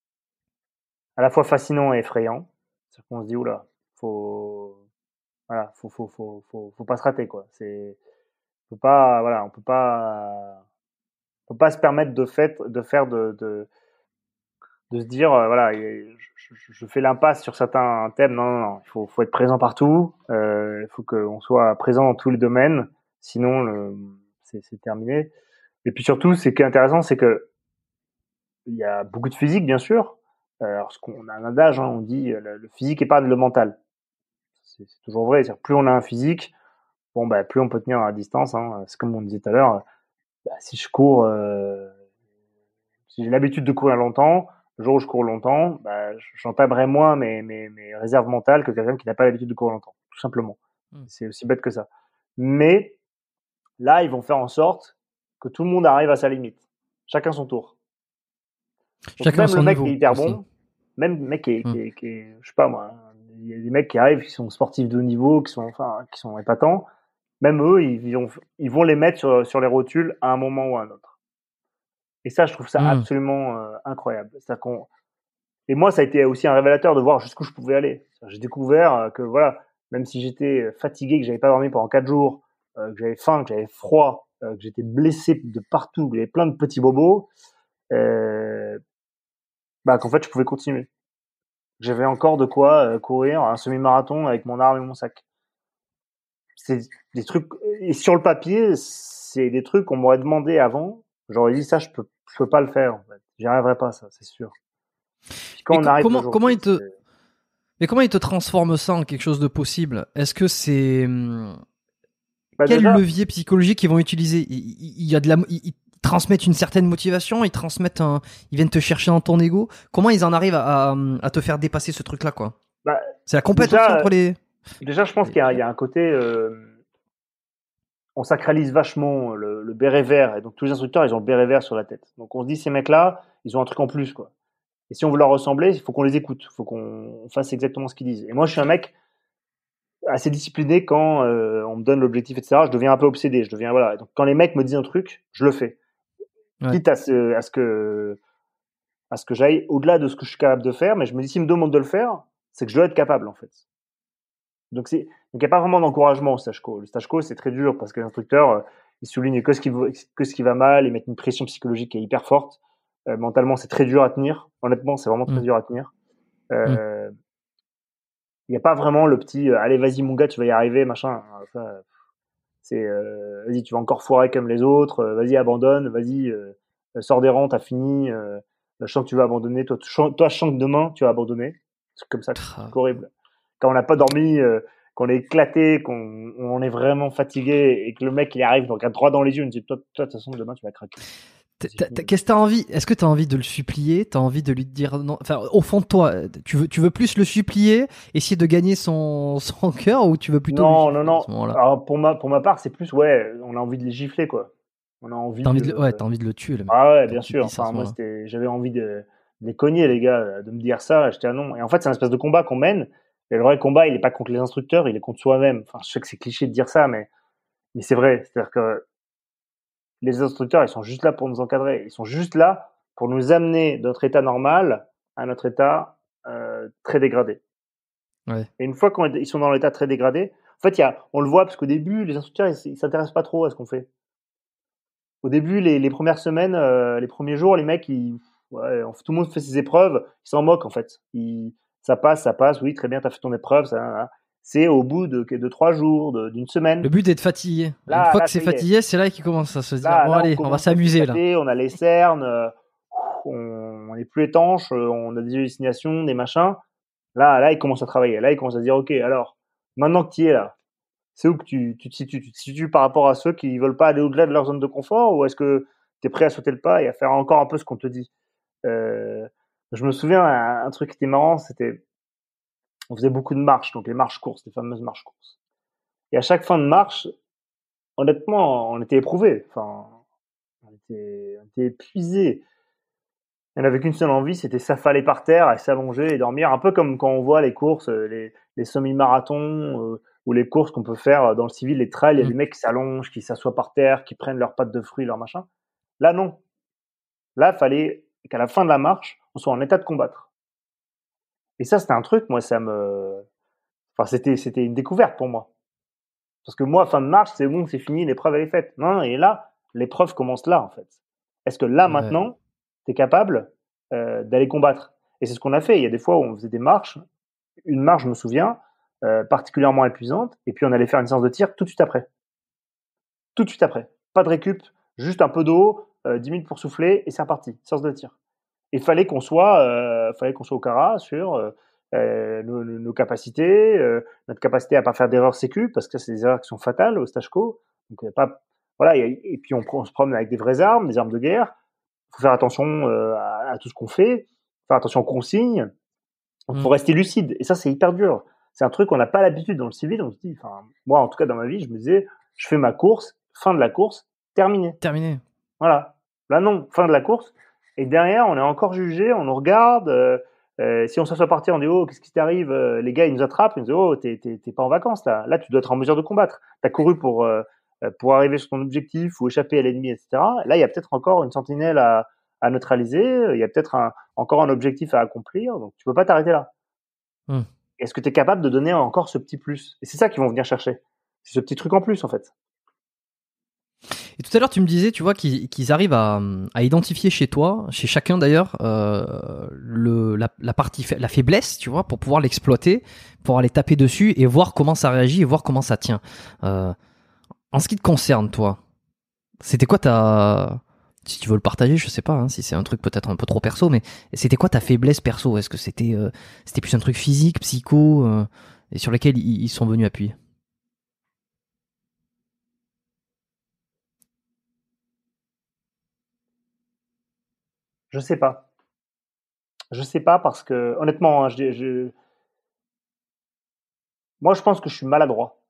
à la fois fascinant et effrayant. C'est-à-dire qu'on se dit, oula, faut, voilà, faut, faut, faut, faut, faut pas se rater, quoi. C'est, faut pas, voilà, on peut pas, on peut pas se permettre de fait, de faire de, de, de se dire, euh, voilà, je, je, je fais l'impasse sur certains thèmes. Non, non, non. Il faut, faut être présent partout. Euh, il faut qu'on soit présent dans tous les domaines. Sinon, le, c'est, c'est terminé. Et puis surtout, ce qui est intéressant, c'est que il y a beaucoup de physique, bien sûr. Alors, ce qu'on a un adage, hein, on dit le, le physique épargne le mental. C'est, c'est toujours vrai. C'est-à-dire, plus on a un physique, bon, bah, plus on peut tenir à distance. Hein. C'est comme on disait tout à l'heure. Bah, si je cours, euh, si j'ai l'habitude de courir longtemps, le jour où je cours longtemps, bah, j'entamerai moins mes, mes, mes réserves mentales que quelqu'un qui n'a pas l'habitude de courir longtemps, tout simplement. Mmh. C'est aussi bête que ça. Mais là, ils vont faire en sorte que tout le monde arrive à sa limite. Chacun son tour. Donc Chacun même son le mec niveau qui est hyper aussi. bon, même le mec qui est, Mmh. qui est, qui est, je sais pas moi, il y a des mecs qui arrivent, qui sont sportifs de haut niveau, qui sont, enfin, qui sont épatants. Même eux, ils vont, ils vont les mettre sur, sur les rotules à un moment ou à un autre. Et ça, je trouve ça mmh. absolument euh, incroyable. C'est-à-dire qu'on... Et moi, ça a été aussi un révélateur de voir jusqu'où je pouvais aller. J'ai découvert que, voilà, même si j'étais fatigué, que j'avais pas dormi pendant quatre jours, euh, que j'avais faim, que j'avais froid, euh, que j'étais blessé de partout, que j'avais plein de petits bobos, euh, bah, qu'en fait, je pouvais continuer. J'avais encore de quoi euh, courir un semi-marathon avec mon arme et mon sac. C'est des trucs... Et sur le papier, c'est des trucs qu'on m'aurait demandé avant. J'aurais dit, ça, je peux, je peux pas le faire, en fait. J'y arriverai pas, ça, c'est sûr. Puis quand Et on co- arrive comment, jour, comment il te, c'est... mais comment il te transforme ça en quelque chose de possible? Est-ce que c'est bah quel déjà, levier psychologique ils vont utiliser? Il, il, il y a de la, ils, ils transmettent une certaine motivation, ils transmettent un, ils viennent te chercher dans ton ego. Comment ils en arrivent à, à, à te faire dépasser ce truc-là, quoi? bah, C'est la compétition déjà, entre les. Déjà, je pense qu'il y a, il y a un côté, euh, on sacralise vachement le, le béret vert, et donc tous les instructeurs, ils ont le béret vert sur la tête. Donc on se dit, ces mecs-là, ils ont un truc en plus, quoi. Et si on veut leur ressembler, il faut qu'on les écoute, il faut qu'on fasse exactement ce qu'ils disent. Et moi, je suis un mec assez discipliné quand euh, on me donne l'objectif, et cetera. Je deviens un peu obsédé. Je deviens voilà. Donc quand les mecs me disent un truc, je le fais, ouais. Quitte à ce, à ce que à ce que j'aille au-delà de ce que je suis capable de faire. Mais je me dis, s'ils me demandent de le faire, c'est que je dois être capable, en fait. Donc c'est donc il n'y a pas vraiment d'encouragement au stage co. Le stage co, c'est très dur parce que l'instructeur, euh, il souligne que ce qui que ce qui va mal, il met une pression psychologique qui est hyper forte. Euh, mentalement, c'est très dur à tenir. Honnêtement, c'est vraiment très mmh. dur à tenir. Euh, mmh. il n'y a pas vraiment le petit euh, allez, vas-y, mon gars, tu vas y arriver, machin. Ça, c'est euh, vas-y, tu vas encore foirer comme les autres, euh, vas-y, abandonne, vas-y, euh, sors des rangs, t'as fini. Euh, je sens que tu vas abandonner. Toi, tu, toi, je sens que demain, tu vas abandonner. C'est comme ça, c'est horrible. Quand on n'a pas dormi, euh, qu'on est éclaté, qu'on on est vraiment fatigué et que le mec il arrive, il regarde droit dans les yeux, il me dit toi, toi, de toute façon, demain, tu vas craquer. Qu'est-ce que t'as envie? Est-ce que t'as envie de le supplier? T'as envie de lui dire non? Enfin, au fond de toi, tu veux, tu veux plus le supplier, essayer de gagner son, son cœur, ou tu veux plutôt non, lui non, non. Alors pour ma, pour ma part, c'est plus ouais, on a envie de les gifler quoi. On a envie. T'as envie de, de, ouais, t'as envie de le tuer le mec. Ah ouais, bien sûr. Enfin, moi, c'était, j'avais envie de, de les cogner les gars, de me dire ça. J'étais un non. Et en fait, c'est un espèce de combat qu'on mène. Et le vrai combat, il est pas contre les instructeurs, il est contre soi-même. Enfin, je sais que c'est cliché de dire ça, mais mais c'est vrai. C'est-à-dire que les instructeurs, ils sont juste là pour nous encadrer. Ils sont juste là pour nous amener de notre état normal à notre état euh, très dégradé. Ouais. Et une fois qu'ils sont dans l'état très dégradé, en fait, il y a, on le voit parce qu'au début, les instructeurs, ils, ils s'intéressent pas trop à ce qu'on fait. Au début, les, les premières semaines, euh, les premiers jours, les mecs, ils, ouais, tout le monde fait ses épreuves, ils s'en moquent en fait. Ils, ça passe, ça passe, oui, très bien, t'as fait ton épreuve. Ça, c'est au bout de, de trois jours, de, d'une semaine. Le but est de fatiguer. Là, Une fois là, que c'est fatigué, c'est là qu'ils commencent à se dire là, bon, là, allez, on, on va s'amuser là. On a les cernes, euh, on, on est plus étanche, on a des hallucinations, des machins. Là, là, ils commencent à travailler. Là, ils commencent à dire ok, alors, maintenant que tu y es là, c'est où que tu, tu te situes? Tu te situes par rapport à ceux qui veulent pas aller au-delà de leur zone de confort, ou est-ce que tu es prêt à sauter le pas et à faire encore un peu ce qu'on te dit? euh, Je me souviens, un, un truc qui était marrant, c'était on faisait beaucoup de marches, donc les marches courses, les fameuses marches courses. Et à chaque fin de marche, honnêtement, on était éprouvés. Enfin, on était, on était épuisés. On n'avait qu'une seule envie, c'était s'affaler par terre et s'allonger et dormir. Un peu comme quand on voit les courses, les, les semi-marathons euh, ou les courses qu'on peut faire dans le civil, les trails, il y a des mecs qui s'allongent, qui s'assoient par terre, qui prennent leurs pâtes de fruits, leur machin. Là, non. Là, il fallait qu'à la fin de la marche, on soit en état de combattre. Et ça, c'était un truc, moi, ça me... Enfin, c'était, c'était une découverte pour moi. Parce que moi, fin de marche, c'est bon, c'est fini, l'épreuve, elle est faite. Non, et là, l'épreuve commence là, en fait. Est-ce que là, ouais. Maintenant, tu es capable euh, d'aller combattre? Et c'est ce qu'on a fait. Il y a des fois où on faisait des marches. Une marche, je me souviens, euh, particulièrement épuisante. Et puis, on allait faire une séance de tir tout de suite après. Tout de suite après. Pas de récup, juste un peu d'eau, euh, dix minutes pour souffler, et c'est reparti. Séance de tir. Il fallait qu'on soit, euh, fallait qu'on soit au cara sur euh, euh, nos, nos capacités, euh, notre capacité à pas faire d'erreurs sécu, parce que c'est des erreurs qui sont fatales au stage co. Donc, y a pas, voilà, y a, et puis on, on se promène avec des vraies armes, des armes de guerre. Il faut faire attention euh, à, à tout ce qu'on fait, faire attention aux consignes. Il faut mmh. rester lucide. Et ça, c'est hyper dur. C'est un truc qu'on n'a pas l'habitude dans le civil. On se dit, enfin, moi, en tout cas, dans ma vie, je me disais, je fais ma course, fin de la course, terminé. Terminé. Voilà. Là, non, fin de la course. Et derrière, on est encore jugé, on nous regarde. Euh, euh, si on s'assoit par terre, on dit oh, qu'est-ce qui t'arrive? euh, Les gars, ils nous attrapent, ils nous disent oh, t'es, t'es, t'es pas en vacances là. Là, tu dois être en mesure de combattre. T'as couru pour euh, pour arriver sur ton objectif ou échapper à l'ennemi, et cetera. Là, il y a peut-être encore une sentinelle à, à neutraliser. Il y a peut-être un, encore un objectif à accomplir. Donc, tu peux pas t'arrêter là. Hum. Est-ce que tu es capable de donner encore ce petit plus? Et c'est ça qu'ils vont venir chercher. C'est ce petit truc en plus, en fait. Et tout à l'heure, tu me disais, tu vois, qu'ils, qu'ils arrivent à, à identifier chez toi, chez chacun d'ailleurs, euh, le, la, la partie, la faiblesse, tu vois, pour pouvoir l'exploiter, pour aller taper dessus et voir comment ça réagit et voir comment ça tient. Euh, en ce qui te concerne, toi, c'était quoi ta, si tu veux le partager, je sais pas, hein, si c'est un truc peut-être un peu trop perso, mais c'était quoi ta faiblesse perso? Est-ce que c'était, euh, c'était plus un truc physique, psycho, euh, et sur lequel ils, ils sont venus appuyer? Je sais pas. Je sais pas parce que, honnêtement, hein, je, je... moi, je pense que je suis maladroit.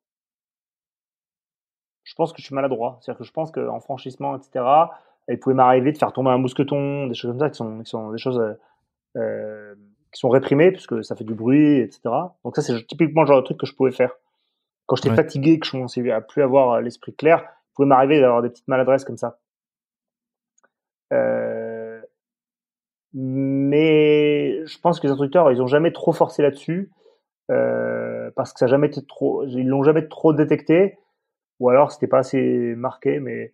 Je pense que je suis maladroit. C'est-à-dire que je pense qu'en franchissement, et cetera, il pouvait m'arriver de faire tomber un mousqueton, des choses comme ça qui sont, qui sont des choses euh, qui sont réprimées puisque ça fait du bruit, et cetera. Donc ça, c'est typiquement le genre de truc que je pouvais faire. Quand j'étais ouais. fatigué, que je commençais à plus avoir l'esprit clair, il pouvait m'arriver d'avoir des petites maladresses comme ça. Euh, mais je pense que les instructeurs, ils ont jamais trop forcé là-dessus euh, parce que ça a jamais été trop, ils l'ont jamais trop détecté, ou alors c'était pas assez marqué. Mais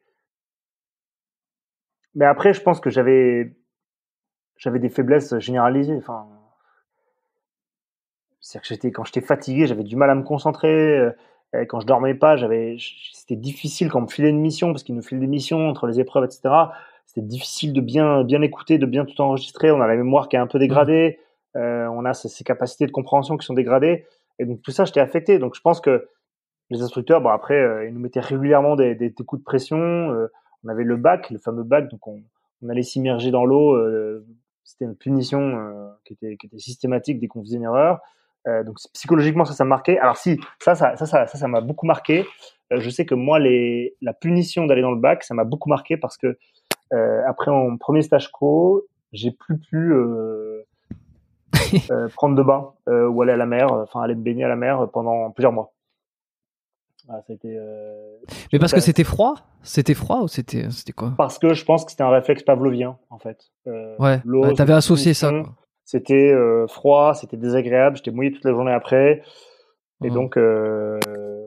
mais après, je pense que j'avais j'avais des faiblesses généralisées. Enfin, c'est-à-dire que j'étais, quand j'étais fatigué, j'avais du mal à me concentrer. Euh, quand je dormais pas, j'avais, c'était difficile quand on me filait une mission, parce qu'ils nous filent des missions entre les épreuves, et cetera. C'était difficile de bien, bien écouter, de bien tout enregistrer. On a la mémoire qui est un peu dégradée. Euh, on a ces, ces capacités de compréhension qui sont dégradées. Et donc, tout ça, j'étais affecté. Donc, je pense que les instructeurs, bon, après, euh, ils nous mettaient régulièrement des, des, des coups de pression. Euh, on avait le bac, le fameux bac. Donc, on, on allait s'immerger dans l'eau. Euh, c'était une punition euh, qui, était, qui était systématique dès qu'on faisait une erreur. Euh, donc, psychologiquement, ça, ça me marquait. Alors, si, ça, ça, ça, ça, ça, ça m'a beaucoup marqué. Euh, je sais que moi, les, la punition d'aller dans le bac, ça m'a beaucoup marqué parce que euh, après mon premier stage co, j'ai plus pu euh, euh, prendre de bain euh, ou aller à la mer, enfin aller me baigner à la mer pendant plusieurs mois. Ah, ça a été, euh, Mais parce que c'était froid C'était froid ou c'était, c'était quoi? Parce que je pense que c'était un réflexe pavlovien, en fait. Euh, ouais, ouais t'avais associé ça, quoi. C'était euh, froid, c'était désagréable, j'étais mouillé toute la journée après. Et, mmh. donc, euh,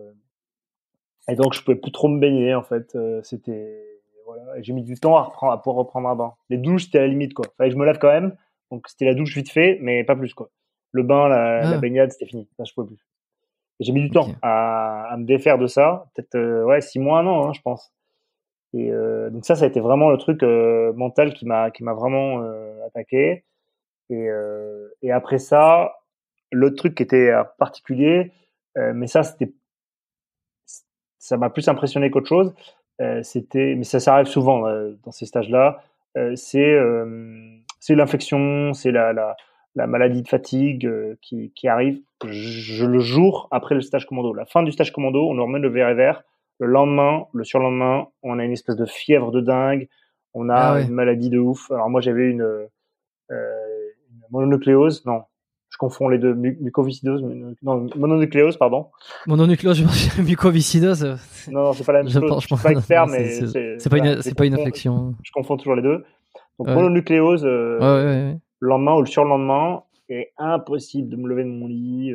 et donc, je pouvais plus trop me baigner, en fait. Euh, c'était, voilà. Et j'ai mis du temps à, reprendre, à pouvoir reprendre un bain. Les douches, c'était à la limite, quoi. Fallait que je me lave quand même. Donc, c'était la douche vite fait, mais pas plus, quoi. Le bain, la, ah. la baignade, c'était fini. Ça, je pouvais plus. Et j'ai mis du okay. temps à, à me défaire de ça. Peut-être, euh, ouais, six mois, un an, hein, je pense. Et euh, donc ça, ça a été vraiment le truc euh, mental qui m'a, qui m'a vraiment euh, attaqué. Et, euh, et après ça, l'autre truc qui était particulier, euh, mais ça, c'était, ça m'a plus impressionné qu'autre chose. Euh, c'était, mais ça, ça arrive souvent euh, dans ces stages-là. Euh, c'est, euh, c'est l'infection, c'est la, la, la maladie de fatigue euh, qui, qui arrive je, le jour après le stage commando. La fin du stage commando, on nous remet le verre et vert. Le lendemain, le surlendemain, on a une espèce de fièvre de dingue. On a ah ouais. une maladie de ouf. Alors moi, j'avais une, euh, une mononucléose. Non, je confonds les deux. Mu- mucoviscidose. Non, mononucléose, pardon. Mononucléose, je pense mucoviscidose. Non, non, c'est pas la même chose. Je, je suis pas expert, non, mais c'est, c'est, c'est pas voilà, une, c'est pas une infection. Je, je confonds toujours les deux. Donc ouais. mononucléose, euh, ouais, ouais, ouais. le lendemain ou le surlendemain, est impossible de me lever de mon lit.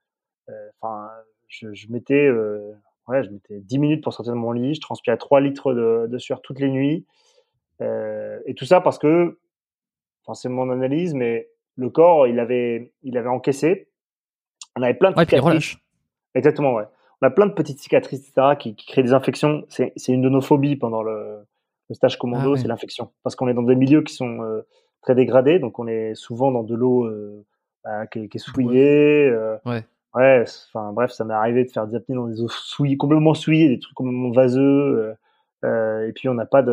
Enfin, euh, je, je mettais, euh, ouais, je mettais dix minutes pour sortir de mon lit. Je transpirais trois litres de, de sueur toutes les nuits. Euh, et tout ça parce que, enfin, c'est mon analyse, mais le corps, il avait, il avait encaissé. On avait plein de ouais, cicatrices. Exactement, ouais. On a plein de petites cicatrices, et cetera, qui, qui créent des infections. C'est, c'est une de nos phobies pendant le, le stage commando, ah, ouais. c'est l'infection. Parce qu'on est dans des milieux qui sont euh, très dégradés, donc on est souvent dans de l'eau euh, euh, qui, qui est souillée. Euh, ouais. Ouais, enfin bref, ça m'est arrivé de faire des apnées dans des eaux souillées, complètement souillées, des trucs complètement vaseux. Euh, euh, et puis on n'a pas de,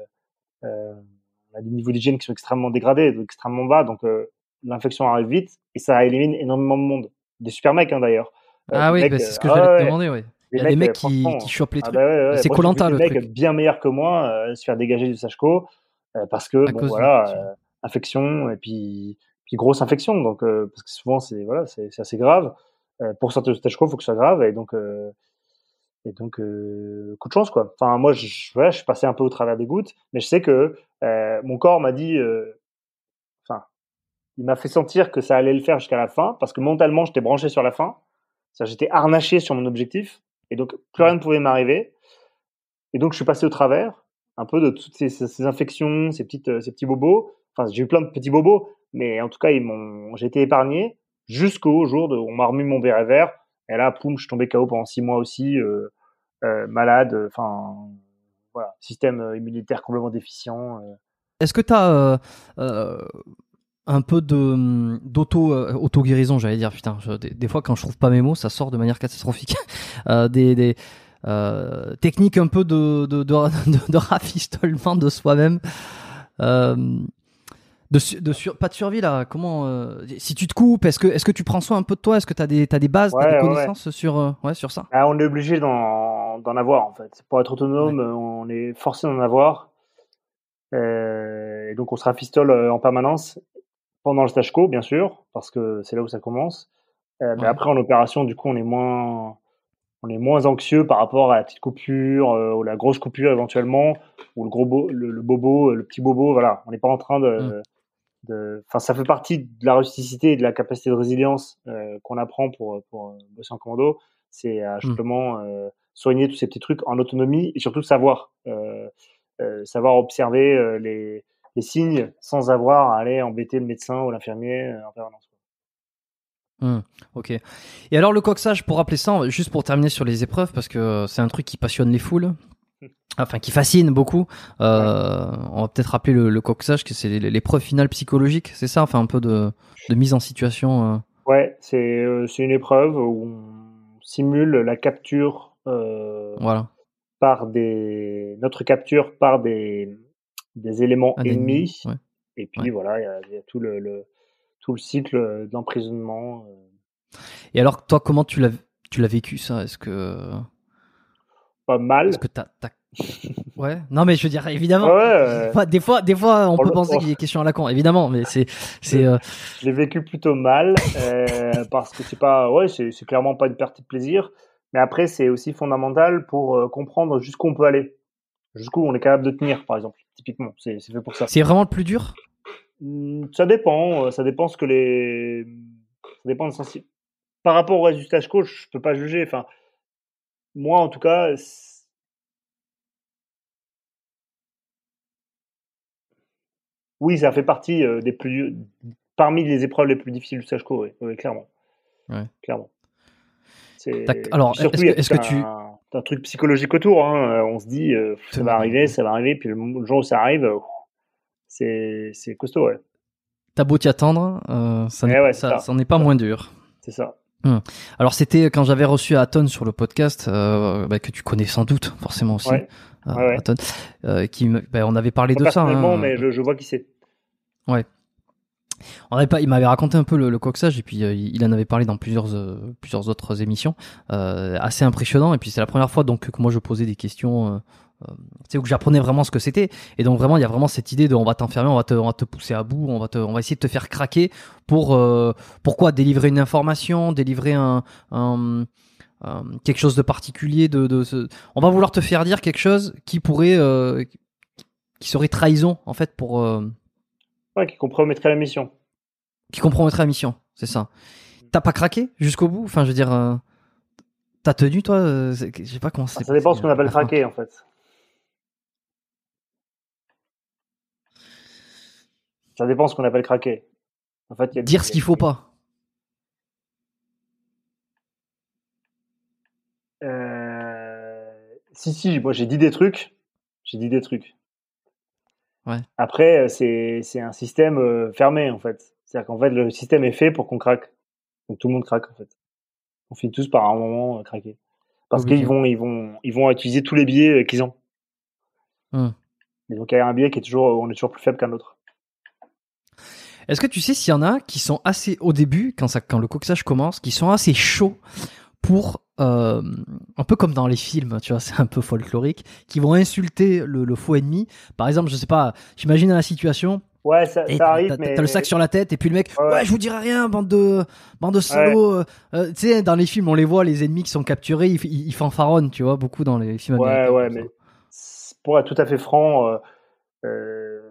euh, on a des niveaux d'hygiène qui sont extrêmement dégradés, donc extrêmement bas. Donc euh, l'infection arrive vite et ça élimine énormément de monde. Des super mecs hein, d'ailleurs. Euh, ah oui, mecs, bah, c'est ce que euh, j'allais ah, te demander. Ouais. Il y a mecs, des mecs qui, qui chopent les trucs. Ah, bah, ouais, ouais, c'est Koh-Lanta le truc. Des mecs bien meilleurs que moi euh, se faire dégager du Sachco euh, parce que à bon voilà, euh, infection et puis puis grosse infection. Donc euh, parce que souvent c'est voilà, c'est, c'est assez grave. Euh, pour sortir du stage co, il faut que ce soit grave et donc euh, et donc euh, coup de chance quoi. Enfin moi je ouais, je suis passé un peu au travers des gouttes, mais je sais que euh, mon corps m'a dit, enfin euh, il m'a fait sentir que ça allait le faire jusqu'à la fin parce que mentalement j'étais branché sur la fin, c'est-à-dire j'étais harnaché sur mon objectif et donc plus rien ne pouvait m'arriver et donc je suis passé au travers un peu de toutes ces, ces, ces infections, ces petites ces petits bobos. Enfin j'ai eu plein de petits bobos, mais en tout cas ils m'ont, j'ai été épargné. Jusqu'au jour où on m'a remis mon béret vert. Et là, poum, je suis tombé K O pendant six mois aussi, euh, euh, malade, enfin, euh, voilà, système immunitaire complètement déficient. Euh. Est-ce que tu as euh, euh, un peu de, d'auto, euh, auto-guérison, j'allais dire, putain, je, des, des fois quand je trouve pas mes mots, ça sort de manière catastrophique. euh, des des euh, techniques un peu de, de, de, de, de rafistolement de soi-même. Euh, De, de sur, pas de survie là, comment euh, si tu te coupes, est-ce que est-ce que tu prends soin un peu de toi, est-ce que tu as des t'as des bases, ouais, t'as des ouais, connaissances ouais. sur euh, ouais sur ça. Ah, on est obligé d'en d'en avoir en fait. Pour être autonome, ouais. on est forcé d'en avoir. Euh, et donc on se rafistole en permanence pendant le stage co, bien sûr, parce que c'est là où ça commence. Euh, mais ouais. Après en opération, du coup, on est moins on est moins anxieux par rapport à la petite coupure euh, ou la grosse coupure éventuellement ou le gros bo- le, le bobo, le petit bobo. Voilà, on n'est pas en train de mmh. De, enfin, ça fait partie de la rusticité et de la capacité de résilience euh, qu'on apprend pour pour bosser en commando. C'est à justement euh, soigner tous ces petits trucs en autonomie et surtout savoir euh, euh, savoir observer euh, les les signes sans avoir à aller embêter le médecin ou l'infirmier euh, en permanence. Mmh, ok. Et alors le coxage, pour rappeler ça, juste pour terminer sur les épreuves, parce que c'est un truc qui passionne les foules, enfin qui fascine beaucoup. Euh, ouais. On va peut-être rappeler le, le coxage, que c'est l'épreuve finale psychologique, c'est ça, enfin un peu de, de mise en situation. Euh... Ouais, c'est euh, c'est une épreuve où on simule la capture euh, voilà. par des notre capture par des des éléments Un ennemis. Ouais. Et puis ouais. voilà, il y a, y a tout le, le tout le cycle d'emprisonnement. Et alors, toi, comment tu l'as, tu l'as vécu ça? Est-ce que pas mal? Est-ce que t'as, t'as... ouais. Non, mais je veux dire, évidemment. Ouais, euh... Des fois, des fois, on, on peut le... penser oh. qu'il y a des questions à la con, évidemment, mais c'est, c'est. Je, euh... je l'ai vécu plutôt mal euh, parce que c'est pas, ouais, c'est, c'est clairement pas une partie de plaisir. Mais après, c'est aussi fondamental pour euh, comprendre jusqu'où on peut aller, jusqu'où on est capable de tenir, par exemple. Typiquement, c'est, c'est fait pour ça. C'est vraiment le plus dur? Ça dépend, ça dépend ce que les, ça dépend de sensi... Par rapport au reste du stage coach, je peux pas juger. Enfin, moi, en tout cas, c'est... oui, ça fait partie euh, des plus, parmi les épreuves les plus difficiles du stage co, oui, oui, clairement, ouais. clairement. C'est... Alors, surtout, est-ce que, est-ce il y que a tu... un, un truc psychologique autour. Hein. On se dit, euh, ça va arriver, ça va arriver, puis le, le jour où ça arrive, euh, c'est, c'est costaud, ouais. T'as beau t'y attendre, euh, ça, n'est, ouais, ça, ça, ça n'est pas ça. moins dur. C'est ça. Hum. Alors, c'était quand j'avais reçu Aton sur le podcast, euh, bah, que tu connais sans doute, forcément aussi, ouais. Euh, ouais, ouais. Aton, euh, qui, bah, on avait parlé Pas de ça. Personnellement, hein. mais je, je vois qui c'est. Ouais. On avait pas, il m'avait raconté un peu le, le coxage et puis euh, il en avait parlé dans plusieurs euh, plusieurs autres émissions, euh, assez impressionnant. Et puis c'est la première fois donc que moi je posais des questions, euh, euh, tu sais, où j'apprenais vraiment ce que c'était. Et donc vraiment il y a vraiment cette idée de on va t'enfermer, on va te on va te pousser à bout, on va te on va essayer de te faire craquer pour euh, pourquoi délivrer une information, délivrer un, un euh, quelque chose de particulier, de, de, de on va vouloir te faire dire quelque chose qui pourrait euh, qui serait trahison en fait pour euh, ouais, qui compromettrait la mission. Qui compromettrait la mission, c'est ça. T'as pas craqué jusqu'au bout? Enfin, je veux dire, euh, t'as tenu, toi? euh, Je sais pas comment c'est. Ah, ça dépend ce qu'on appelle craquer, en fait. Ça dépend ce qu'on appelle craquer. En fait, y a dire ce qu'il faut pas. Euh... Si, si, moi j'ai dit des trucs. J'ai dit des trucs. Ouais. Après, c'est, c'est un système euh, fermé, en fait. C'est-à-dire qu'en fait, le système est fait pour qu'on craque. Donc tout le monde craque, en fait. On finit tous par un moment euh, craquer. Parce Obligé. qu'ils vont, ils vont, ils vont utiliser tous les billets qu'ils ont. Hum. Et donc il y a un billet qui est toujours, on est toujours plus faible qu'un autre. Est-ce que tu sais s'il y en a qui sont assez, au début, quand, ça, quand le coxage commence, qui sont assez chauds pour, euh, un peu comme dans les films, tu vois, c'est un peu folklorique, qui vont insulter le, le faux ennemi. Par exemple, je sais pas, j'imagine la situation. Ouais, ça, et ça arrive, t'as, mais... t'as le sac sur la tête et puis le mec, ouais, ouais je vous dirai rien, bande de, bande de salauds. Ouais. Euh, tu sais, dans les films, on les voit, les ennemis qui sont capturés, ils, ils, ils fanfaronnent, tu vois, beaucoup dans les films ouais, américains. Ouais, ouais, mais pour être tout à fait franc, euh, euh,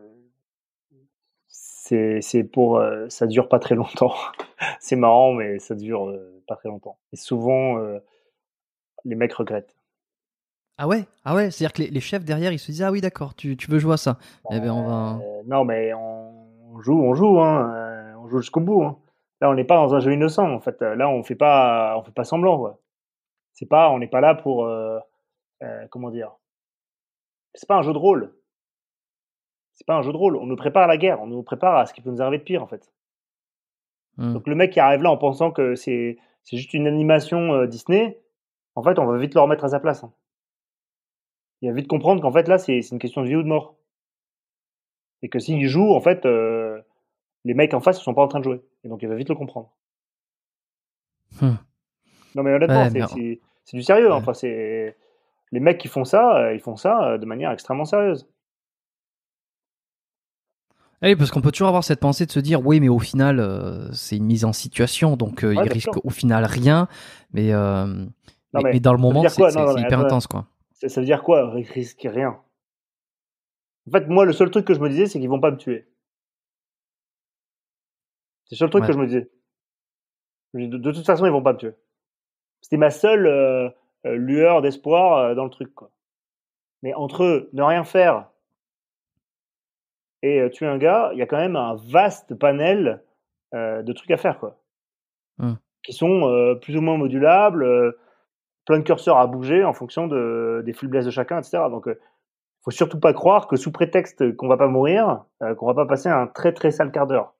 c'est, c'est pour, euh, ça dure pas très longtemps. C'est marrant, mais ça dure euh, pas très longtemps. Et souvent, euh, les mecs regrettent. Ah ouais, ah ouais, c'est-à-dire que les, les chefs derrière, ils se disent ah oui d'accord, tu, tu veux jouer à ça. Euh, eh ben on va. Non mais on joue, on joue, hein. On joue jusqu'au bout. Hein. Là, on n'est pas dans un jeu innocent en fait. Là, on fait pas, on fait pas semblant quoi. C'est pas, on n'est pas là pour, euh, euh, comment dire. C'est pas un jeu de rôle. C'est pas un jeu de rôle. On nous prépare à la guerre. On nous prépare à ce qui peut nous arriver de pire en fait. Mmh. Donc le mec qui arrive là en pensant que c'est, c'est juste une animation euh, Disney, en fait, on va vite le remettre à sa place. Hein. Il va vite comprendre qu'en fait là, c'est, c'est une question de vie ou de mort. Et que s'il joue, en fait, euh, les mecs en face ne sont pas en train de jouer. Et donc il va vite le comprendre. Hum. Non mais honnêtement, ouais, c'est, mais... c'est, c'est du sérieux. Ouais. Enfin, c'est les mecs qui font ça, ils font ça de manière extrêmement sérieuse. Oui, parce qu'on peut toujours avoir cette pensée de se dire oui, mais au final, euh, c'est une mise en situation, donc euh, ouais, il risque sûr. Au final rien. Mais, euh, non, mais, mais, mais dans le moment, c'est, c'est, non, non, c'est hyper attends, intense, quoi. Ça, ça veut dire quoi, risque rien? En fait, moi, le seul truc que je me disais, c'est qu'ils vont pas me tuer. C'est le seul truc ouais. que je me disais. De, de toute façon, ils vont pas me tuer. C'était ma seule euh, euh, lueur d'espoir euh, dans le truc, quoi. Mais entre eux, ne rien faire et euh, tuer un gars, il y a quand même un vaste panel euh, de trucs à faire, quoi. mmh. qui sont euh, plus ou moins modulables, euh, plein de curseurs à bouger en fonction de, des faiblesses de chacun, et cetera. Donc, il euh, faut surtout pas croire que sous prétexte qu'on va pas mourir, euh, qu'on va pas passer un très très sale quart d'heure.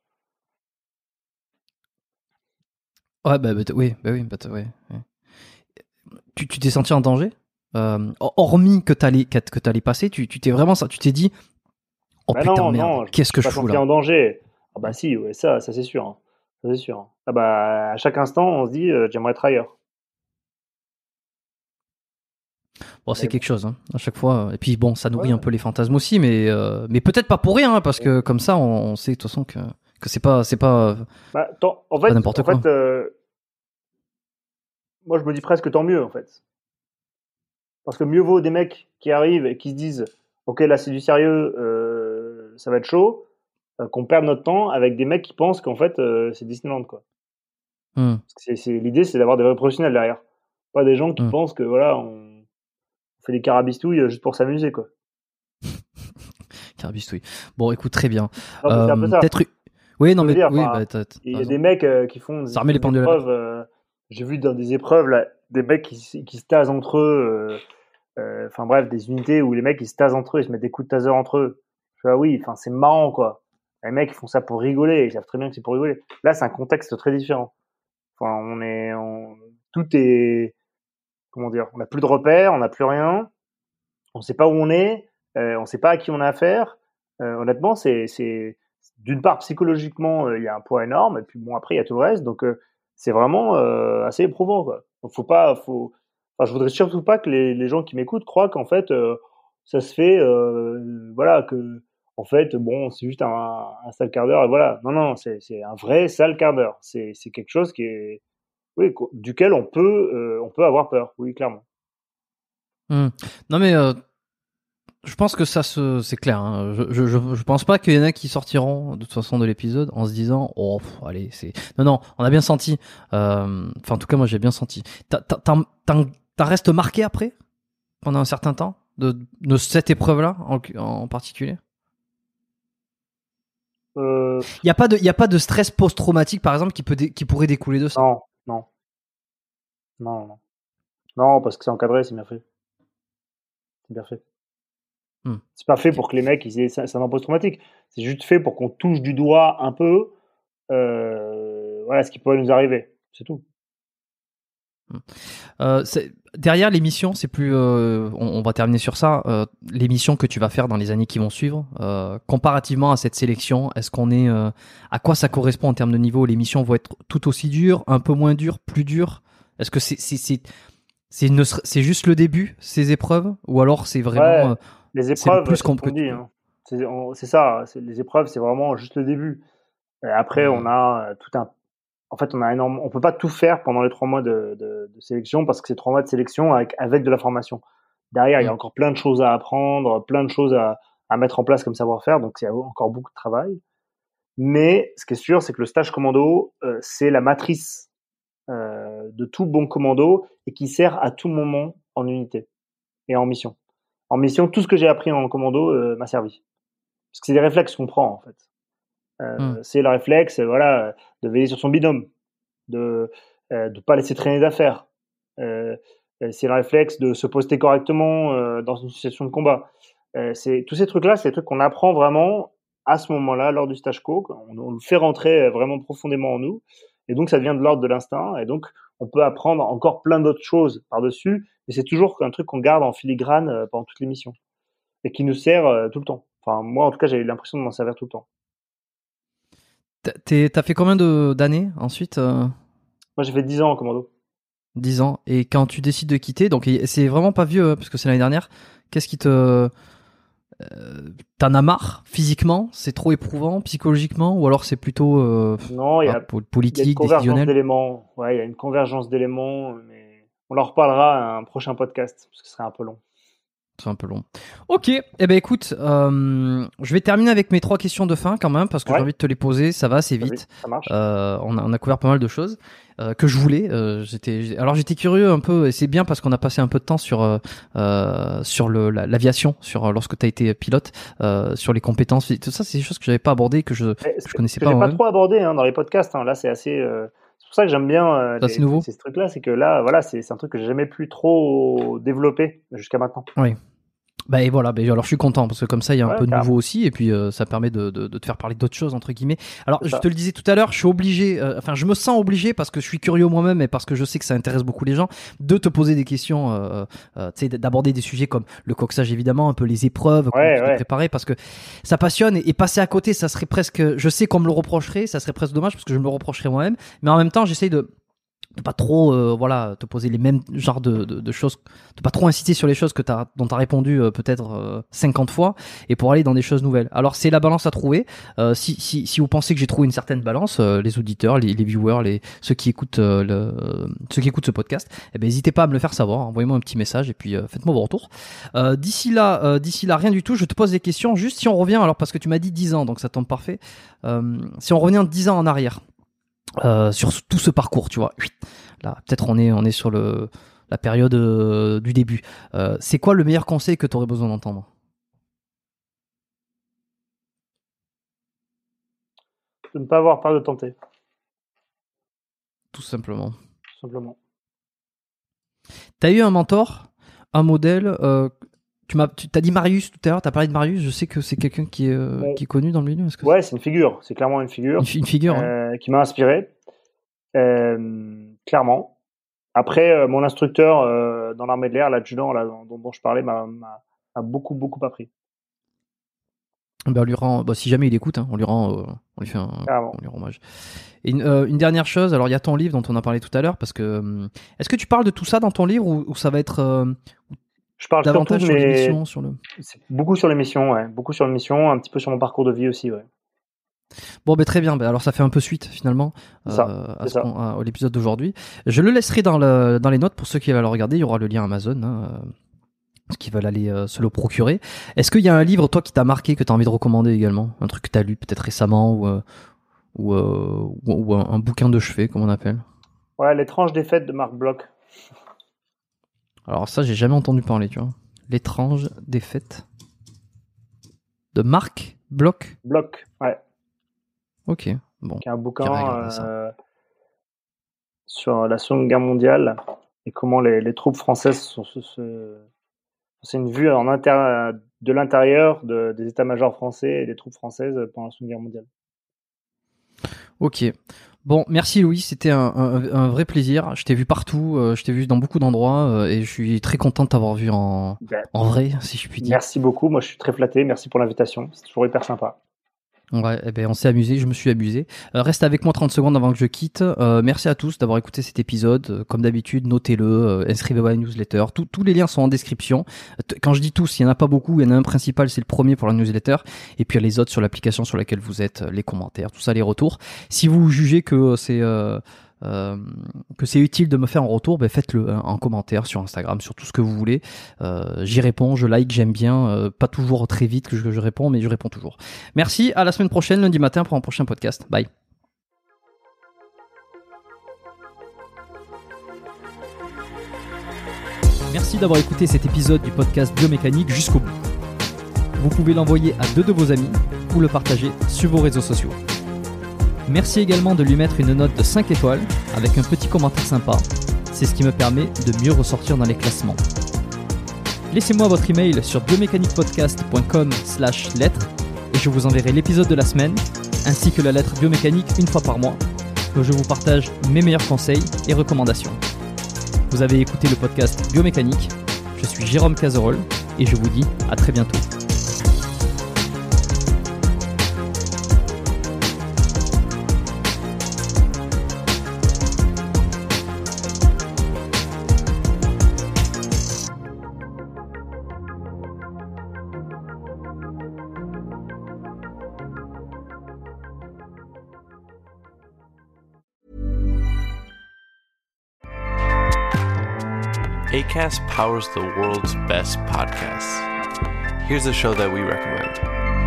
Ouais, bah, bah oui, bah oui, bah, ouais, ouais. Tu, tu t'es senti en danger euh, hormis que t'allais que t'allais passer, tu, tu t'es vraiment ça, tu t'es dit oh bah putain non, merde, non, qu'est-ce que je, je fous suis pas là en danger. Ah bah si, ouais, ça, ça c'est sûr, hein. Ça c'est sûr. Ah bah à chaque instant, on se dit euh, j'aimerais être ailleurs. Bon, c'est mais quelque bon. chose, hein, à chaque fois. Et puis bon, ça nourrit ouais. un peu les fantasmes aussi, mais euh, mais peut-être pas pour rien, hein, parce que comme ça, on, on sait de toute façon que que c'est pas c'est pas. Bah, en fait, pas n'importe en quoi. fait, euh, moi je me dis presque tant mieux en fait. Parce que mieux vaut des mecs qui arrivent et qui se disent ok là c'est du sérieux, euh, ça va être chaud, euh, qu'on perde notre temps avec des mecs qui pensent qu'en fait euh, c'est Disneyland quoi. Mm. Parce que c'est, c'est, l'idée c'est d'avoir des vrais professionnels derrière, pas des gens qui mm. pensent que voilà on, on fait des carabistouilles juste pour s'amuser quoi. Carabistouille. Bon écoute très bien. Non, euh, c'est un peu ça. Peut-être. Oui non mais dire, oui bah, t'as, t'as il y a des mecs euh, qui font des, ça remet les des épreuves. Euh, j'ai vu dans des épreuves là des mecs qui, qui se tasent entre eux. Euh, Enfin euh, bref, des unités où les mecs ils se tasent entre eux, ils se mettent des coups de taser entre eux. Je fais, ah oui, enfin c'est marrant quoi. Les mecs ils font ça pour rigoler, ils savent très bien que c'est pour rigoler. Là c'est un contexte très différent. Enfin on est, on, tout est, comment dire, on n'a plus de repères, on n'a plus rien, on sait pas où on est, euh, on sait pas à qui on a affaire. Euh, honnêtement c'est, c'est d'une part psychologiquement il euh, y a un poids énorme et puis bon après il y a tout le reste donc euh, c'est vraiment euh, assez éprouvant quoi. Donc faut pas, faut Enfin, je voudrais surtout pas que les, les gens qui m'écoutent croient qu'en fait euh, ça se fait, euh, voilà, que en fait bon c'est juste un, un sale quart d'heure et voilà. Non non, c'est, c'est un vrai sale quart d'heure. C'est, c'est quelque chose qui est, oui, duquel on peut, euh, on peut avoir peur, oui clairement. Mmh. Non mais euh, je pense que ça se, c'est clair. Hein. Je, je, je, je pense pas qu'il y en a qui sortiront de toute façon de l'épisode en se disant oh pff, allez c'est. Non non, on a bien senti. Euh, enfin en tout cas moi j'ai bien senti. T'as, t'as, t'as, t'as, t'as restes marqué après pendant un certain temps de, de cette épreuve-là en, en particulier. Il euh... y a pas de, il y a pas de stress post-traumatique par exemple qui peut, dé, qui pourrait découler de ça. Non non non non non parce que c'est encadré, c'est bien fait. C'est bien fait. Hmm. C'est pas fait pour que les mecs ils aient un post-traumatique. C'est juste fait pour qu'on touche du doigt un peu, euh, voilà ce qui pourrait nous arriver. C'est tout. Euh, c'est, derrière l'émission, c'est plus. Euh, on, on va terminer sur ça. Euh, l'émission que tu vas faire dans les années qui vont suivre, euh, comparativement à cette sélection, est-ce qu'on est euh, à quoi ça correspond en termes de niveau? Les missions vont être tout aussi dures, un peu moins dures, plus dures? Est-ce que c'est c'est c'est c'est, une, c'est juste le début ces épreuves ou alors c'est vraiment ouais, les épreuves, c'est plus qu'on peut dire. Hein. C'est, on, c'est ça. C'est, les épreuves, c'est vraiment juste le début. Et après, mmh. on a tout un. En fait, on a énorme. On peut pas tout faire pendant les trois mois de, de, de sélection parce que c'est trois mois de sélection avec avec de la formation. Derrière, mmh. il y a encore plein de choses à apprendre, plein de choses à, à mettre en place comme savoir-faire. Donc, il y a encore beaucoup de travail. Mais ce qui est sûr, c'est que le stage commando, euh, c'est la matrice euh, de tout bon commando et qui sert à tout moment en unité et en mission. En mission, tout ce que j'ai appris en commando euh, m'a servi. Parce que c'est des réflexes qu'on prend, en fait. Euh, mmh. C'est le réflexe, voilà, de veiller sur son binôme, de euh, de pas laisser traîner d'affaires. Euh, c'est le réflexe de se poster correctement euh, dans une situation de combat. Euh, c'est tous ces trucs-là, c'est des trucs qu'on apprend vraiment à ce moment-là lors du stage co. On, on le fait rentrer vraiment profondément en nous, et donc ça devient de l'ordre de l'instinct. Et donc on peut apprendre encore plein d'autres choses par-dessus, mais c'est toujours un truc qu'on garde en filigrane euh, pendant toute l'émission et qui nous sert euh, tout le temps. Enfin moi, en tout cas, j'ai eu l'impression de m'en servir tout le temps. T'es, t'as fait combien de, d'années ensuite euh... Moi, j'ai fait dix ans en commando. dix ans. Et quand tu décides de quitter, donc c'est vraiment pas vieux, parce que c'est l'année dernière, qu'est-ce qui te... Euh, t'en as marre physiquement? C'est trop éprouvant psychologiquement? Ou alors c'est plutôt euh, non, il y a, politique, y a une convergence d'éléments. Ouais, il y a une convergence d'éléments, mais on en reparlera à un prochain podcast, parce que ce serait un peu long. C'est un peu long. Ok, eh ben écoute, euh, je vais terminer avec mes trois questions de fin quand même, parce que ouais. j'ai envie de te les poser, ça va, c'est vite. Ça marche. Euh, on, a, on a couvert pas mal de choses euh, que je voulais. Euh, j'étais, alors j'étais curieux un peu, et c'est bien parce qu'on a passé un peu de temps sur euh, sur le, la, l'aviation, sur lorsque tu as été pilote, euh, sur les compétences, tout ça, c'est des choses que j'avais pas abordées, que je, que je connaissais que pas. J'ai pas même. trop abordé hein, dans les podcasts. Hein. Là, c'est assez, euh, C'est pour ça que j'aime bien euh, ça, les, c'est nouveau. ces trucs-là, c'est que là, voilà, c'est, c'est un truc que j'ai jamais pu trop développer jusqu'à maintenant. Oui. Bah et voilà, bah alors je suis content parce que comme ça il y a un Ouais, peu de carrément. nouveau aussi et puis euh, ça permet de, de, de te faire parler d'autres choses entre guillemets. Alors C'est je ça. te le disais tout à l'heure, je suis obligé, euh, enfin je me sens obligé parce que je suis curieux moi-même et parce que je sais que ça intéresse beaucoup les gens de te poser des questions, euh, euh, tu sais, d'aborder des sujets comme le coxage évidemment, un peu les épreuves, comment Ouais, tu t'es ouais. préparé parce que ça passionne et, et passer à côté, ça serait presque, je sais qu'on me le reprocherait, ça serait presque dommage parce que je me le reprocherais moi-même, mais en même temps j'essaye de de pas trop euh, voilà te poser les mêmes genres de, de, de choses, de pas trop insister sur les choses que t'as, dont tu as répondu euh, peut-être euh, cinquante fois et pour aller dans des choses nouvelles. Alors c'est la balance à trouver. Euh, si, si, si vous pensez que j'ai trouvé une certaine balance, euh, les auditeurs, les, les viewers, les, ceux qui écoutent euh, le, euh, ceux qui écoutent ce podcast, eh ben n'hésitez pas à me le faire savoir. Envoyez-moi un petit message et puis euh, faites-moi vos retours. Euh, d'ici là, euh, d'ici là rien du tout. Je te pose des questions. Juste si on revient, alors parce que tu m'as dit dix ans, donc ça tombe parfait. Euh, si on revient dix ans en arrière. Euh, sur tout ce parcours, tu vois. Là, peut-être on est on est sur le la période euh, du début. Euh, c'est quoi le meilleur conseil que tu aurais besoin d'entendre ? De ne pas avoir peur de tenter. Tout simplement. Tout simplement. T'as eu un mentor, un modèle. Euh, tu m'as tu t'as dit Marius tout à l'heure. T'as parlé de Marius. Je sais que c'est quelqu'un qui est euh, Ouais. qui est connu dans le milieu. Est-ce que Ouais, c'est une figure. C'est clairement une figure. c'est une, une figure. Euh, hein. qui m'a inspiré. Euh, clairement. Après, euh, mon instructeur euh, dans l'armée de l'air, l'adjudant là, dont, dont je parlais, m'a, m'a, m'a beaucoup, beaucoup appris. Ben, on lui rend, bah, si jamais il écoute, hein, on lui rend, euh, on lui fait un, Clairement. on lui rend hommage. Et une, euh, une dernière chose, alors il y a ton livre dont on a parlé tout à l'heure, parce que euh, est-ce que tu parles de tout ça dans ton livre ou, ou ça va être euh, Je parle davantage surtout sur de mes... l'émission, sur le. C'est beaucoup sur l'émission, ouais. Beaucoup sur l'émission, un petit peu sur mon parcours de vie aussi, ouais. Bon, ben très bien. Ben, alors ça fait un peu suite finalement C'est ça, euh, à c'est ce ça. qu'on- à- à l'épisode d'aujourd'hui. Je le laisserai dans, le, dans les notes pour ceux qui veulent le regarder. Il y aura le lien Amazon. Hein, euh, qui veulent aller euh, se le procurer. Est-ce qu'il y a un livre, toi, qui t'a marqué, que tu as envie de recommander également ? Un truc que tu as lu peut-être récemment ou, euh, ou, euh, ou, ou un, un bouquin de chevet, comme on appelle ? Ouais, L'étrange défaite de Marc Bloch. Alors ça, j'ai jamais entendu parler, tu vois. L'étrange défaite de Marc Bloch. Bloch, ouais. Ok, bon. Qui est un bouquin J'irai regarder ça. euh, sur la Seconde Guerre mondiale et comment les, les troupes françaises sont... Se, se... C'est une vue en inter... de l'intérieur de, des états-majors français et des troupes françaises pendant la Seconde Guerre mondiale. Ok. Bon, merci Louis, c'était un, un, un vrai plaisir. Je t'ai vu partout, euh, je t'ai vu dans beaucoup d'endroits euh, et je suis très content de t'avoir vu en, Ben, en vrai, si je puis dire. Merci beaucoup, moi je suis très flatté, merci pour l'invitation, c'est toujours hyper sympa. Ouais, eh ben on s'est amusé, je me suis amusé. Euh, reste avec moi trente secondes avant que je quitte. Euh, merci à tous d'avoir écouté cet épisode. Euh, comme d'habitude, notez-le, euh, inscrivez-vous à la newsletter. Tout, tous les liens sont en description. Euh, quand je dis tous, il y en a pas beaucoup. Il y en a un principal, c'est le premier pour la newsletter. Et puis il y a les autres sur l'application sur laquelle vous êtes, les commentaires, tout ça, les retours. Si vous jugez que c'est euh, euh, que c'est utile de me faire un retour, ben faites-le hein, en commentaire sur Instagram, sur tout ce que vous voulez. Euh, j'y réponds, je like, j'aime bien. Euh, pas toujours très vite que je, je réponds, mais je réponds toujours. Merci, à la semaine prochaine, lundi matin, pour un prochain podcast. Bye. Merci d'avoir écouté cet épisode du podcast Biomécanique jusqu'au bout. Vous pouvez l'envoyer à deux de vos amis ou le partager sur vos réseaux sociaux. Merci également de lui mettre une note de cinq étoiles avec un petit commentaire sympa. C'est ce qui me permet de mieux ressortir dans les classements. Laissez-moi votre email sur biomécaniquepodcast point com slash lettres et je vous enverrai l'épisode de la semaine ainsi que la lettre biomécanique une fois par mois où je vous partage mes meilleurs conseils et recommandations. Vous avez écouté le podcast Biomécanique. Je suis Jérôme Cazerolle et je vous dis à très bientôt. Acast powers the world's best podcasts. Here's a show that we recommend.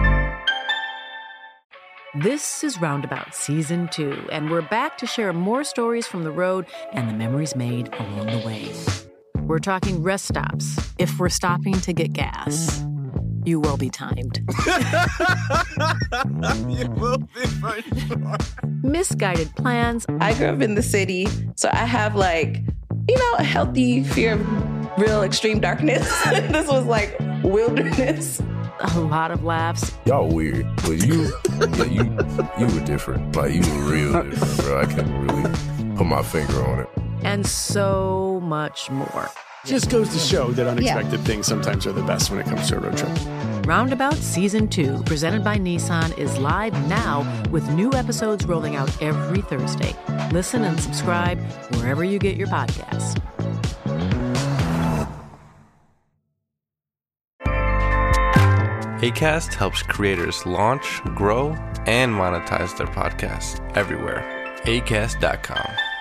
This is Roundabout Season two, and we're back to share more stories from the road and the memories made along the way. We're talking rest stops, if we're stopping to get gas. You will be timed. You will be for sure. Misguided plans. I grew up in the city, so I have like, you know, a healthy fear of real extreme darkness. This was like wilderness. A lot of laughs. Y'all weird, but you, yeah, you, you were different. Like, you were real different, bro. I couldn't really put my finger on it. And so much more. Just goes to show that unexpected yeah. things sometimes are the best when it comes to a road trip. Roundabout Season two, presented by Nissan, is live now with new episodes rolling out every Thursday. Listen and subscribe wherever you get your podcasts. Acast helps creators launch, grow, and monetize their podcasts everywhere. Acast dot com.